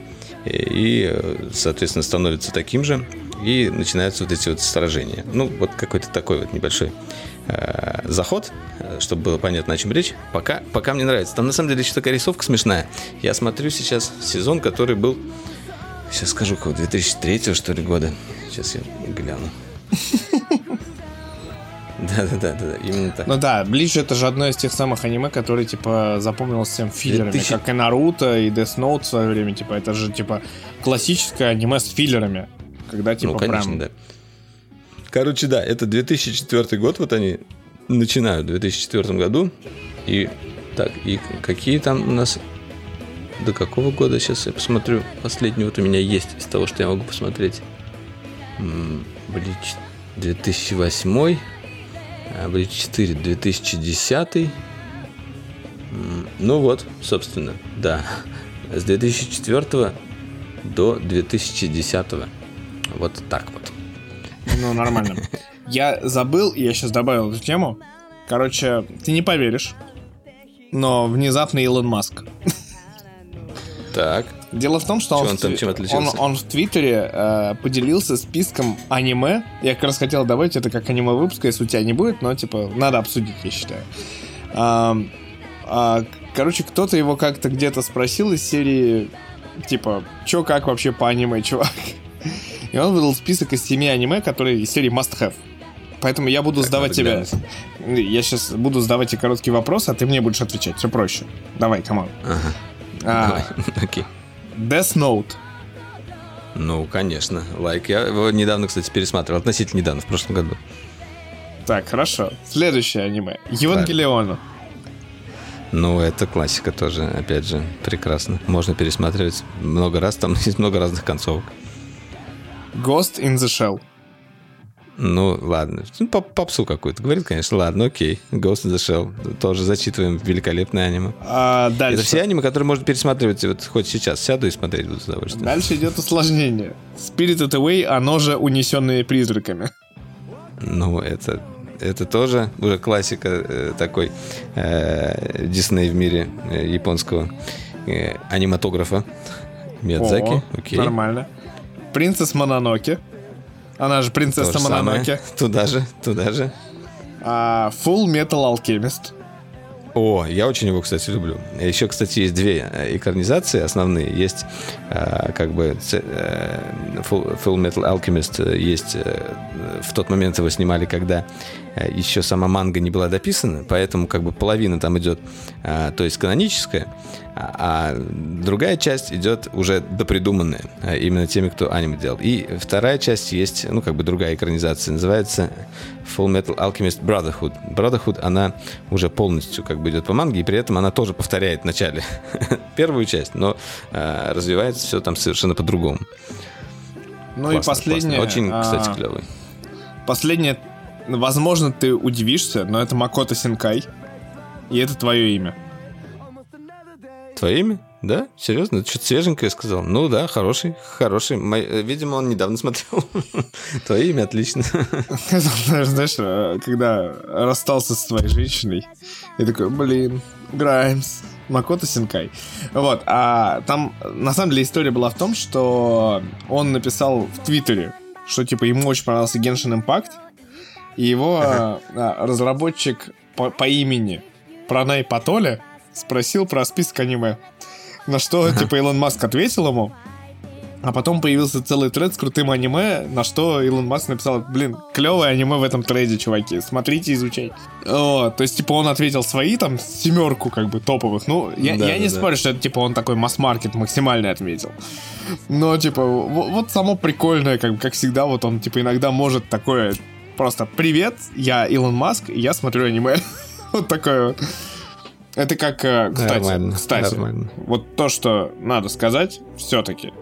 и, соответственно, становится таким же, и начинаются вот эти вот сражения. Ну, вот какой-то такой вот небольшой э, заход, чтобы было понятно, о чем речь. Пока, пока мне нравится. Там на самом деле еще такая рисовка смешная. Я смотрю сейчас сезон, который был, сейчас скажу, какого, две тысячи третьего, что ли, года. Сейчас я гляну. Да-да-да, именно так. Ну да, Блич — это же одно из тех самых аниме, которые, типа, запомнилось всем филлерами, две тысячи... как и Наруто, и Death Note в свое время, типа, это же, типа, классическое аниме с филлерами, когда, типа, ну, конечно, прям... да. Короче, да, это две тысячи четвёртый год, вот они начинают в две тысячи четвёртом году, и, так, и какие там у нас... До какого года, сейчас я посмотрю, последний вот у меня есть из того, что я могу посмотреть. Блич две тысячи восьмой, Блич четыре две тысячи десятый. Ну вот, собственно, да. С две тысячи четвёртого до две тысячи десятого. Вот так вот. Ну, нормально. Я забыл, я сейчас добавил эту тему. Короче, ты не поверишь, но внезапно Илон Маск. Так. Дело в том, что он, он, в, там, чем он, он в Твиттере э, поделился списком аниме. Я как раз хотел добавить это как аниме-выпуск, если у тебя не будет, но, типа, надо обсудить, я считаю. А, а, короче, кто-то его как-то где-то спросил из серии, типа, чё, как вообще по аниме, чувак? И он выдал список из семи аниме, которые из серии must have. Поэтому я буду так задавать тебе... глянуть. Я сейчас буду задавать тебе короткий вопрос, а ты мне будешь отвечать. Все проще. Давай, команд. Ага. А, Давай, окей. Death Note. Ну, конечно. Лайк. Я его недавно, кстати, пересматривал. Относительно недавно, в прошлом году. Так, хорошо. Следующее аниме. Евангелион. Ну, это классика тоже, опять же, прекрасно. Можно пересматривать много раз, там есть много разных концовок. Ghost in the Shell. Ну, ладно. Ну, по попсу какую-то. Говорит, конечно, ладно, окей. Ghost in the Shell. Тоже зачитываем великолепное аниме. А дальше. Это все аниме, которые можно пересматривать. Вот хоть сейчас сяду и смотреть буду с удовольствием. Дальше идет усложнение. Spirited Away, оно же унесенные призраками. Ну, это, это тоже уже классика э, такой э, Дисней в мире э, японского э, аниматографа. Миядзаки. О, окей. Нормально. Принцесс Мононоке. Она же принцесса Мононоке. Туда же, туда же. А, Full Metal Alchemist. О, я очень его, кстати, люблю. Еще, кстати, есть две экранизации основные. Есть э, как бы э, Full, Full Metal Alchemist. Есть э, в тот момент его снимали, когда э, еще сама манга не была дописана, поэтому как бы половина там идет, э, то есть каноническая, а, а другая часть идет уже допридуманная, э, именно теми, кто аниме делал. И вторая часть есть, ну как бы другая экранизация, называется Full Metal Alchemist Brotherhood. Brotherhood, она уже полностью как бы идет по манге, и при этом она тоже повторяет в начале первую часть, но э, развивается все там совершенно по-другому. Ну классно, и последнее. Классно. Очень, кстати, а, клевый. Последнее, возможно, ты удивишься, но это Макото Синкай. И это твое имя. Твое имя? Да? Серьезно? Что-то свеженькое сказал. Ну да, хороший, хороший. Видимо, он недавно смотрел. Твое имя отлично. Знаешь, когда расстался с твоей женщиной, я такой, блин, Граймс, Макото Синкай. Вот, а там, на самом деле, история была в том, что он написал в Твиттере, что, типа, ему очень понравился Genshin Impact, и его ага. а, разработчик по, по имени Пранай Патоли спросил про список аниме. На что, ага. типа, Илон Маск ответил ему, а потом появился целый тред с крутым аниме, на что Илон Маск написал, блин, клевое аниме в этом треде, чуваки, смотрите, изучайте. О, то есть, типа, он ответил свои, там, семерку, как бы, топовых. Ну, я, да, я да, не да. спорю, что это, типа, он такой масс-маркет максимальный отметил. Но, типа, вот, вот само прикольное, как, как всегда, вот он, типа, иногда может такое, просто, привет, я Илон Маск, и я смотрю аниме. Вот такое вот. Это как, кстати, нормально, кстати, нормально. Вот то, что надо сказать, все-таки,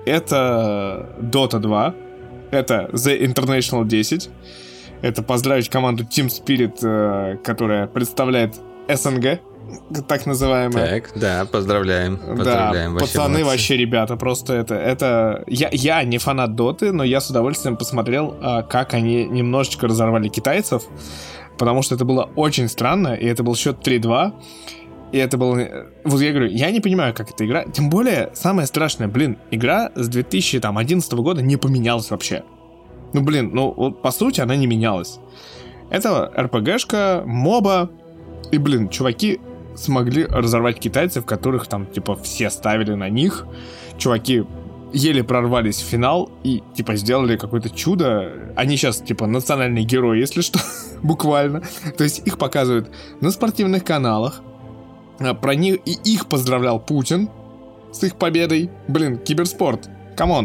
это Дота два, это The International десять, это поздравить команду Team Spirit, которая представляет СНГ, так называемая. Так, да, поздравляем, поздравляем. Да, вообще пацаны молодцы. Вообще, ребята, просто это, это... Я, я не фанат Доты, но я с удовольствием посмотрел, как они немножечко разорвали китайцев, потому что это было очень странно, и это был счет три-два, и это было... Вот я говорю, я не понимаю, как эта игра... Тем более, самое страшное, блин, игра с две тысячи одиннадцатого года не поменялась вообще. Ну, блин, ну, вот, по сути, она не менялась. Это эр пи джешка, моба, и, блин, чуваки смогли разорвать китайцев, которых там, типа, все ставили на них. Чуваки еле прорвались в финал и, типа, сделали какое-то чудо. Они сейчас, типа, национальные герои, если что, буквально. То есть их показывают на спортивных каналах. Про них и их поздравлял Путин с их победой. Блин, киберспорт, камон.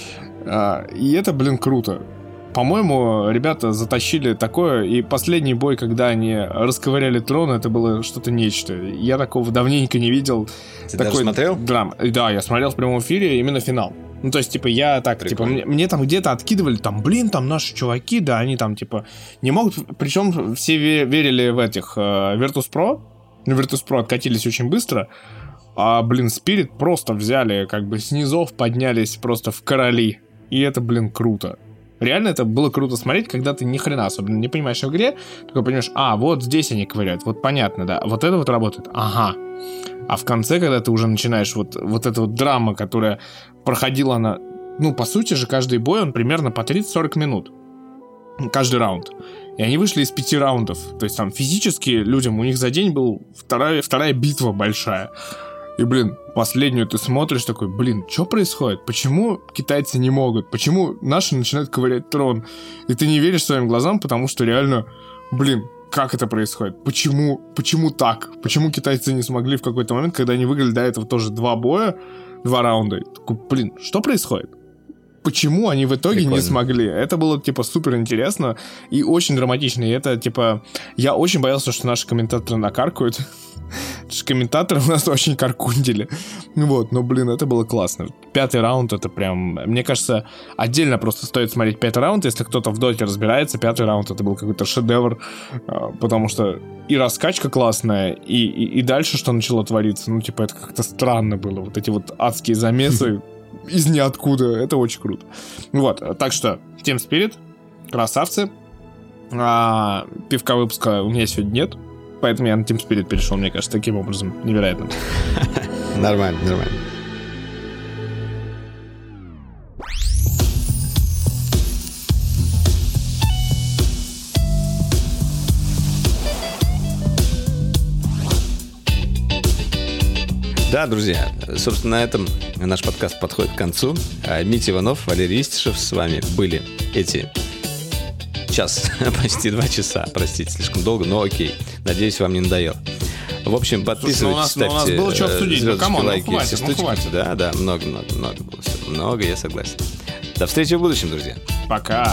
И это, блин, круто. По-моему, ребята затащили такое. И последний бой, когда они расковыряли трон, это было что-то нечто. Я такого давненько не видел. Ты такой даже смотрел? Драм. Да, я смотрел в прямом эфире именно финал. Ну, то есть, типа, я так, прикольно. Типа, мне, мне там где-то откидывали, там, блин, там наши чуваки, да, они там, типа, не могут... Причем все верили в этих э, Virtus.pro. Ну, Virtus.pro откатились очень быстро. А, блин, Spirit просто взяли, как бы, с низов поднялись просто в короли. И это, блин, круто. Реально это было круто смотреть, когда ты ни хрена особенно не понимаешь в игре, только понимаешь, а, вот здесь они ковыряют, вот понятно, да, вот это вот работает, ага. А в конце, когда ты уже начинаешь вот, вот эта вот драма, которая проходила на... Ну, по сути же, каждый бой, он примерно по тридцать-сорок минут. Каждый раунд. И они вышли из пяти раундов. То есть там физически людям, у них за день был вторая, вторая битва большая. И, блин, последнюю ты смотришь такой, блин, что происходит? Почему китайцы не могут? Почему наши начинают ковырять трон? И ты не веришь своим глазам, потому что реально, блин, как это происходит? Почему, почему так? Почему китайцы не смогли в какой-то момент, когда они выиграли до этого тоже два боя, два раунда? И такой, блин, что происходит? Почему они в итоге Прикольно. не смогли? Это было, типа, супер интересно и очень драматично. И это, типа, я очень боялся, что наши комментаторы накаркают. Комментаторы у нас очень каркундили. Вот, но, блин, это было классно. Пятый раунд, это прям... Мне кажется, отдельно просто стоит смотреть пятый раунд. Если кто-то в доте разбирается, пятый раунд, это был какой-то шедевр. Потому что и раскачка классная, и, и, и дальше что начало твориться. Ну, типа, это как-то странно было. Вот эти вот адские замесы из ниоткуда. Это очень круто. Вот, так что, Team Spirit, красавцы. А, пивка выпуска у меня сегодня нет, поэтому я на Team Spirit перешел, мне кажется, таким образом. Невероятно. Нормально, нормально. Да, друзья, собственно, на этом наш подкаст подходит к концу. Митя Иванов, Валерий Истишев с вами были эти час, почти два часа, простите, слишком долго, но окей. Надеюсь, вам не надоело. В общем, подписывайтесь, Слушай, ну ставьте было что обсудить. звездочки, Ну, камон, лайки, ну, хватит, все ну, штучки. хватит. Да, да, много-много, много было всего. Много, я согласен. До встречи в будущем, друзья. Пока.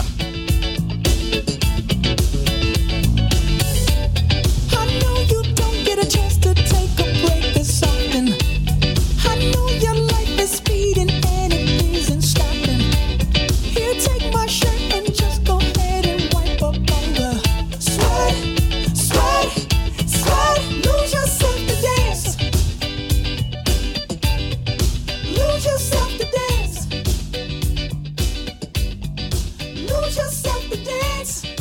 Lose yourself to dance.